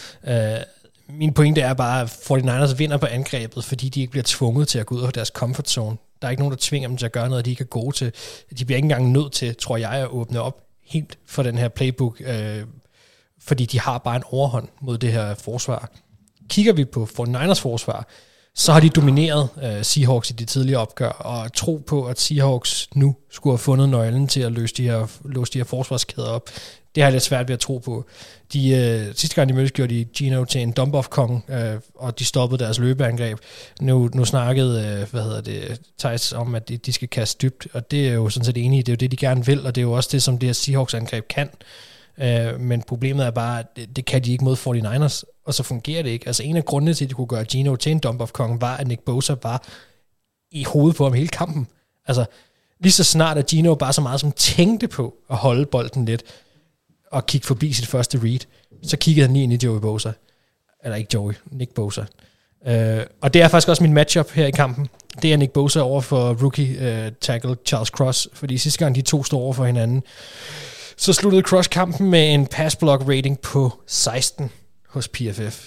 Min pointe er bare, at 49ers vinder på angrebet, fordi de ikke bliver tvunget til at gå ud af deres comfort zone. Der er ikke nogen, der tvinger dem til at gøre noget, de ikke er gode til. De bliver ikke engang nødt til, tror jeg, at åbne op helt for den her playbook, fordi de har bare en overhånd mod det her forsvar. Kigger vi på 49ers forsvar, så har de domineret Seahawks i de tidligere opgør, og tro på, at Seahawks nu skulle have fundet nøglen til at løse de her forsvarskæder op, det har jeg lidt svært ved at tro på. Sidste gang de mødtes, gjorde de Gino til en dump-off-kong, og de stoppede deres løbeangreb. Nu snakkede Theis om, at de skal kaste dybt, og det er jo sådan set enige, det er jo det, de gerne vil, og det er jo også det, som det her Seahawks-angreb kan. Men problemet er bare, at det kan de ikke mod 49ers, og så fungerer det ikke. Altså en af grundene til, at de kunne gøre Gino til en dump-off-kong, var, at Nick Bosa var i hovedet på ham hele kampen. Altså lige så snart, at Gino bare så meget som tænkte på at holde bolden lidt, og kigge forbi sit første read, så kiggede han lige ind i Joey Bosa. Eller ikke Joey, Nick Bosa. Og det er faktisk også min matchup her i kampen. Det er Nick Bosa over for rookie tackle Charles Cross, fordi sidste gang de 2 stod over for hinanden, så sluttede Cross kampen med en pass block rating på 16 hos PFF.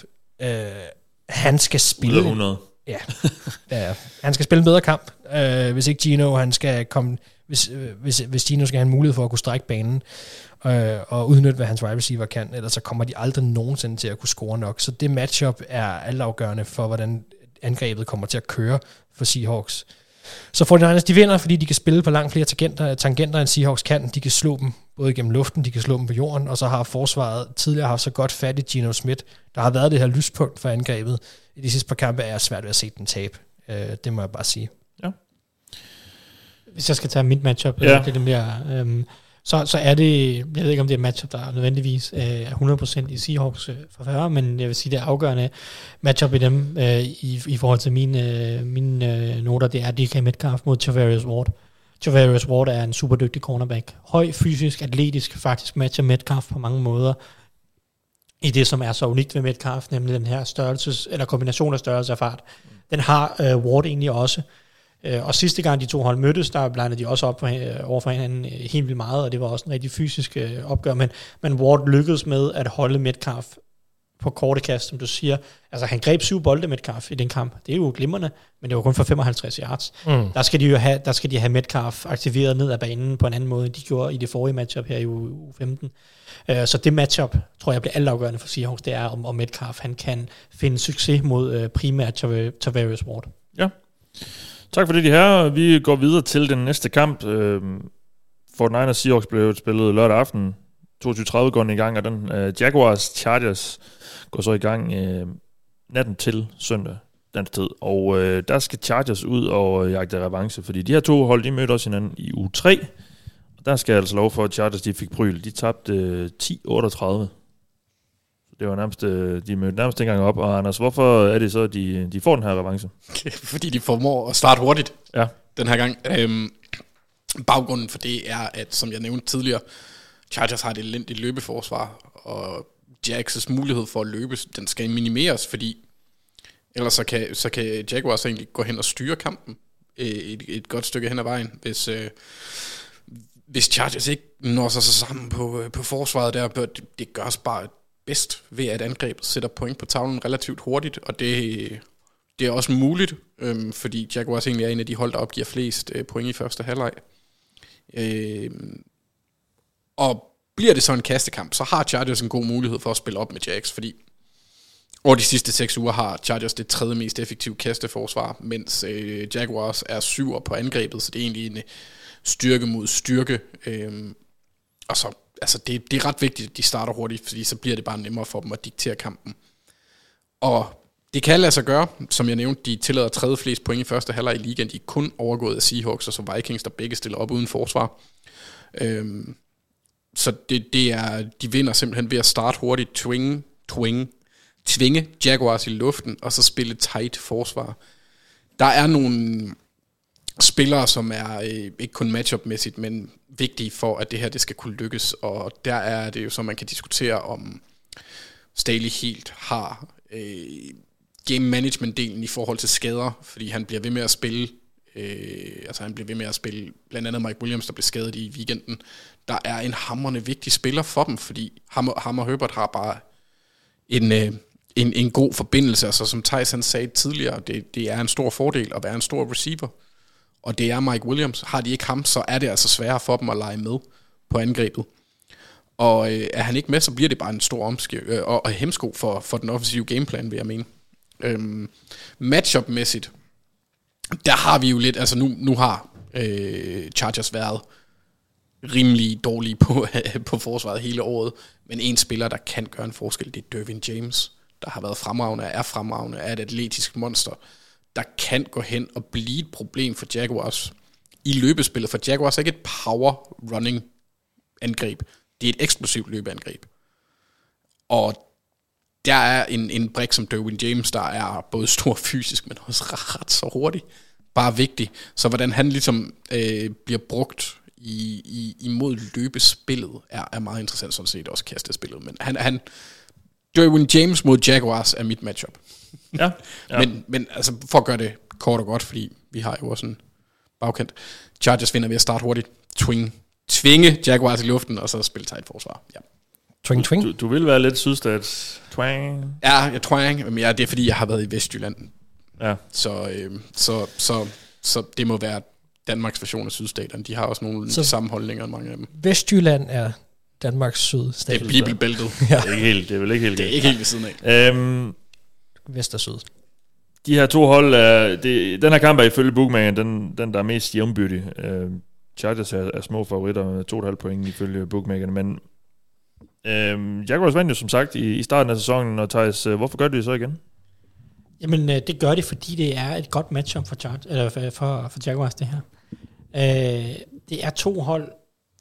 Han skal spille... 100. Ja. Han skal spille en bedre kamp, hvis ikke Gino, han skal komme... Hvis Gino skal have en mulighed for at kunne strække banen og udnytte, hvad hans wide receiver kan, ellers så kommer de aldrig nogensinde til at kunne score nok. Så det matchup er altafgørende for, hvordan angrebet kommer til at køre for Seahawks. Så 49ers, de vinder, fordi de kan spille på langt flere tangenter, end Seahawks kan. De kan slå dem både gennem luften, de kan slå dem på jorden, og så har forsvaret tidligere haft så godt fat i Geno Smith. Der har været det her lyspunkt for angrebet. I de sidste par kampe er svært ved at se den tab. Det må jeg bare sige. Ja. Hvis jeg skal tage mit matchup, det er det mere... så er det, jeg ved ikke om det er et matchup, der nødvendigvis er 100% i Seahawks forfærd, men jeg vil sige, det er afgørende matchup i dem, i forhold til mine noter, det er DK Metcalf mod Charvarius Ward. Charvarius Ward er en super dygtig cornerback. Høj, fysisk, atletisk, faktisk matcher Metcalf på mange måder i det, som er så unikt ved Metcalf, nemlig den her eller kombination af størrelse og fart. Den har Ward egentlig også. Og sidste gang de to hold mødtes, der blandede de også op over for hinanden helt vildt meget, og det var også en rigtig fysisk opgør, men Ward lykkedes med at holde Metcalf på korte kast, som du siger. Altså han greb 7 bolde Metcalf i den kamp. Det er jo glimrende, men det var kun for 55 yards. Der skal de have Metcalf aktiveret ned ad banen på en anden måde, end de gjorde i det forrige matchup her i uge 15. Så det matchup, tror jeg, bliver altafgørende for Seahawks, det er, om Metcalf han kan finde succes mod primært Charvarius Ward. Ja. Tak for det, de her. Vi går videre til den næste kamp. Fortnite og Seahawks blev spillet lørdag aften. 22:30 går den i gang, og den Jaguars Chargers går så i gang natten til søndag dansk tid. Og der skal Chargers ud og jagte revanche, fordi de her to hold, de mødte også hinanden i uge 3. Og der skal jeg altså lov for, at Chargers de fik bryl. De tabte 10-38. Det var nærmest, de mødte nærmest dengang op. Og Anders, hvorfor er det så, at de får den her revanche? Fordi de formår at starte hurtigt den her gang. Baggrunden for det er, at som jeg nævnte tidligere, Chargers har et elendigt løbeforsvar, og Jags' mulighed for at løbe, den skal minimeres, fordi ellers så kan Jaguars egentlig gå hen og styre kampen et godt stykke hen ad vejen, hvis Chargers ikke når sig sammen på forsvaret der. Det gørs bare bedst ved, at angrebet sætter point på tavlen relativt hurtigt, og det er også muligt, fordi Jaguars egentlig er en af de hold, der opgiver flest point i første halvleg. Og bliver det så en kastekamp, så har Chargers en god mulighed for at spille op med Jags, fordi over de sidste 6 uger har Chargers det 3. mest effektive kasteforsvar, mens Jaguars er 7'er på angrebet, så det er egentlig en styrke mod styrke. Og så, altså det er ret vigtigt, at de starter hurtigt, fordi så bliver det bare nemmere for dem at diktere kampen. Og det kan lade sig gøre, som jeg nævnte, de tillader 3. flest point i første halvleg i ligaen, de er kun overgået af Seahawks og så Vikings, der begge stiller op uden forsvar. Så det er, de vinder simpelthen ved at starte hurtigt, tvinge Jaguars i luften, og så spille tight forsvar. Der er nogle spillere, som er ikke kun matchup-mæssigt, men vigtige for, at det her det skal kunne lykkes, og der er det jo så, man kan diskutere, om Staley helt har game management-delen i forhold til skader, fordi han bliver ved med at spille, blandt andet Mike Williams, der blev skadet i weekenden. Der er en hamrende vigtig spiller for dem, fordi ham og Herbert har bare en god forbindelse. Altså som Theis han sagde tidligere, det er en stor fordel at være en stor receiver, og det er Mike Williams. Har de ikke ham, så er det altså sværere for dem at lege med på angrebet. Og er han ikke med, så bliver det bare en stor og hemsko for den offensive gameplan, vil jeg mene. Matchup-mæssigt, der har vi jo lidt, altså nu har Chargers været rimelig dårlige på forsvaret hele året, men en spiller, der kan gøre en forskel, det er Derwin James, der har været fremragende, er et atletisk monster, der kan gå hen og blive et problem for Jaguars i løbespillet, for Jaguars er ikke et power running angreb, det er et eksplosivt løbeangreb. Og der er en brik som Derwin James, der er både stor fysisk, men også ret så hurtig. Bare vigtig. Så hvordan han ligesom bliver brugt imod løbespillet, er meget interessant, sådan set også kastespillet. Men Derwin James mod Jaguars er mit matchup. Ja. men altså, for at gøre det kort og godt, fordi vi har jo også en bagkant. Chargers vinder ved at starte hurtigt. Tvinge Jaguars i luften, og så spille tight forsvar. Ja. Twing. Du vil være lidt sydstats. Twang. Ja, twang. Men det er fordi, jeg har været i Vestjylland. Ja. Så det må være Danmarks version af sydstaterne. De har også nogle sammenholdninger end mange af dem. Vestjylland er Danmarks sydstat. Det er bibelbæltet. Ja. Det er vel ikke helt. Det er ikke helt ved siden af. Vest og syd. De her to hold, den her kamp er ifølge bookmakeren den der er mest jævnbyrdig. Chargers er små favoritter, 2,5 point ifølge bookmakerne, men Jaguars vandt jo som sagt i starten af sæsonen, og Theis, hvorfor gør de det så igen? Jamen, det gør det, fordi det er et godt matchup for Jaguars, det her. Det er to hold.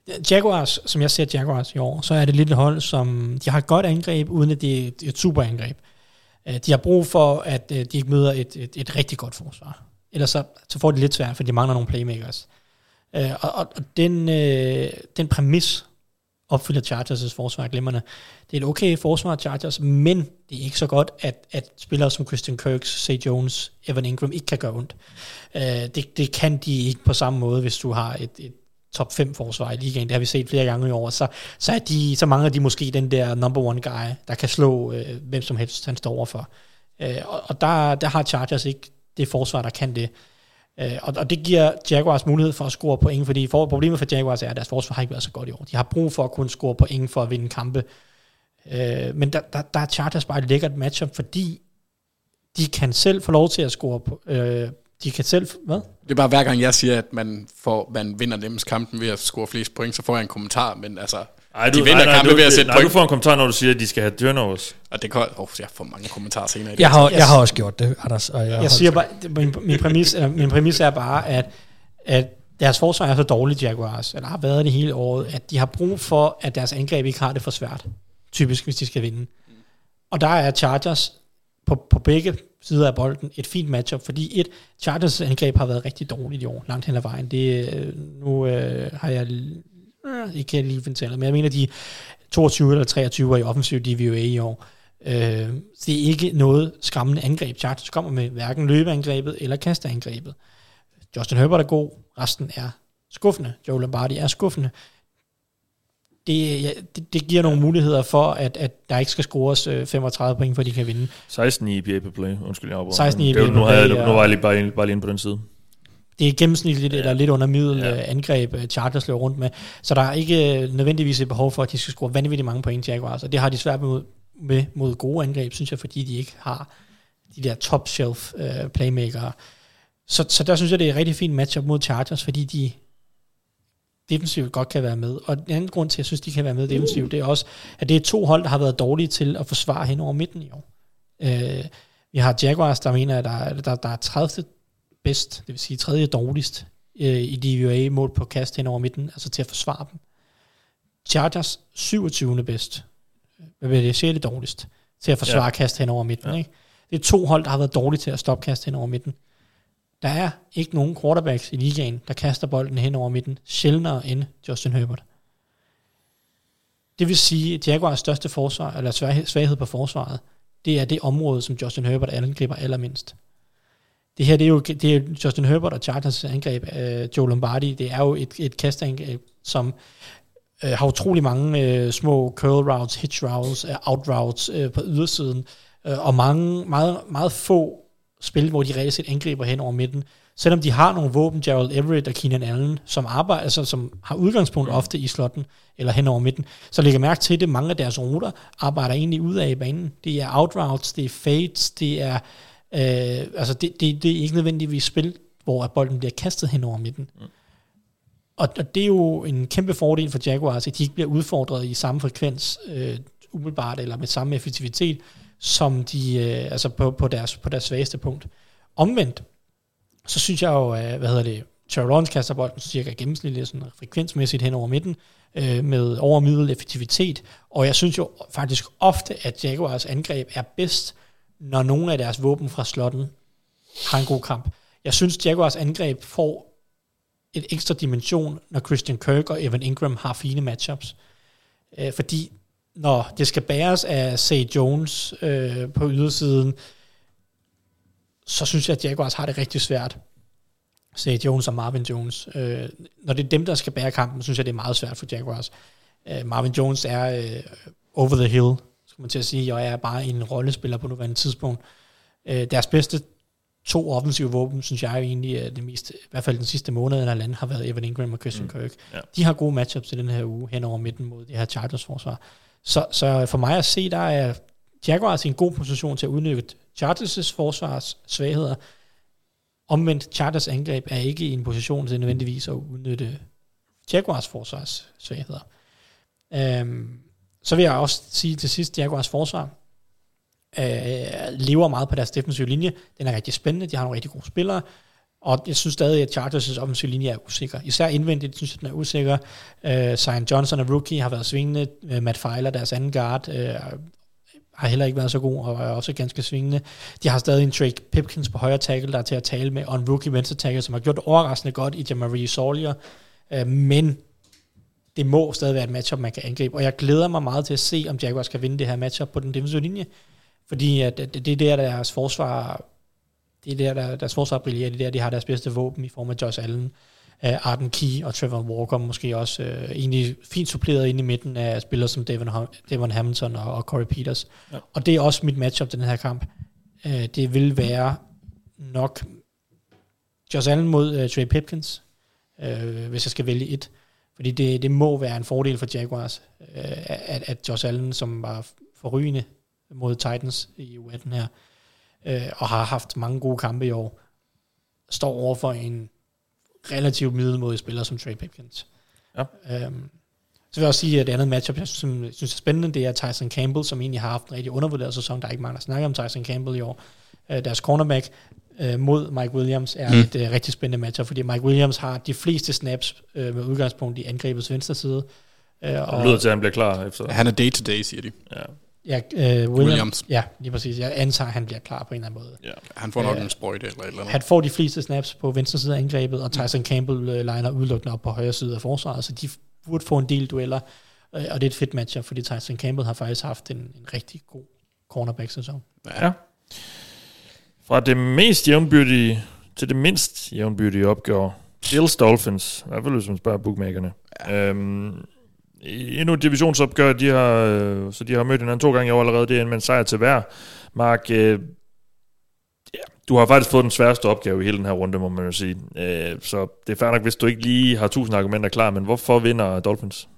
Jaguars, som jeg ser Jaguars i år, så er det lidt et hold, som de har et godt angreb, uden at det er et super angreb. De har brug for, at de ikke møder et rigtig godt forsvar. Ellers så får de lidt svært, for de mangler nogle playmakers. Og den præmis opfylder Chargers' forsvar glimrende. Det er et okay forsvar af Chargers, men det er ikke så godt, at spillere som Christian Kirk, Zay Jones, Evan Ingram ikke kan gøre ondt. Det kan de ikke på samme måde, hvis du har et top 5 forsvar i ligaen. Det har vi set flere gange i år. Så mangler de måske den der number one guy, der kan slå hvem som helst, han står overfor. Og der har Chargers ikke det forsvar, der kan det. Og det giver Jaguars mulighed for at score point, fordi problemet for Jaguars er, at deres forsvar har ikke været så godt i år. De har brug for at kunne score point for at vinde kampe. Men der er Chargers bare et lækkert matchup, fordi de kan selv få lov til at score på... de kan selv... Hvad? Det er bare hver gang jeg siger, at man vinder deres kampen ved at score flest point, så får jeg en kommentar, men altså... de vinder kampen ved at sætte point. Du får en kommentar, når du siger, at de skal have turnovers. Og det kan... jeg får mange kommentarer senere. Jeg har også gjort det, Anders. Og jeg siger bare... Min præmis er bare, at deres forsvar er så dårligt, Jaguars, eller har været det hele året, at de har brug for, at deres angreb ikke har det for svært. Typisk, hvis de skal vinde. Og der er Chargers på begge sider af bolden et fint matchup, fordi Chargers angreb har været rigtig dårligt i år, langt hen ad vejen. Nu har jeg ikke lige fundet, men jeg mener, de 22 eller 23 i offensiv DVOA i år. Det er ikke noget skræmmende angreb. Chargers kommer med hverken løbeangrebet eller kasteangrebet. Justin Herbert er god, resten er skuffende. Joe Lombardi er skuffende. Det giver nogle muligheder for, at der ikke skal scores 35 point, for de kan vinde. 16 i EPA per play. Undskyld, jeg afbryder. 16 i EPA per play. Nu var jeg bare lige inde på den side. Det er gennemsnitligt eller lidt under middel angreb, Chargers løber rundt med. Så der er ikke nødvendigvis et behov for, at de skal score vanvittigt mange point, Jaguars. Og det har de svært med mod gode angreb, synes jeg, fordi de ikke har de der top shelf playmakere. Så der synes jeg, det er et rigtig fint matchup mod Chargers, fordi de defensivt godt kan være med. Og den anden grund til, at jeg synes, de kan være med defensivt, det er også, at det er 2 hold, der har været dårlige til at forsvare hen over midten i år. Vi har Jaguars, der mener, at der er 30. bedst, det vil sige 3. dårligst i DVOA mål på kast hen over midten, altså til at forsvare dem. Chargers 27. bedst, hvad vil det sige, det dårligst, til at forsvare kast hen over midten. Ikke? Det er 2 hold, der har været dårlige til at stoppe kast hen over midten. Der er ikke nogen quarterbacks i ligaen, der kaster bolden hen over midten, sjældnere end Justin Herbert. Det vil sige, at Jaguars største forsvar, eller svaghed på forsvaret, det er det område, som Justin Herbert angriber allermindst. Det her, det er Justin Herbert og Chargers angreb af Joe Lombardi. Det er jo et kastangreb, som har utrolig mange små curl routes, hitch routes, out routes på ydersiden, og meget få spil, hvor de reelt set angriber hen over midten. Selvom de har nogle våben, Gerald Everett og Keenan Allen, som arbejder, altså som har udgangspunkt ofte i slotten eller hen over midten, så lægger mærke til det. Mange af deres ruter arbejder egentlig ud af i banen. Det er out routes, det er fades, det er det er ikke nødvendigvis spil, hvor bolden bliver kastet hen over midten. Og det er jo en kæmpe fordel for Jaguars, at de ikke bliver udfordret i samme frekvens umiddelbart, eller med samme effektivitet, som de på deres svageste punkt. Omvendt, så synes jeg jo, Trevor Lawrence kaster bolden cirka gennemsnitligt, sådan frekvensmæssigt hen over midten, med overmiddel effektivitet, og jeg synes jo faktisk ofte, at Jaguars angreb er bedst, når nogle af deres våben fra slotten har en god kamp. Jeg synes, Jaguars angreb får et ekstra dimension, når Christian Kirk og Evan Ingram har fine matchups. Fordi når det skal bæres af Zay Jones på ydersiden, så synes jeg, at Jaguars har det rigtig svært. Zay Jones og Marvin Jones. Når det er dem, der skal bære kampen, synes jeg, det er meget svært for Jaguars. Marvin Jones er over the hill, skal man til at sige, og jeg er bare en rollespiller på nuværende tidspunkt. Deres bedste 2 offensive våben, synes jeg jo egentlig, det mest, i hvert fald den sidste måned eller andet, har været Evan Ingram og Christian Kirk. Ja. De har gode matchups i den her uge hen over midten mod det her Chargers forsvar. Så for mig at se, der er Jaguars i en god position til at udnytte Chargers' forsvars svagheder. Omvendt, Chargers angreb er ikke i en position til nødvendigvis at udnytte Jaguars forsvars svagheder. Så vil jeg også sige til sidst, Jaguars forsvar lever meget på deres defensive linje. Den er rigtig spændende, de har nogle rigtig gode spillere, Og jeg synes stadig, at Chargers' offensive linje er usikker. Især indvendigt, synes jeg, den er usikker. Zion Johnson er rookie, har været svingende. Matt Feiler, deres anden guard, har heller ikke været så god, og er også ganske svingende. De har stadig en Drake Pipkins på højre tackle, der er til at tale med, og en rookie venstre tackle, som har gjort det overraskende godt i Jamari Salyer. Men det må stadig være et matchup, man kan angribe. Og jeg glæder mig meget til at se, om Jaguars kan vinde det her matchup på den defensive linje. Fordi at det er der, deres forsvar... Det er der, deres forsvar brillerer. Det er der, de har deres bedste våben i form af Josh Allen, Arden Key og Trevor Walker, måske også egentlig fint suppleret inde i midten af spillere som Devon Hamilton og Corey Peters. Ja. Og det er også mit matchup den her kamp. Det vil være nok Josh Allen mod Trey Pipkins, hvis jeg skal vælge et. Fordi det må være en fordel for Jaguars, at Josh Allen, som var forrygende mod Titans i U18 her, og har haft mange gode kampe i år, står over for en relativt middelmådig spiller som Trey Pipkins. Ja. Så vil jeg også sige, at det andet matchup, jeg synes er spændende, det er Tyson Campbell, som egentlig har haft en rigtig undervurderet sæson. Der er ikke mange, der snakker om Tyson Campbell i år. Deres cornerback mod Mike Williams er et rigtig spændende matchup, fordi Mike Williams har de fleste snaps med udgangspunkt i angrebets venstre side. Og lyder til, at han bliver klar efter. Han er day-to-day, siger de. Ja. Ja, Williams. Ja, lige præcis. Jeg antager, at han bliver klar på en eller anden måde. Ja. Han får nok en sprøjte eller et eller andet. Han får de fleste snaps på venstre side af angrebet, og Tyson Campbell liner udelukkende op på højre side af forsvaret, så de burde få en del dueller, og det er et fedt matchup, fordi Tyson Campbell har faktisk haft en rigtig god cornerback-sæson. Ja. Fra det mest jævnbyrdige til det mindst jævnbyrdige opgør, Bills Dolphins, i hvert fald hvis man spørger bookmakerne. Ja. Endnu et divisionsopgør, så de har mødt hinanden 2 gange i år allerede, det er en sejr til hver. Mark, du har faktisk fået den sværeste opgave i hele den her runde, må man jo sige. Så det er fair nok, hvis du ikke lige har 1000 argumenter klar, men hvorfor vinder Dolphins?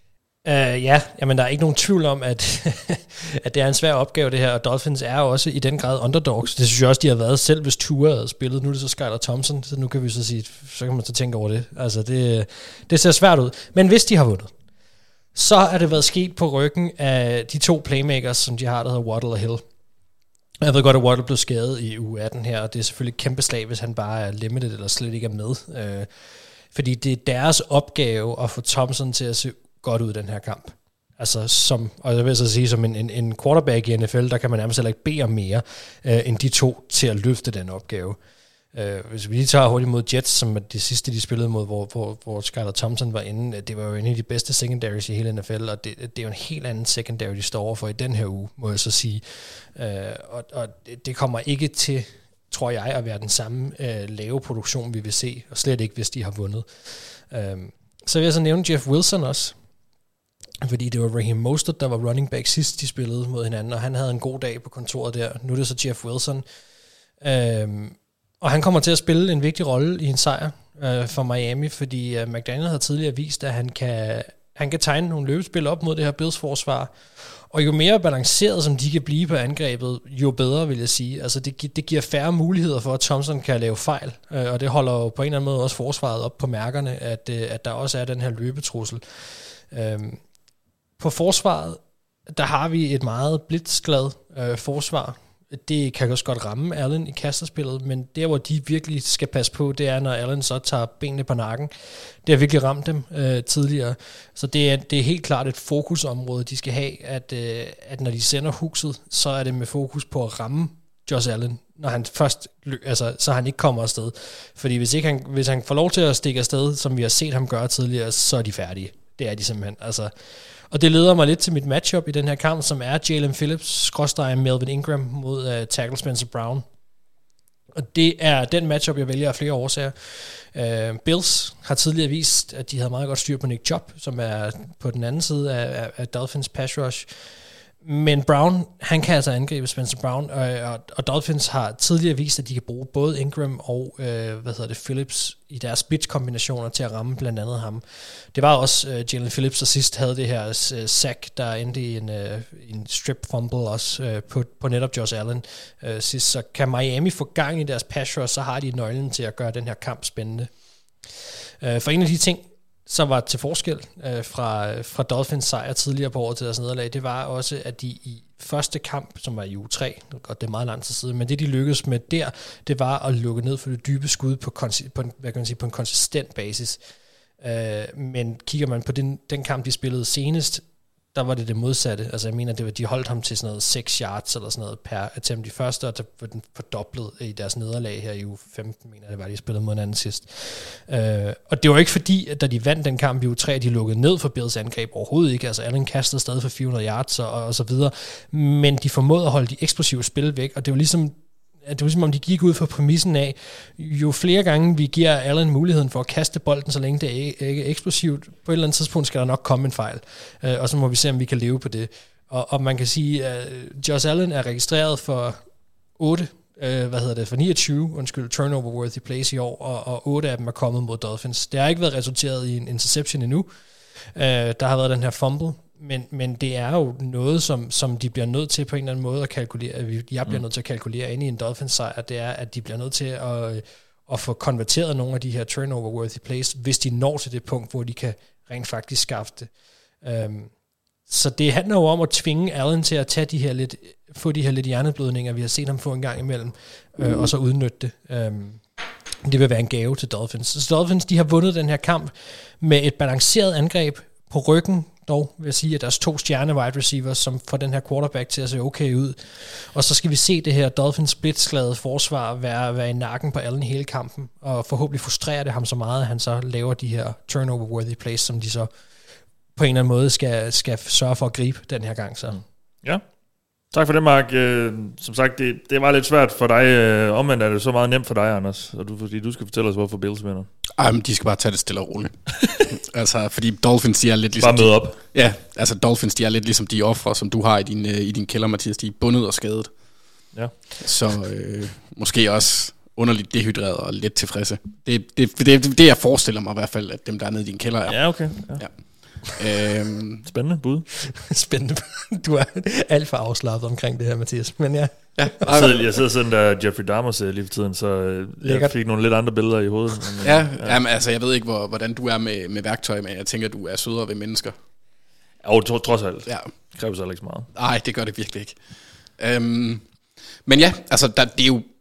Jamen der er ikke nogen tvivl om, at, at det er en svær opgave det her, og Dolphins er også i den grad underdogs. Det synes jeg også, de har været selv, hvis Tua havde spillet. Nu er det så Skylar Thompson, så nu kan vi så sige, så kan man så tænke over det. Altså det ser svært ud. Men hvis de har vundet, så er det været sket på ryggen af de 2 playmakers, som de har, der hedder Waddle og Hill. Jeg ved godt, at Waddle blev skadet i uge 18 her, og det er selvfølgelig et kæmpe slag, hvis han bare er limited eller slet ikke er med. Fordi det er deres opgave at få Thompson til at se godt ud i den her kamp. Altså og jeg vil så sige, som en quarterback i NFL, der kan man nærmest heller ikke bede om mere end de 2 til at løfte den opgave. Hvis vi lige tager hurtigt mod Jets, som er det sidste, de spillede mod, hvor Skylar Thompson var inde, det var jo en af de bedste secondaries i hele NFL, og det er jo en helt anden secondary, de står overfor i den her uge, må jeg så sige. Og det kommer ikke til, tror jeg, at være den samme lave produktion, vi vil se, og slet ikke, hvis de har vundet. Så vil jeg så nævne Jeff Wilson også, fordi det var Raheem Mostert, der var running back sidst, de spillede mod hinanden, og han havde en god dag på kontoret der. Nu er det så Jeff Wilson. Og han kommer til at spille en vigtig rolle i en sejr for Miami, fordi McDaniel har tidligere vist, at han kan tegne nogle løbespil op mod det her Bills forsvar. Og jo mere balanceret, som de kan blive på angrebet, jo bedre, vil jeg sige. Altså det giver færre muligheder for, at Thompson kan lave fejl, og det holder jo på en eller anden måde også forsvaret op på mærkerne, at der også er den her løbetrussel. På forsvaret, der har vi et meget blitzglad forsvar. Det kan også godt ramme Allen i kasterspillet, men der, hvor de virkelig skal passe på, det er, når Allen så tager benene på nakken. Det har virkelig ramt dem tidligere. Så det er helt klart et fokusområde, de skal have, at når de sender huset, så er det med fokus på at ramme Josh Allen, når han først, så han ikke kommer afsted. Fordi hvis han får lov til at stikke afsted, som vi har set ham gøre tidligere, så er de færdige. Det er de simpelthen. Og det leder mig lidt til mit matchup i den her kamp, som er Jalen Phillips, / Melvin Ingram mod tackle Spencer Brown. Og det er den matchup, jeg vælger af flere årsager. Bills har tidligere vist, at de havde meget godt styr på Nick Chubb, som er på den anden side af Dolphins pass rush. Men Brown, han kan altså angribe Spencer Brown, og Dolphins har tidligere vist, at de kan bruge både Ingram og Phillips i deres blitz-kombinationer til at ramme blandt andet ham. Det var også Jalen Phillips, der sidst havde det her sack, der endte i en strip fumble også på netop Josh Allen sidst. Så kan Miami få gang i deres pass rush, så har de nøglen til at gøre den her kamp spændende. For en af de ting, som var til forskel fra Dolphins sejr tidligere på året til deres nederlag, det var også, at de i første kamp, som var i uge 3, og det er meget lang tid siden, men det de lykkedes med der, det var at lukke ned for det dybe skud på en konsistent basis. Men kigger man på den kamp, de spillede senest, der var det modsatte. Altså jeg mener, de holdt ham til sådan noget 6 yards eller sådan noget per attempt i første, og der var den fordoblet i deres nederlag her i uge 15, mener det var, de spillede mod en anden sidst. Og det var ikke fordi, at da de vandt den kamp i uge 3, de lukkede ned for Bills angreb overhovedet ikke. Altså Allen kastede stadig for 400 yards og så videre, men de formåede at holde de eksplosive spil væk, og det var ligesom om de gik ud fra præmissen af, jo flere gange vi giver Allen muligheden for at kaste bolden, så længe det ikke er eksplosivt, på et eller andet tidspunkt skal der nok komme en fejl. Og så må vi se, om vi kan leve på det. Og man kan sige, at Josh Allen er registreret for 29 turnover-worthy plays i år, og 8 af dem er kommet mod Dolphins. Det har ikke været resulteret i en interception endnu. Der har været den her fumble, men det er jo noget, som de bliver nødt til på en eller anden måde at kalkulere. Jeg bliver nødt til at kalkulere ind i en Dolphins-sejr, det er, at de bliver nødt til at få konverteret nogle af de her turnover-worthy plays, hvis de når til det punkt, hvor de kan rent faktisk skaffe det. Så det handler jo om at tvinge Allen til at få de her lidt hjerneblødninger, vi har set ham få en gang imellem, og så udnytte det. Det vil være en gave til Dolphins. Så Dolphins, de har vundet den her kamp med et balanceret angreb på ryggen, dog vil jeg sige, at deres 2 stjerne wide receivers, som får den her quarterback til at se okay ud. Og så skal vi se det her Dolphins splitsglade forsvar være i nakken på Allen hele kampen, og forhåbentlig frustrerer det ham så meget, at han så laver de her turnover-worthy plays, som de så på en eller anden måde skal sørge for at gribe den her gang. Så. Ja. Tak for det, Mark. Som sagt, det var lidt svært for dig. Omvendt er det så meget nemt for dig, Anders, fordi du skal fortælle os, hvorfor Bills vinder. Men de skal bare tage det stille og roligt. Altså, fordi Dolphins, de er lidt ligesom... Bare møde op. Ja, altså Dolphins, de er lidt ligesom de ofre, som du har i din kælder, Mathias. De er bundet og skadet. Ja. Så måske også underligt dehydreret og lidt tilfredse. Det jeg forestiller mig i hvert fald, at dem, der er nede i din kælder er. Ja, okay. Ja. Spændende bud. Spændende. Du er alt for afslappet omkring det her, Mathias. Men ja. Jeg sidder sådan der Jeffrey Dahmer ser lige for tiden, så jeg fik nogle lidt andre billeder i hovedet. Jamen, altså jeg ved ikke, hvordan du er med værktøj, men jeg tænker, at du er sødere ved mennesker. Jo, trods alt. Ja. Det kræver så ikke så meget. Nej, det gør det virkelig ikke. Men ja, altså det er jo...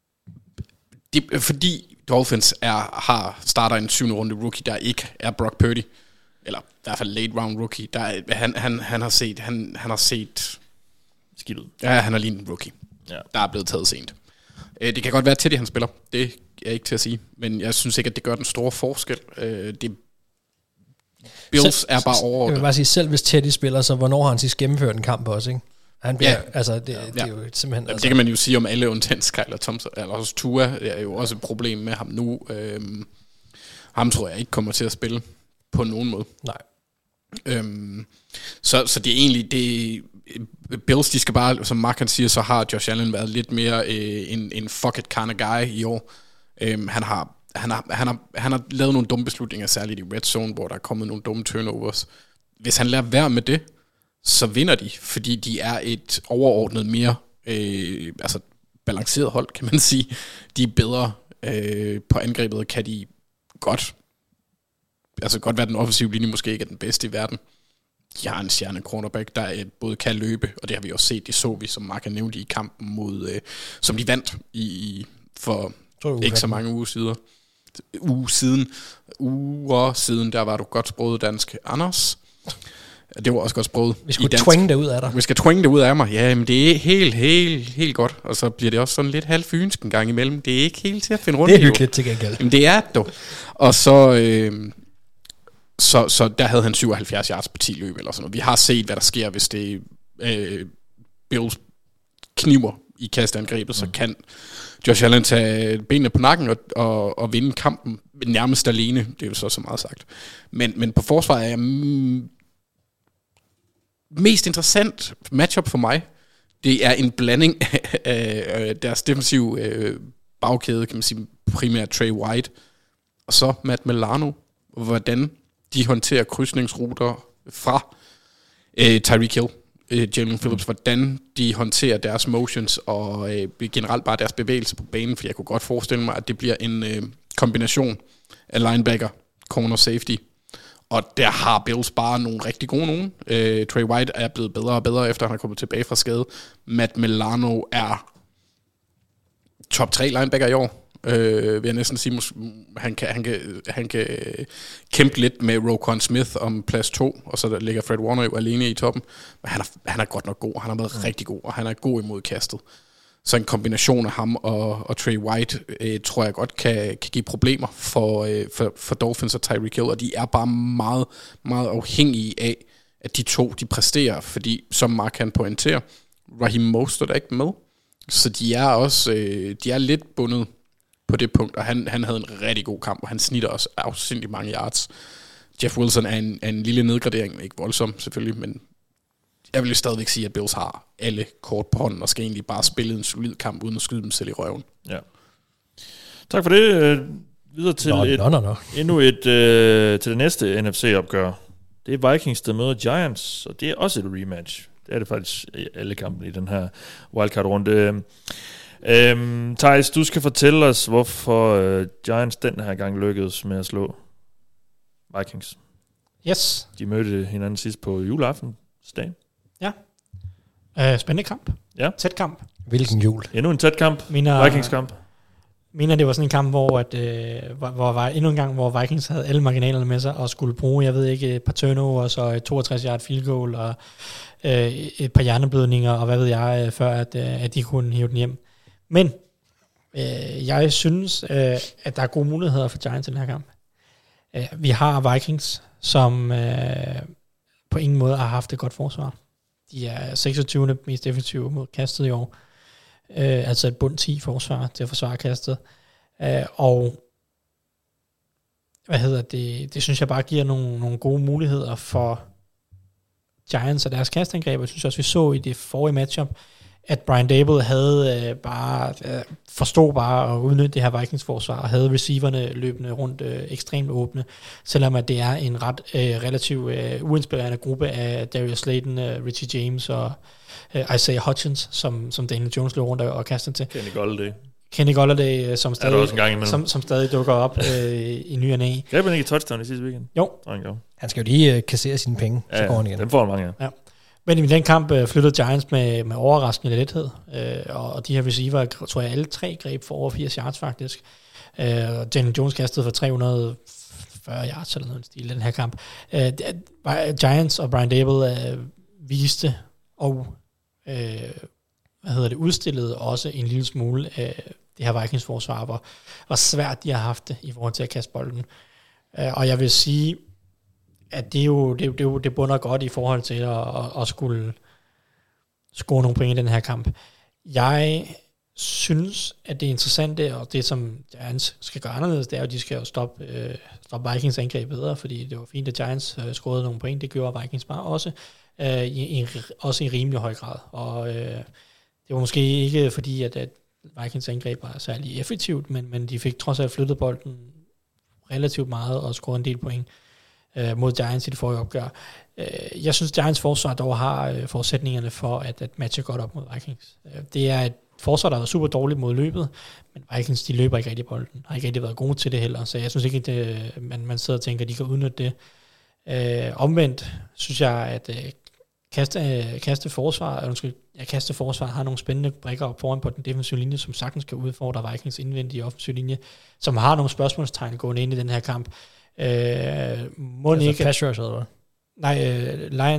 fordi Dolphins starter en 7. runde rookie, der ikke er Brock Purdy, eller i hvert fald late round rookie, han har set skidt ud. Ja, han er lige en rookie, der er blevet taget sent. Det kan godt være Teddy, han spiller. Det er ikke til at sige, men jeg synes ikke, at det gør den store forskel. Bills er bare overordnet. Jeg vil bare sige, selv hvis Teddy spiller, så hvornår har han sidst gennemført en kamp også, ikke? Han bliver, altså, det er jo simpelthen... Det kan man jo sige om alle undtagen Skyler Thompson, eller også Tua, er jo også et problem med ham nu. Ham tror jeg ikke kommer til at spille på nogen måde. Nej. Så det er egentlig... Bills, de skal bare, som Mark kan sige, så har Josh Allen været lidt mere en fuck it kind of guy i år. Han har lavet nogle dumme beslutninger, særligt i red zone, hvor der er kommet nogle dumme turnovers. Hvis han lader være med det, så vinder de, fordi de er et overordnet mere balanceret hold, kan man sige. De er bedre på angrebet, kan de godt være den offensive linje måske ikke er den bedste i verden. De har en stjerne cornerback, der både kan løbe, og det har vi også set, det så vi, som Mark har nævnt i kampen mod, som de vandt for ikke så mange uger siden, der var du godt sproget dansk, Anders. Det var også godt sproget. Vi skulle twinge det ud af dig. Vi skal twinge det ud af mig. Ja, men det er helt godt. Og så bliver det også sådan lidt halvfynsk en gang imellem. Det er ikke helt til at finde rundt i. Det er hyggeligt til gengæld. Men det er det. Og så der havde han 77 yards på 10 løb eller sådan noget. Vi har set, hvad der sker, hvis det Bills kniver i kastangrebet, så kan Josh Allen tage benene på nakken og vinde kampen nærmest alene. Det er jo så meget sagt. Men på forsvaret er jeg mest interessant matchup for mig. Det er en blanding af deres defensive bagkæde, kan man sige, primært Trey White, og så Matt Milano, hvordan de håndterer krydsningsruter fra Tyreek Hill, Jalen Phillips, hvordan de håndterer deres motions og generelt bare deres bevægelse på banen, for jeg kunne godt forestille mig, at det bliver en kombination af linebacker, corner, safety Og der har Bills bare nogle rigtig gode nogen. Trey White er blevet bedre og bedre, efter han er kommet tilbage fra skade. Matt Milano er top 3 linebacker i år. Vil jeg næsten sige, han kan kæmpe lidt med Roquan Smith om plads 2, og så der ligger Fred Warner jo alene i toppen. Men han er godt nok god, han har været rigtig god, og han er god imod kastet. Så en kombination af ham og Trey White, tror jeg godt kan give problemer for Dolphins og Tyreek Hill, og de er bare meget, meget afhængige af, at de to, de præsterer, fordi, som Mark kan pointere, Raheem Mostert er ikke med, så de er også de er lidt bundet på det punkt, og han havde en rigtig god kamp, og han snitter også afsindigt mange yards. Jeff Wilson er en lille nedgradering, ikke voldsom selvfølgelig, men jeg vil jo stadigvæk sige, at Bills har alle kort på hånden, og skal egentlig bare spille en solid kamp, uden at skyde dem selv i røven. Ja. Tak for det. Videre til endnu et til det næste NFC-opgør. Det er Vikings, der møder Giants, og det er også et rematch. Det er det faktisk i alle kampe i den her wildcard-runde. Thijs, du skal fortælle os, hvorfor Giants den her gang lykkedes med at slå Vikings. Yes. De mødte hinanden sidst på juleaftensdag. Ja. Spændende kamp. Ja. Tæt kamp. Hvilken jul? Endnu en tæt kamp. Vikings-kamp. Mener, det var sådan en kamp, hvor endnu en gang, hvor Vikings havde alle marginalerne med sig, og skulle bruge, jeg ved ikke, et par turnovers og et 62-yard field goal, og et par hjerneblødninger, og hvad ved jeg, før at de kunne hive den hjem. Men jeg synes, at der er gode muligheder for Giants i den her kamp. Vi har Vikings, som på ingen måde har haft et godt forsvar. De er 26. mest effektive mod kastet i år. Altså et bund 10 forsvar til at forsvare kastet. Og det synes jeg bare giver nogle gode muligheder for Giants og deres kastangreb. Jeg synes også, vi så i det forrige matchup, at Brian Daboll havde forstod bare at udnytte det her Vikings-forsvar, og havde receiverne løbende rundt ekstremt åbne, selvom at det er en ret relativt uinspirerende gruppe af Darius Slayton, Richie James og Isaiah Hutchins, som Daniel Jones løb rundt og kastede til. Kenny Golladay, som stadig dukker op i ny og næ. Greb han ikke touchdown i sidste weekend? Jo. Han skal jo lige kassere sine penge, så går han igen. Den får han mange. Ja. Men i den kamp flyttede Giants med overraskende lethed, og de her receiver, tror jeg, alle 3 greb for over 80 yards faktisk. Daniel Jones kastede for 340 yards eller noget stil i den her kamp. Giants og Brian Daboll viste og udstillede også en lille smule det her Vikings forsvar, hvor svært de har haft det i forhold til at kaste bolden. Og jeg vil sige, at det bunder godt i forhold til at skulle score nogle point i den her kamp. Jeg synes, at det interessante, og det som Giants skal gøre anderledes, det er, at de skal jo stoppe Vikings angreb bedre, fordi det var fint, at Giants scorede nogle point, det gjorde Vikings bare også, også i rimelig høj grad. Og det var måske ikke fordi, at Vikings angreb var særlig effektivt, men de fik trods alt flyttet bolden relativt meget og scoret en del point mod Giants i det forrige opgør. Jeg synes, Giants forsvar dog har forudsætningerne for at matche godt op mod Vikings. Det er et forsvar, der er super dårligt mod løbet, men Vikings, de løber ikke rigtig bolden. Har ikke rigtig været gode til det heller, så jeg synes ikke, at man sidder og tænker, at de kan udnytte det. Omvendt synes jeg, at kaste forsvar har nogle spændende brikker op foran på den defensive linje, som sagtens kan udfordre Vikings indvendige offensive linje, som har nogle spørgsmålstegn gående ind i den her kamp. Pass rush, eller hvad? Nej,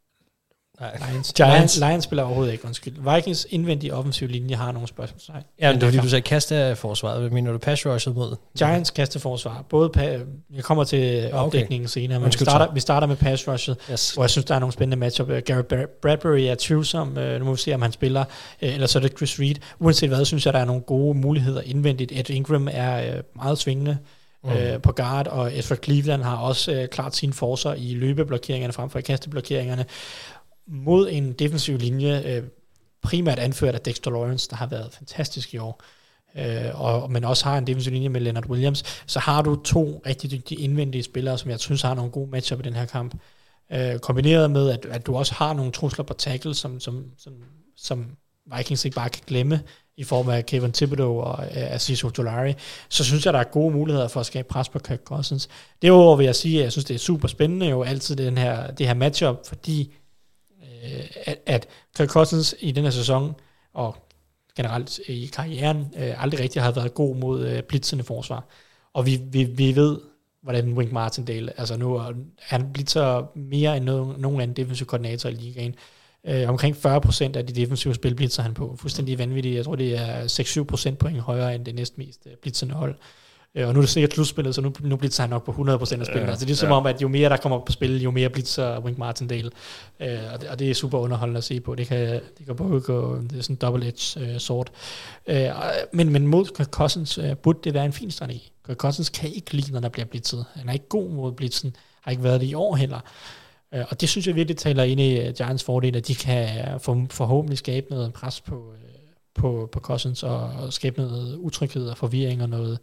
Lions spiller overhovedet ikke, undskyld. Vikings indvendige offensive linje har nogle spørgsmål. Ja, det er fordi, du sagde kasteforsvaret. Hvad mener du, pass rushet mod? Giants kasteforsvar. Jeg kommer til opdækningen senere, men vi starter med pass rushet, hvor jeg synes, der er nogle spændende matchup. Garrett Bradbury er tvivlsom. Nu må vi se, om han spiller. Eller så er det Chris Reed. Uanset hvad, synes jeg, der er nogle gode muligheder indvendigt. Ed Ingram er meget svingende på guard, og Ezra Cleveland har også klart sine forser i løbeblokeringerne frem for i kasteblokeringerne mod en defensiv linje, primært anført af Dexter Lawrence, der har været fantastisk i år, men også har en defensiv linje med Leonard Williams, så har du 2 rigtig dygtige indvendige spillere, som jeg synes har nogle gode matchup i den her kamp, kombineret med, at du også har nogle trusler på tackle, som Vikings ikke bare kan glemme i form af Kevin Thibodeau og Aziz Ojulari, så synes jeg, der er gode muligheder for at skabe pres på Kirk Cousins. Derudover vil jeg sige, at jeg synes, det er super spændende jo altid det her matchup, fordi at Kirk Cousins i den her sæson, og generelt i karrieren, aldrig rigtig har været god mod blitzende forsvar. Og vi ved, hvordan Wink Martindale, altså nu han blitzer mere end nogen anden defensiv koordinator i ligaen. Omkring 40% af de defensive spil blitzer han på. Fuldstændig vanvittigt. Jeg tror, det er 6-7% point højere end det næstmest blitzende hold. Og nu er det sikkert slutspillet, så nu blitzer han nok på 100% af spillet. Altså det er som om, at jo mere der kommer på spil, jo mere blitzer Wink Martindale. Og det er super underholdende at se på. Det kan både gå, det er sådan en double-edge sword. Men mod Kirk Cousins burde det være en fin strategi. Kirk Cousins kan ikke lide, når der bliver blitzet. Han er ikke god mod blitzen. Har ikke været det i år heller. Og det synes jeg virkelig taler ind i Giants fordel, at de kan forhåbentlig skabe noget pres på Cousins og skabe noget utryghed og forvirring og noget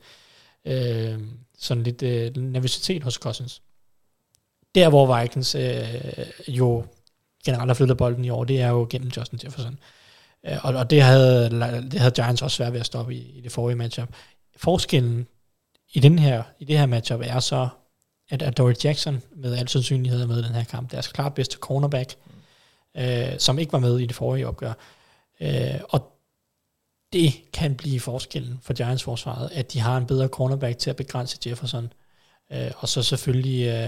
sådan lidt nervøsitet hos Cousins. Der hvor Vikings jo generelt har flyttet bolden i år, det er jo gennem Justin Jefferson. Og det havde Giants også svært ved at stoppe i det forrige matchup. Forskellen i det her matchup er så, at Adoree Jackson med al sandsynlighed er med i den her kamp. Det er klart bedste cornerback, som ikke var med i det forrige opgør. Og det kan blive forskellen for Giants forsvaret, at de har en bedre cornerback til at begrænse Jefferson. Og så selvfølgelig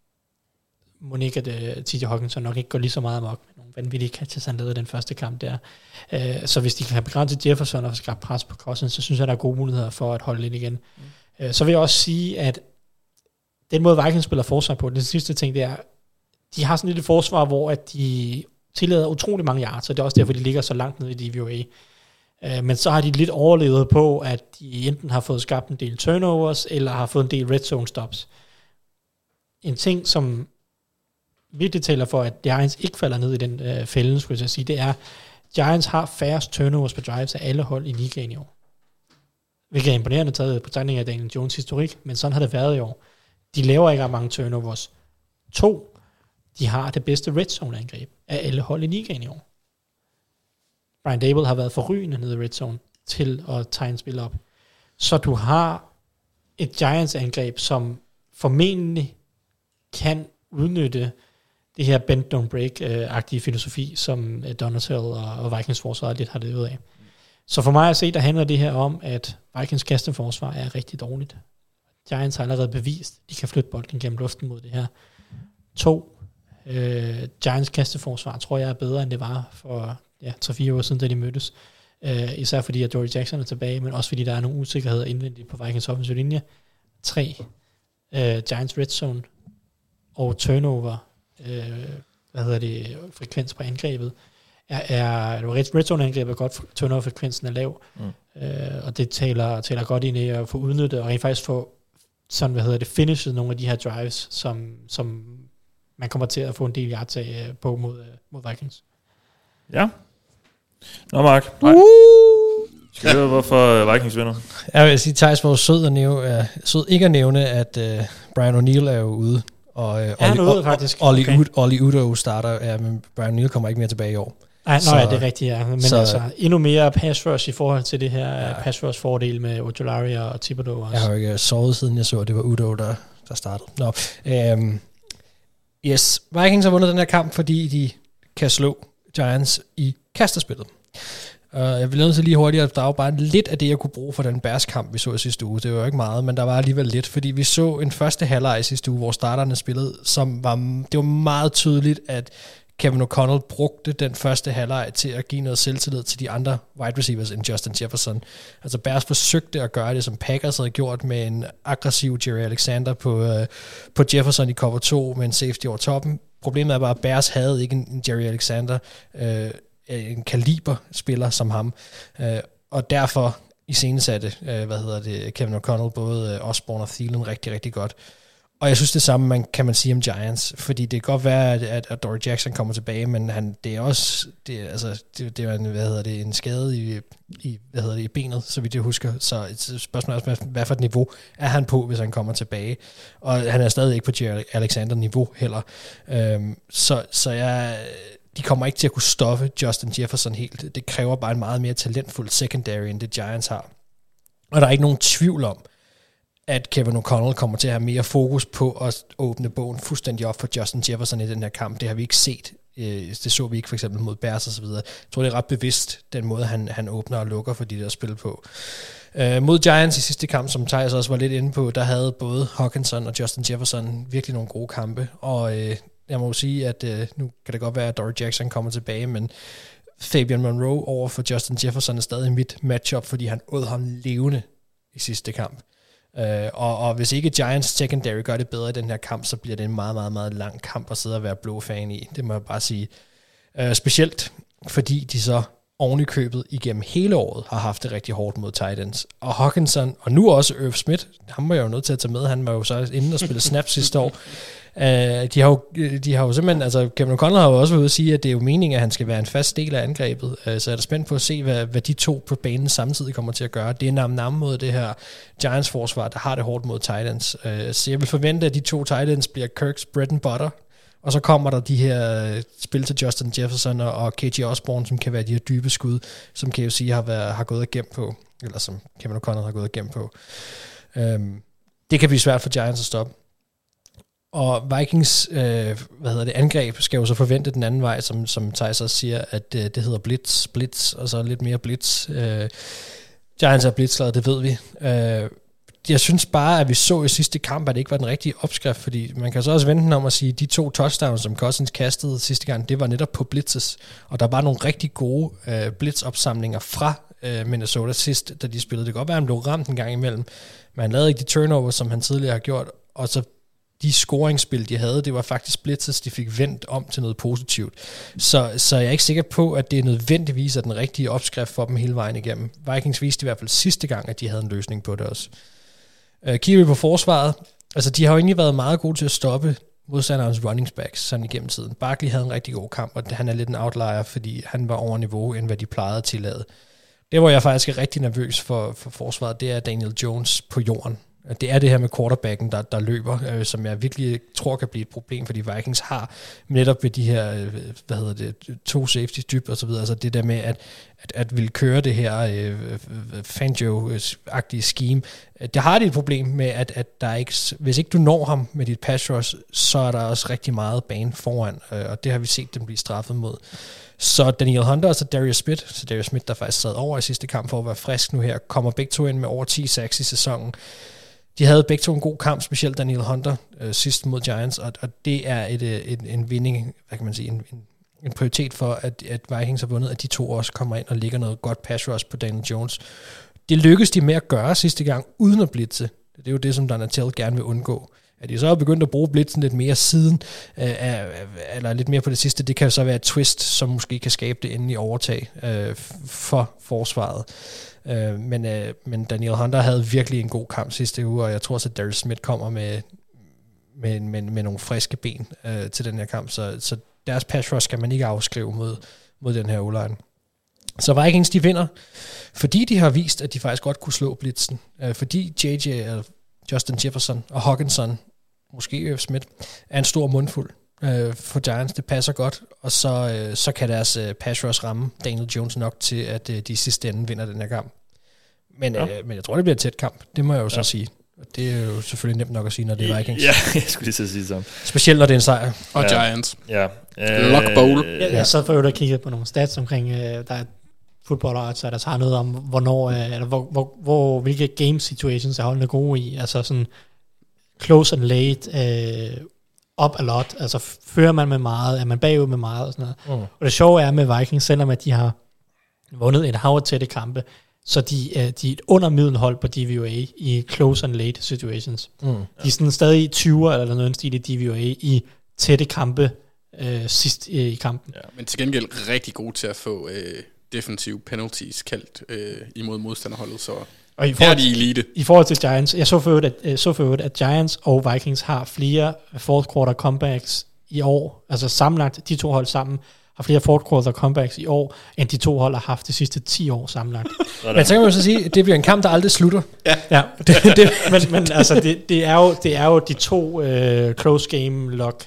må ikke, at TJ Hockenson nok ikke går lige så meget amok med nogle vanvittige catches, han lavede den første kamp der. Så hvis de kan begrænse Jefferson og skabe pres på Cousins, så synes jeg, der er gode muligheder for at holde lidt igen. Så vil jeg også sige, at den måde Vikings spiller forsvar på, den sidste ting, det er, de har sådan lidt et forsvar, hvor at de tillader utrolig mange yards, så det er også derfor, de ligger så langt nede i DVOA. Men så har de lidt overlevet på, at de enten har fået skabt en del turnovers, eller har fået en del red zone stops. En ting, som virkelig taler for, at Giants ikke falder ned i den fælde, skulle jeg sige, det er, Giants har færrest turnovers på drives af alle hold i ligaen i år. Hvilket er imponerende taget på tegning af Daniel Jones historik, men sådan har det været i år. De laver ikke mange turnovers. 2, de har det bedste red zone angreb af alle hold i ligaen i år. Brian Daboll har været forrygende nede i red zone til at tegne spil op. Så du har et Giants angreb, som formentlig kan udnytte det her bend don't break-agtige filosofi, som Donatell og Vikings forsvar lidt har levet af. Så for mig at se, der handler det her om, at Vikings kasteforsvar er rigtig dårligt. Giants har allerede bevist, de kan flytte bolden gennem luften mod det her. 2, Giants kasteforsvar tror jeg er bedre, end det var for 3-4 år siden, da de mødtes. Især fordi, at Adoree Jackson er tilbage, men også fordi, der er nogle usikkerheder indvendigt på Vikings offensive linje. 3, Giants red zone og turnover, frekvens på angrebet. Red zone angrebet er godt, turnover-frekvensen er lav, og det taler godt ind i at få udnyttet, og rent faktisk få sådan, finishet nogle af de her drives, som man kommer til at få en del yards af på mod Vikings. Ja. Nå, Mark. Skal vi høre, hvorfor Vikings vinder? Jeg vil sige, Thijs var sød ikke at nævne, at Brian O'Neill er jo ude, og Ollie Udoh starter, men Brian O'Neill kommer ikke mere tilbage i år. Nej, det er rigtigt, ja. Men altså endnu mere pass rush i forhold til det her pass rush fordel med Ojulari og Thibodeau også. Jeg har jo ikke sovet siden jeg så, at det var Udoh, der startede. Nå, yes, Vikings har vundet den her kamp, fordi de kan slå Giants i kastespillet. Jeg vil nødt til lige hurtigt, at der var bare lidt af det, jeg kunne bruge for den Bears-kamp, vi så i sidste uge. Det var jo ikke meget, men der var alligevel lidt, fordi vi så en første halvleg i sidste uge, hvor starterne spillede, det var meget tydeligt, at Kevin O'Connell brugte den første halvleg til at give noget selvtillid til de andre wide receivers end Justin Jefferson. Altså Bears forsøgte at gøre det, som Packers havde gjort med en aggressiv Jerry Alexander på Jefferson i cover 2 med en safety over toppen. Problemet er bare, at Bears havde ikke en Jerry Alexander, en kaliberspiller som ham, og derfor iscenesatte Kevin O'Connell både Osborne og Thielen rigtig, rigtig godt. Og jeg synes det samme kan man sige om Giants, fordi det kan godt være, at Adoree Jackson kommer tilbage, men det er også det er en skade i benet, så vidt jeg husker. Så et spørgsmål er også, hvad for et niveau er han på, hvis han kommer tilbage. Og han er stadig ikke på Jerry Alexander niveau heller. Så de kommer ikke til at kunne stoppe Justin Jefferson helt. Det kræver bare en meget mere talentfuld secondary, end det Giants har. Og der er ikke nogen tvivl om, at Kevin O'Connell kommer til at have mere fokus på at åbne bogen fuldstændig op for Justin Jefferson i den her kamp. Det har vi ikke set. Det så vi ikke for eksempel mod Bears og så videre. Jeg tror, det er ret bevidst, den måde, han åbner og lukker for de der spil på. Mod Giants i sidste kamp, som Thijs også var lidt inde på, der havde både Hawkinson og Justin Jefferson virkelig nogle gode kampe. Og jeg må jo sige, at nu kan det godt være, at Dory Jackson kommer tilbage, men Fabian Monroe over for Justin Jefferson er stadig mit matchup, fordi han åd ham levende i sidste kamp. Og hvis ikke Giants secondary gør det bedre i den her kamp, så bliver det en meget, meget, meget lang kamp at sidde og være blå fan i. Det må jeg bare sige. Specielt fordi de så oven i købet igennem hele året har haft det rigtig hårdt mod Titans. Og Hawkinson, og nu også Irv Smith, ham var jeg jo nødt til at tage med, han var jo så inde og spille snaps sidste år. De har jo simpelthen, altså Kevin O'Connell har jo også været ude at sige, at det er jo meningen, at han skal være en fast del af angrebet, så jeg er da spændt på at se, hvad de to på banen samtidig kommer til at gøre. Det er nam mod det her Giants-forsvar, der har det hårdt mod Titans. Så jeg vil forvente, at de to Titans bliver Kirks bread and butter, og så kommer der de her spil til Justin Jefferson og KJ Osborne, som kan være de her dybe skud, som KFC har gået og gemt på, eller som Kevin O'Connell har gået og gemt på. Det kan blive svært for Giants at stoppe. Og Vikings angreb skal jo så forvente den anden vej, som Thijs også siger, at det hedder blitz, og så lidt mere blitz. Giants er blitzlaget, det ved vi. Jeg synes bare, at vi så i sidste kamp, at det ikke var den rigtige opskrift, fordi man kan så også vente den om at sige, at de 2 touchdowns, som Cousins kastede sidste gang, det var netop på blitzes, og der var nogle rigtig gode blitzopsamlinger fra Minnesota sidst, da de spillede. Det kan godt være, at han blev ramt en gang imellem, men han lavede ikke de turnovers, som han tidligere har gjort, og så de scoringsspil, de havde, det var faktisk blitzes, de fik vendt om til noget positivt. Så jeg er ikke sikker på, at det er nødvendigvis den rigtige opskrift for dem hele vejen igennem. Vikings viste i hvert fald sidste gang, at de havde en løsning på det også. Kigger vi på forsvaret, altså de har jo egentlig været meget gode til at stoppe modstanderens running backs sådan igennem tiden. Barkley havde en rigtig god kamp, og han er lidt en outlier, fordi han var over niveau, end hvad de plejede at tillade. Det, hvor jeg faktisk er rigtig nervøs for forsvaret, det er Daniel Jones på jorden. Det er det her med quarterbacken, der løber, som jeg virkelig tror kan blive et problem, fordi Vikings har netop ved de her, 2 safety dyb og så videre, altså det der med at ville køre det her Fangio-agtige scheme. Der har de et problem med, at der ikke, hvis ikke du når ham med dit pass rush, så er der også rigtig meget bane foran, og det har vi set dem blive straffet mod. Så Daniel Hunter og så Darius Smith, der faktisk sad over i sidste kamp for at være frisk nu her, kommer begge to ind med over 10 sacks i sæsonen. De havde begge to en god kamp, specielt Daniel Hunter sidst mod Giants, og det er en vinding, hvad kan man sige, en prioritet for, at Vikings har vundet, at de to også kommer ind og lægger noget godt pass rush på Daniel Jones. Det lykkedes de med at gøre sidste gang, uden at blitze. Det er jo det, som Donatell gerne vil undgå. At de så har begyndt at bruge blitzen lidt mere siden, eller lidt mere på det sidste, det kan jo så være et twist, som måske kan skabe det endelige overtag for forsvaret. Men Daniel Hunter havde virkelig en god kamp sidste uge, og jeg tror også, at Darius Smith kommer med nogle friske ben til den her kamp, så deres pass rush skal man ikke afskrive mod den her O-line. Så Vikings, de vinder, fordi de har vist, at de faktisk godt kunne slå blitzen, fordi Justin Jefferson og Hawkinson, måske Irv Smith, er en stor mundfuld for Giants. Det passer godt, og så kan deres pass rush ramme Daniel Jones nok til, at de sidste ende vinder den her kamp. Men jeg tror, det bliver en tæt kamp. Det må jeg jo så sige. Det er jo selvfølgelig nemt nok at sige, når det er Vikings. Ja, jeg skulle lige så sige sådan. Specielt, når det er en sejr. Og Giants. Ja. Lock bowl. Jeg sad for øvrigt og kiggede på nogle stats omkring, der er footballere, så der tager noget om, hvornår, eller hvilke game situations er holdene gode i. Altså sådan close and late, up a lot, altså fører man med meget, er man bagud med meget og sådan noget. Og det sjove er med Vikings, selvom at de har vundet et hav af tætte kampe, så de er et undermiddelhold på DVOA i close and late situations. De er sådan stadig 20'er eller noget stil i DVOA i tætte kampe sidst i kampen. Ja, men til gengæld rigtig god til at få defensive penalties kaldt imod modstanderholdet, så og i forhold til elite. I forhold til Giants, jeg så for øvrigt, at Giants og Vikings har flere fourth quarter comebacks i år, altså sammenlagt, de to hold sammen, har flere fourth quarter comebacks i år, end de to hold har haft de sidste 10 år sammenlagt. Men så kan man jo så sige, at det bliver en kamp, der aldrig slutter. Ja. Men altså, det er jo de to close game lock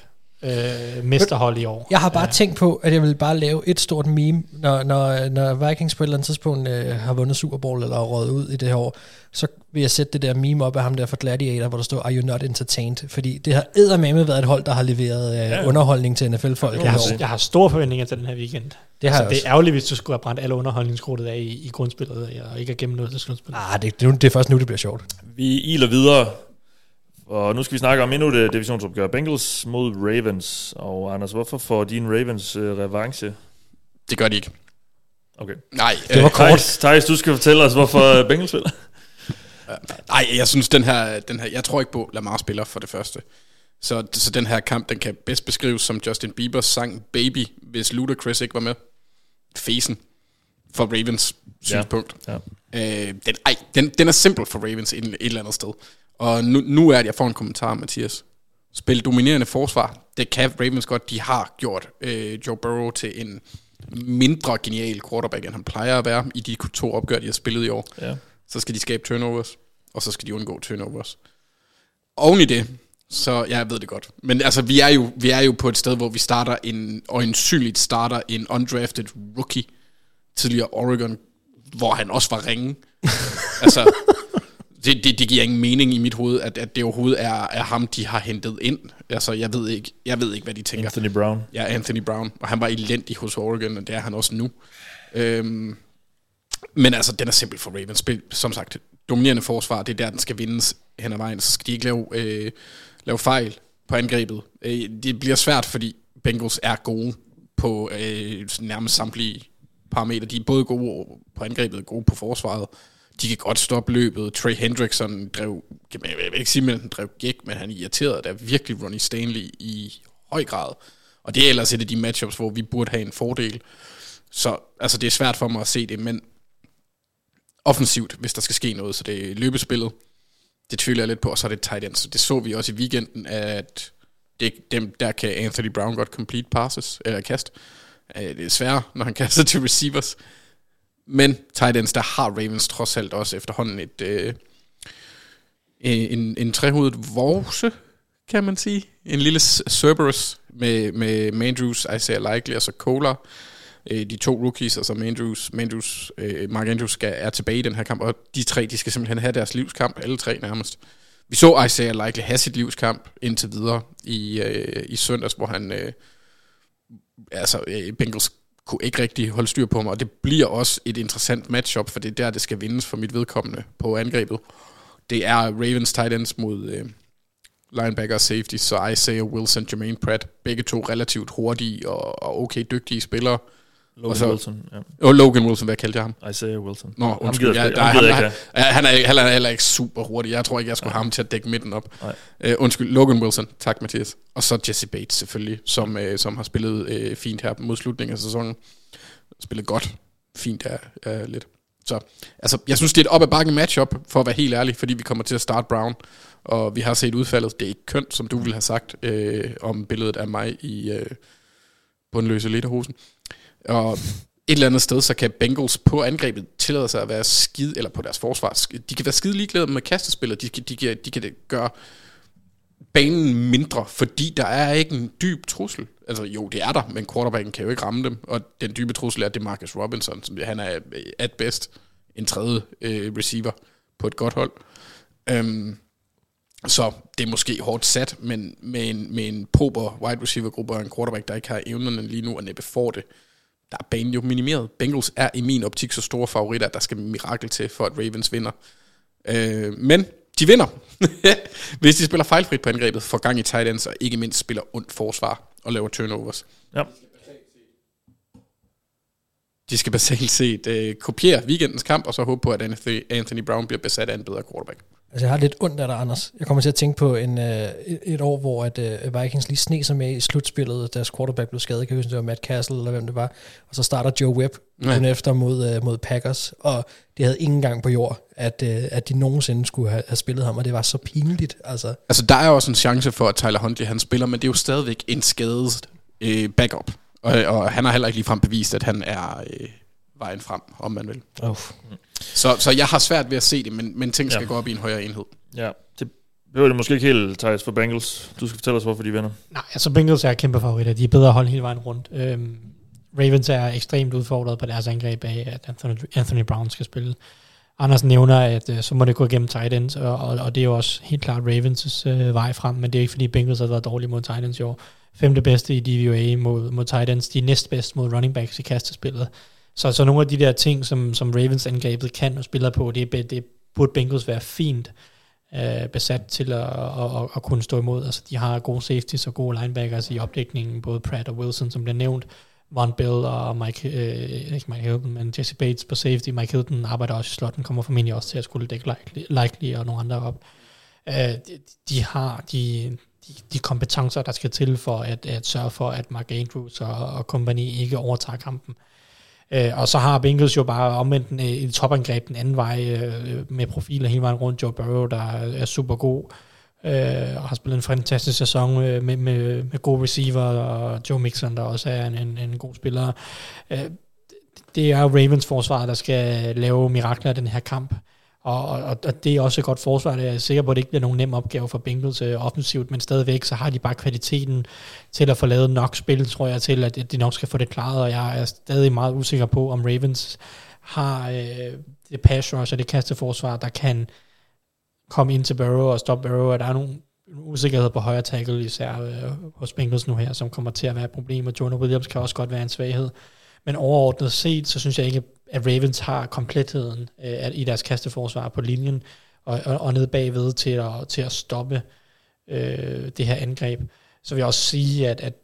mesterhold i år. Jeg har bare tænkt på, at jeg vil bare lave et stort meme, når Vikings på et eller andet tidspunkt har vundet Super Bowl eller røget ud i det her år, så vil jeg sætte det der meme op af ham der fra Gladiator, hvor der står, "Are you not entertained?" Fordi det har eddermame været et hold, der har leveret underholdning til NFL-folk. Jeg har store forventninger til den her weekend. Det er ærgerligt, hvis du skulle have brændt alle underholdningskortet af i grundspillet, og ikke have gennemnået til slutspillet. Det er først nu, det bliver sjovt. Vi iler videre, og nu skal vi snakke om endnu det divisionsopgør. Bengals mod Ravens. Og Anders, hvorfor får dine Ravens revanche? Det gør de ikke. Okay. Nej. Det var kort. Thijs, du skal fortælle os, hvorfor Bengals spiller. Nej, jeg synes, den her, jeg tror ikke på, Lamar spiller for det første. Så den her kamp, den kan bedst beskrives som Justin Biebers sang Baby, hvis Ludacris ikke var med. Fesen for Ravens synspunkt. Ja. Den er simpel for Ravens et eller andet sted. Og nu er det, jeg får en kommentar, Mathias. Spil dominerende forsvar. Det kan Ravens godt. De har gjort Joe Burrow til en mindre genial quarterback, end han plejer at være i de 2 opgør, de har spillet i år. Ja. Så skal de skabe turnovers, og så skal de undgå turnovers. Oven i det, så jeg ved det godt. Men altså, vi er jo på et sted, hvor vi starter øjensynligt starter en undrafted rookie, tidligere Oregon, hvor han også var ringe. Altså, det giver ingen mening i mit hoved, at det overhovedet er ham, de har hentet ind. Altså, jeg ved ikke, hvad de tænker. Anthony Brown. Ja, Anthony Brown. Og han var elendig hos Oregon, og det er han også nu. Men altså, den er simpel for Ravens. Som sagt, dominerende forsvar, det er der, den skal vindes hen ad vejen. Så skal de ikke lave fejl på angrebet. Det bliver svært, fordi Bengals er gode på nærmest samtlige parametre. De er både gode på angrebet og gode på forsvaret. De kan godt stoppe løbet. Trey Hendrickson drev, jeg vil ikke sige, at han drev gæk, men han irriterede der virkelig Ronnie Stanley i høj grad. Og det er ellers et af de matchups, hvor vi burde have en fordel. Så altså, det er svært for mig at se det, men offensivt, hvis der skal ske noget, så det er løbespillet. Det tvivler jeg lidt på, og så er det tight ends. Så det så vi også i weekenden, at der kan Anthony Brown godt complete passes, eller kast. Det er svært, når han kaster til receivers. Men tight ends, der har Ravens trods alt også efterhånden en trehovedet vorse, kan man sige. En lille Cerberus med Mandrews, Isaiah Likely og så Kohler. De 2 rookies, altså Mark Andrews er tilbage i den her kamp, og de 3, de skal simpelthen have deres livskamp, alle 3 nærmest. Vi så Isaiah Likely have sit livskamp indtil videre i søndags, hvor han Bengals kunne ikke rigtig holde styr på ham, og det bliver også et interessant matchup, for det er der, det skal vindes for mit vedkommende på angrebet. Det er Ravens tight ends mod linebacker og safety, så Isaiah Wilson, Jermaine Pratt, begge 2 relativt hurtige og okay dygtige spillere. Logan Wilson, ja. Og Logan Wilson, hvad kaldte jeg ham? Isaiah Wilson. Nå, undskyld. Han er heller ikke super hurtig. Jeg tror ikke, jeg skulle have ham til at dække midten op. Undskyld, Logan Wilson. Tak, Mathias. Og så Jesse Bates selvfølgelig, som har spillet fint her mod slutningen af sæsonen. Spillet godt. Fint her lidt. Så altså, jeg synes, det er et op ad bakken matchup, for at være helt ærlig, fordi vi kommer til at starte Brown. Og vi har set udfaldet. Det er ikke kønt, som du ville have sagt, om billedet af mig i bundløse lederhosen. Og et eller andet sted, så kan Bengals på angrebet tillade sig at være skide, eller på deres forsvar, de kan være skide ligeglade med kastespillet, de kan gøre banen mindre, fordi der er ikke en dyb trussel. Altså jo, det er der, men quarterbacken kan jo ikke ramme dem, og den dybe trussel er DeMarcus Robinson, som han er at bedst en tredje receiver på et godt hold. Så det er måske hårdt sat, men med en prober wide receiver gruppe og en quarterback, der ikke har evnerne lige nu, og næppe får det, der er banen jo minimeret. Bengals er i min optik så store favoritter, at der skal mirakel til, for at Ravens vinder. Men de vinder, hvis de spiller fejlfrit på angrebet, får gang i tight ends, og ikke mindst spiller ondt forsvar og laver turnovers. Ja. De skal basalt set kopiere weekendens kamp, og så håbe på, at Anthony Brown bliver besat af en bedre quarterback. Altså, jeg har lidt ondt af dig, Anders. Jeg kommer til at tænke på et år, hvor at Vikings lige sne sig med i slutspillet, deres quarterback blev skadet. Jeg kan huske, det var Matt Castle, eller hvem det var. Og så starter Joe Webb efter mod Packers, og det havde ingen gang på jord, at de nogensinde skulle have spillet ham, og det var så pinligt. Altså, der er også en chance for, at Tyler Huntley han spiller, men det er jo stadigvæk en skadet backup. Og han har heller ikke ligefrem bevist, at han er vejen frem, om man vil. Så jeg har svært ved at se det, men ting skal gå op i en højere enhed. Ja, Det er måske ikke helt Thijs for Bengals. Du skal fortælle os, hvorfor de vinder. Nej, altså Bengals er kæmpe favoritter. De er bedre hold hele vejen rundt. Ravens er ekstremt udfordret på deres angreb af, at Anthony Brown skal spille. Anders nævner, at så må det gå igennem tight ends, og det er jo også helt klart Ravens' vej frem, men det er ikke fordi Bengals har været dårlige mod tight ends i år. 5. bedste i DVOA mod tight ends, de er næstbedst mod running backs i kastespillet. Så nogle af de der ting, som Ravens angrebet kan og spiller på, det burde Bengals være fint besat til at kunne stå imod. Altså de har gode safeties og gode linebackers i opdækningen, både Pratt og Wilson, som bliver nævnt, Von Bell og ikke Mike Hilton, men Jesse Bates på safety. Mike Hilton arbejder også i slotten, kommer formentlig også til at skulle dække Likely og nogle andre op. De har de kompetencer, der skal til for at sørge for, at Mark Andrews og kompagni ikke overtager kampen. Og så har Bengals jo bare omvendt et topangreb den anden vej med profiler hele vejen rundt. Joe Burrow, der er super god, og har spillet en fantastisk sæson med gode receiver, og Joe Mixon, der også er en god spiller. Det er Ravens forsvar, der skal lave mirakler i den her kamp. Og det er også et godt forsvar. Jeg er sikker på, at det ikke bliver nogen nem opgave for Bengals offensivt, men stadigvæk så har de bare kvaliteten til at få lavet nok spil, tror jeg, til at de nok skal få det klaret, og jeg er stadig meget usikker på, om Ravens har det pass rush og det kasteforsvar, der kan komme ind til Burrow og stoppe Burrow, og der er nogle usikkerheder på højre tackle, især hos Bengals nu her, som kommer til at være et problem, og Jonah Williams kan også godt være en svaghed. Men overordnet set, så synes jeg ikke, at Ravens har kompletheden i deres kasteforsvar på linjen, og nede bagved til at stoppe det her angreb. Så vil jeg også sige, at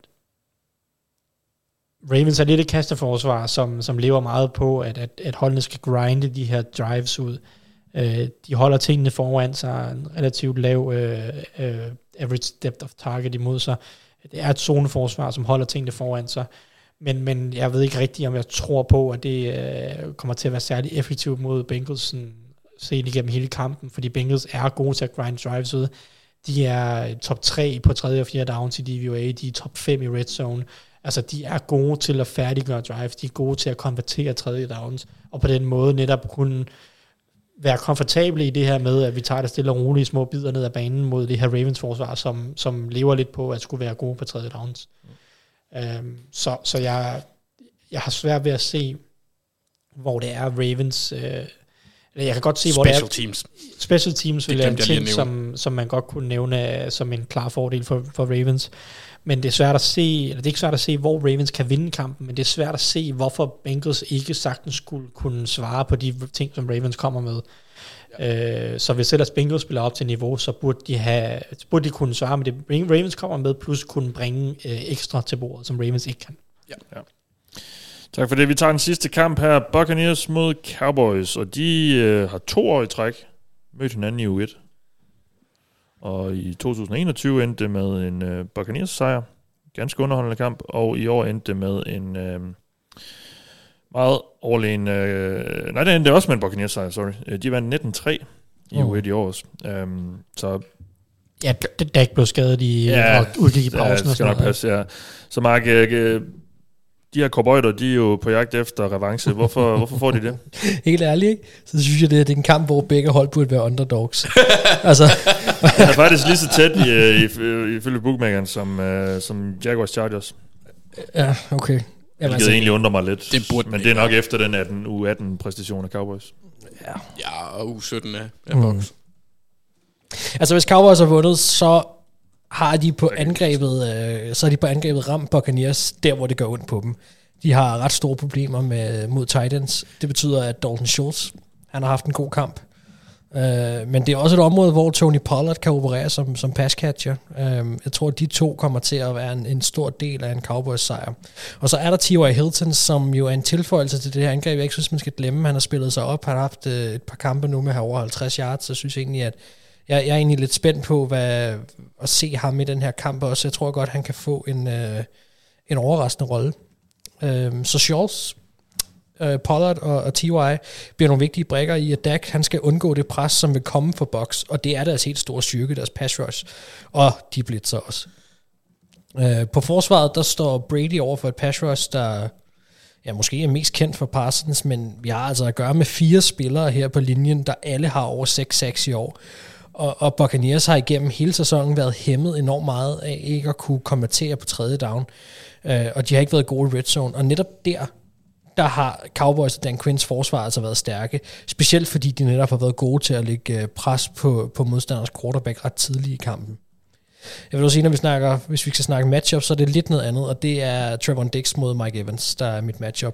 Ravens er lidt et kasteforsvar, som lever meget på, at holdene skal grinde de her drives ud. De holder tingene foran sig, en relativt lav average depth of target imod sig. Det er et zoneforsvar, som holder tingene foran sig. Men jeg ved ikke rigtigt, om jeg tror på, at det kommer til at være særlig effektivt mod Bengals set igennem hele kampen, fordi Bengals er gode til at grind drives ud. De er top 3 på 3. og 4. downs i DVOA, de er top 5 i red zone. Altså, de er gode til at færdiggøre drives, de er gode til at konvertere 3. downs, og på den måde netop kunne være komfortable i det her med, at vi tager det stille og roligt små bidder ned ad banen mod det her Ravens-forsvar, som lever lidt på at skulle være gode på 3. downs. Så jeg har svært ved at se, hvor det er Ravens. Jeg kan godt se, hvor det er. Special teams vil være en ting, som man godt kunne nævne som en klar fordel for Ravens. Men det er svært at se, eller det er ikke svært at se, hvor Ravens kan vinde kampen, men det er svært at se, hvorfor Bengals ikke sagtens skulle kunne svare på de ting, som Ravens kommer med. Ja. Så hvis ellers Bengals spiller op til niveau, så burde de kunne svare med det, Ravens kommer med, plus kunne bringe ekstra til bordet, som Ravens ikke kan. Ja. Tak for det. Vi tager den sidste kamp her. Buccaneers mod Cowboys, og de har 2 år i træk mødt hinanden i U1. Og i 2021 endte det med en Buccaneers sejr. Ganske underholdende kamp. Og i år endte det med en meget overlegen... nej, det endte også med en Buccaneers sejr, sorry. De vandt 19-3 i U1 i år også. Så... Ja, Dak blev skadet og udgik i pausen og sådan noget. Passe, ja. Så Mark... de her cowboyder, de er jo på jagt efter revanche. Hvorfor får de det? Helt ærligt, ikke? Så synes jeg, det er en kamp, hvor begge hold burde være underdogs. Altså. Det er faktisk lige så tæt ifølge bookmakeren som Jaguars Chargers. Ja, okay. Det egentlig undrer mig lidt. Men det er nok efter den U18-præstation af Cowboys. Ja, og U17 er boks. Altså, hvis Cowboys har vundet, så har de på angrebet ramt Buccaneers der, hvor det gør ondt på dem. De har ret store problemer mod Titans. Det betyder, at Dalton Schultz, han har haft en god kamp. Men det er også et område, hvor Tony Pollard kan operere som passcatcher. Jeg tror, at de to kommer til at være en stor del af en Cowboys sejr. Og så er der T.Y. Hilton, som jo er en tilføjelse til det her angreb. Jeg ikke synes, man skal glemme. Han har spillet sig op. Han har haft et par kampe nu med over 50 yards. Så jeg synes egentlig, at jeg er egentlig lidt spændt på at se ham i den her kamp også. Jeg tror godt, han kan få en overraskende rolle. Så Schultz, Pollard og T.Y. bliver nogle vigtige brikker i, at Dak han skal undgå det pres, som vil komme for box, og det er deres helt store styrke, deres pass rush, og de blitzer også. På forsvaret, der står Brady over for et pass rush, der måske er mest kendt for Parsons, men vi har altså at gøre med 4 spillere her på linjen, der alle har over 6-6 i år. Og Buccaneers har igennem hele sæsonen været hæmmet enormt meget af ikke at kunne konvertere på tredje down. Og de har ikke været gode i red zone. Og netop der har Cowboys og Dan Quinns forsvar altså været stærke. Specielt fordi de netop har været gode til at lægge pres på modstanders quarterback ret tidligt i kampen. Jeg vil også sige, hvis vi skal snakke matchup, så er det lidt noget andet, og det er Trevon Diggs mod Mike Evans, der er mit matchup.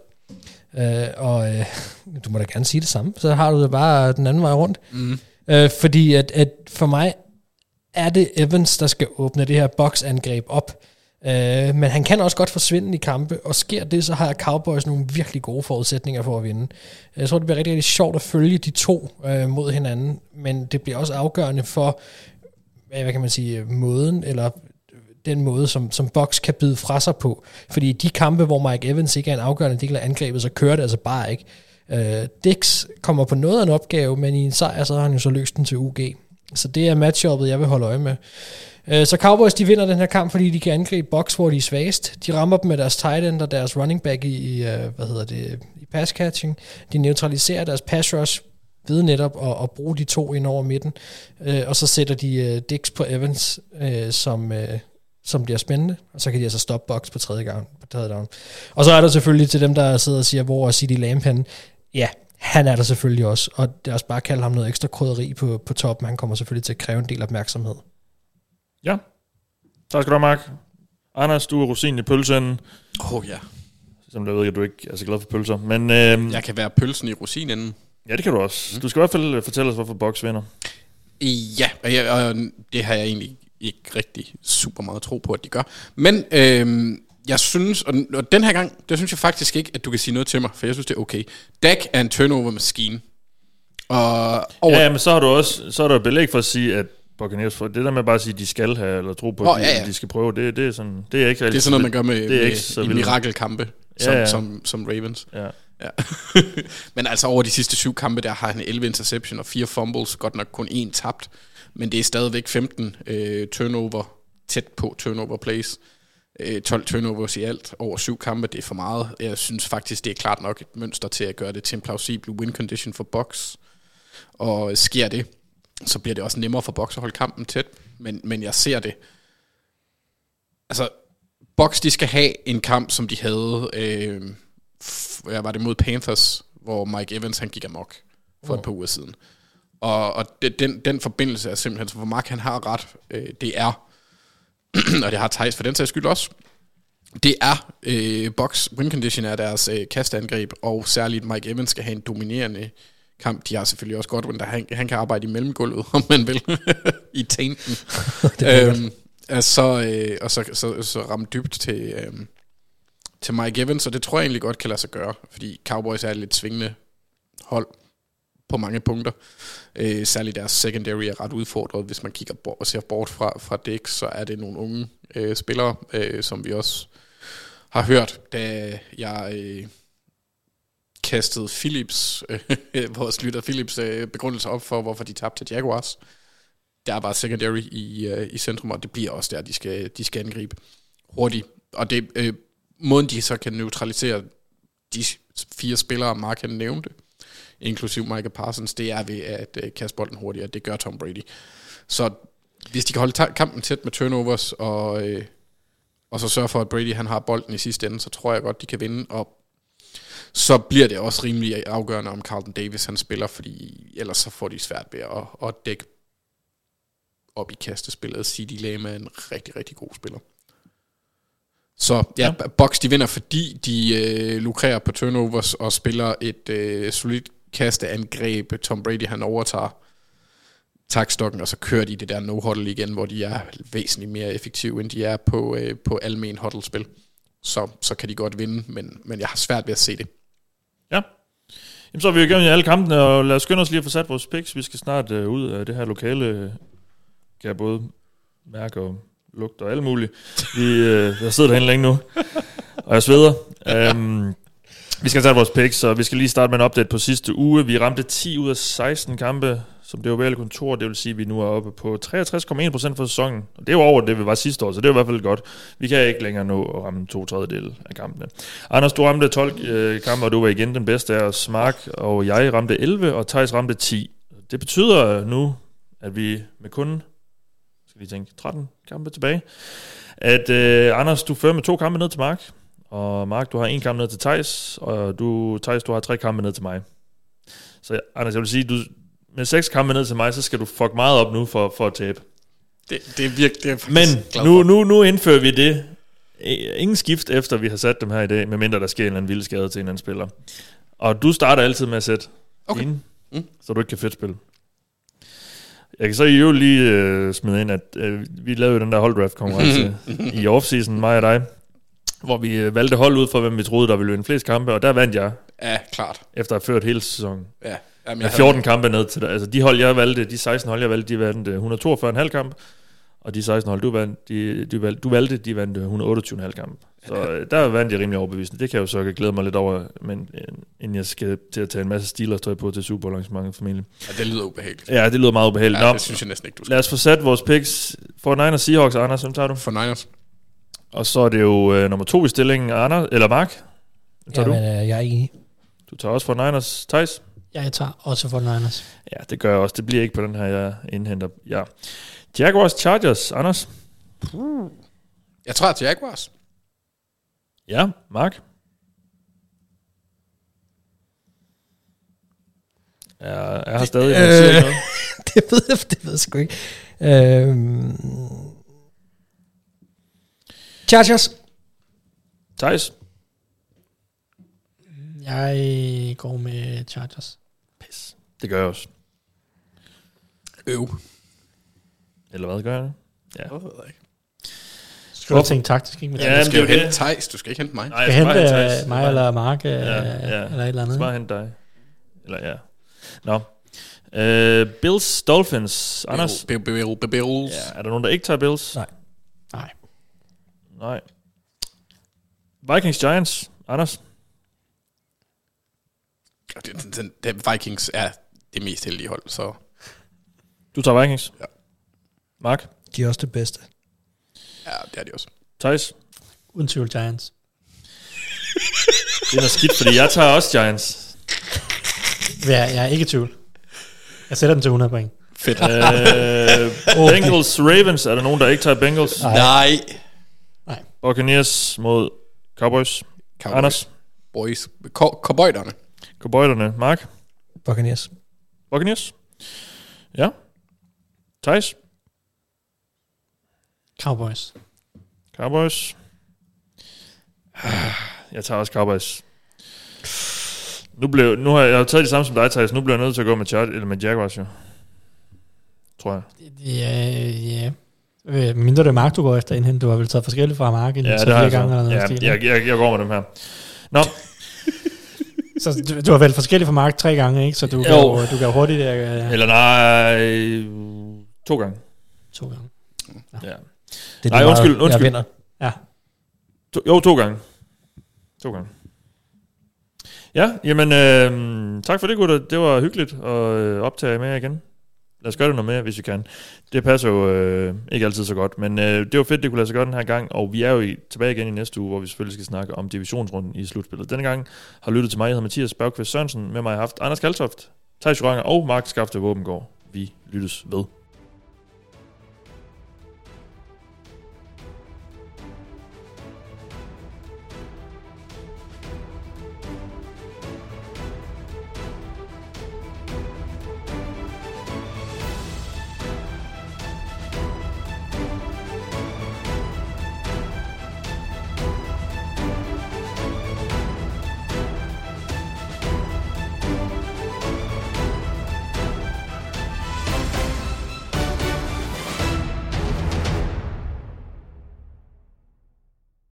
Du må da gerne sige det samme, så har du det bare den anden vej rundt. Fordi at for mig er det Evans, der skal åbne det her box-angreb op. Men han kan også godt forsvinde i kampe, og sker det, så har Cowboys nogle virkelig gode forudsætninger for at vinde. Jeg tror, det bliver rigtig, rigtig sjovt at følge de to mod hinanden, men det bliver også afgørende for, hvad kan man sige, måden, eller den måde, som Bucs kan bide fra sig på. Fordi de kampe, hvor Mike Evans ikke er en afgørende del af angrebet, så kører det altså bare ikke. Diggs kommer på noget af en opgave, men i en sejr, så har han jo så løst den til UG. Så det er matchuppet, jeg vil holde øje med. Så Cowboys, de vinder den her kamp, fordi de kan angribe Bucs, hvor de er svagest. De rammer dem med deres tight end og deres running back i pass catching. De neutraliserer deres pass rush ved netop at bruge de to ind over midten. Og så sætter de Diggs på Evans, som bliver spændende. Og så kan de altså stoppe Bucs på tredje down. Og så er der selvfølgelig til dem, der sidder og siger, hvor er CeeDee Lamb henne? Ja, han er der selvfølgelig også. Og det er også bare at kalde ham noget ekstra krydderi på toppen. Han kommer selvfølgelig til at kræve en del opmærksomhed. Ja. Tak skal du have, Mark. Anders, du er rosinen i pølseenden. Ja. Som jeg ved, at du ikke er så glad for pølser. Men, jeg kan være pølsen i rosinen. Ja, det kan du også. Du skal i hvert fald fortælle os, hvorfor Bucs vinder. Ja, og det har jeg egentlig ikke rigtig super meget tro på, at de gør. Men jeg synes, og den her gang, der synes jeg faktisk ikke, at du kan sige noget til mig, for jeg synes, det er okay. Dak er en turnover-maskine. Men så har du også så er der belæg for at sige, at Buccaneers, for det der med bare at sige, at de skal have, eller tro på, at de skal prøve, det er sådan, det er ikke rigtig. Det er sådan noget, man gør med i mirakelkampe, som Ravens. Ja. Men altså over de sidste 7 kampe, der har han 11 interception og 4 fumbles, godt nok kun 1 tabt, men det er stadigvæk 15 turnover, tæt på turnover plays, 12 turnovers i alt over 7 kampe, det er for meget. Jeg synes faktisk, det er klart nok et mønster til at gøre det til en plausibel win condition for Bucs, og sker det, så bliver det også nemmere for Bucs at holde kampen tæt, men jeg ser det. Altså, Bucs, de skal have en kamp, som de havde, var det mod Panthers, hvor Mike Evans, han gik amok for et par uger siden. Og den forbindelse er simpelthen, så for Mark, han har ret, det er, og det har Theis for den sags skyld også, det er Bucs win condition er deres kastangreb, og særligt Mike Evans skal have en dominerende kamp. De har selvfølgelig også Godwin, der han kan arbejde i mellemgulvet, om man vil, i tainten. Så ramme dybt til Mike Evans, og det tror jeg egentlig godt kan lade sig gøre, fordi Cowboys er et lidt svingende hold på mange punkter. Særligt deres secondary er ret udfordret. Hvis man kigger og ser bort fra Diggs, så er det nogle unge spillere, som vi også har hørt, da jeg kastede Phillips, vores lytter Phillips begrundelse op for, hvorfor de tabte til Jaguars. Der er bare secondary i centrum, og det bliver også der, de skal angribe hurtigt. Og det måden, de så kan neutralisere de 4 spillere, Mark han nævnte, inklusiv Micah Parsons, det er ved at kaste bolden hurtigere. Det gør Tom Brady. Så hvis de kan holde kampen tæt med turnovers, og så sørge for, at Brady han har bolden i sidste ende, så tror jeg godt, de kan vinde. Og så bliver det også rimelig afgørende, om Carlton Davis han spiller, fordi ellers så får de svært ved at dække op i kastespillet. CeeDee Lamb er en rigtig, rigtig god spiller. Så ja, Bucs de vinder, fordi de lukrerer på turnovers og spiller et solidt kasteangreb. Tom Brady han overtager takstokken, og så kører de det der no-huddle igen, hvor de er væsentligt mere effektive, end de er på almen huddle-spil. Så kan de godt vinde, men jeg har svært ved at se det. Ja. Jamen, så er vi jo igennem i alle kampene, og lad os skynde os lige at få sat vores picks. Vi skal snart ud af det her lokale, kan jeg både mærke og lugte og alt muligt. Jeg sidder derhen længe nu, og jeg sveder. Vi skal tage vores picks, så vi skal lige starte med en update på sidste uge. Vi ramte 10 ud af 16 kampe, som det ovale kontor. Det vil sige, at vi nu er oppe på 63,1% for sæsonen. Og det er jo over det, vi var sidste år, så det er i hvert fald godt. Vi kan ikke længere nå at ramme 2/3 af kampene. Anders, du ramte 12 kampe, og du var igen den bedste af os. Mark og jeg ramte 11, og Theis ramte 10. Det betyder nu, at vi med kun, skal lige tænke, 13 kampe tilbage, at Anders, du fører med 2 kampe ned til Mark, og Mark, du har 1 kamp ned til Theis, og Theis, du har 3 kampe ned til mig. Så Anders, jeg vil sige, med 6 kampe ned til mig, så skal du fuck meget op nu for at tabe. Det er virkelig... Men nu indfører vi det. Ingen skift efter vi har sat dem her i dag, medmindre der sker en eller anden vild skade til en anden spiller. Og du starter altid med at sætte dine, så du ikke kan fedtspille. Jeg kan så jo lige smide ind, at vi lavede jo den der holddraft-konkurrence i offseason, mig og dig, hvor vi valgte hold ud for, hvem vi troede, der ville vinde flest kampe, og der vandt jeg. Ja, klart. Efter at have ført hele sæsonen. Ja. Jamen, jeg 14 kampe ned til dig. Altså de hold, jeg valgte, de 16 hold, jeg valgte, de vandt 142,5 kamp. Og de 16 hold, du valgte, de vandt 128,5 kamp. Så der vandt jeg rimelig overbevisende. Det kan jeg jo så glæde mig lidt over, men inden jeg skal til at tage en masse Steelers-tøj på til Super Bowl-arrangementet formentlig. Ja, det lyder ubehageligt. Ja, det lyder meget ubehageligt. Ja, det synes jeg næsten ikke, du skal. Lad os få sat vores picks. For Niners, Seahawks, Anders, hvem tager du? For Niners. Og så er det jo nummer 2 i stillingen, Anders, eller Mark. Hvem tager du? Jeg er enig. Du tager også for Niners, Theis? Ja, jeg tager også for Niners. Ja, det gør jeg også. Det bliver ikke på den her, jeg indhenter. Ja. Jaguars, Chargers, Anders? Jeg tror til Jaguars. Ja, Mark? Jeg har stadig det ved jeg sgu ikke. Chargers. Theis? Jeg går med Chargers. Pis. Det gør jeg også. Eller hvad gør jeg? Ja. Det ved jeg ikke. Skal du tænke taktisk, ikke? Ja, du skal jo hente Theis, du skal ikke hente mig. Nej, jeg skal hente mig eller Mark eller et eller andet. Skal hente dig. Eller ja. Nå. Bills, Dolphins, Anders? Bills. Ja, er der nogen, der ikke tager Bills? Nej. Vikings, Giants, Anders? Vikings er det mest heldige hold, så... Du tager Vikings? Ja. Mark? De er også det bedste. Ja, det er de også. Theis? Uden tvivl Giants. Det er noget skidt, fordi jeg tager også Giants. Jeg er ikke i tvivl. Jeg sætter dem til 100 point. Fedt. Bengals, Ravens. Er der nogen, der ikke tager Bengals? Nej. Buccaneers mod Cowboys. Anders? Boys. Cowboyderne. Mark? Buccaneers. Ja. Theis? Cowboys. Jeg tager også Cowboys. Nu har jeg taget de samme som dig, Theis. Nu bliver jeg nødt til at gå med Jaguars, jo. Tror jeg. Ja. Mindre det er Mark, du går efter indhen. Du har vel taget forskelligt fra Mark inden ja, det har jeg gange, eller noget stil. Jeg går med dem her. Nå. Så du har vel forskelligt fra Mark 3 gange, ikke? Så du kan hurtigt... Eller nej... 2 gange. 2 gange. Ja. Det nej, undskyld. Jeg vinder. Ja. 2 gange. 2 gange. Ja, jamen, tak for det, gutter. Det var hyggeligt at optage med jer igen. Lad os gøre det noget mere, hvis vi kan. Det passer jo ikke altid så godt, men det var fedt, det kunne lade sig gøre den her gang, og vi er jo tilbage igen i næste uge, hvor vi selvfølgelig skal snakke om divisionsrunden i slutspillet. Denne gang har lyttet til mig, jeg hedder Mathias Bergqvist Sørensen, med mig har haft Anders Kaltoft, Theis Joranger og Mark Skafte Våbengård. Vi lyttes ved.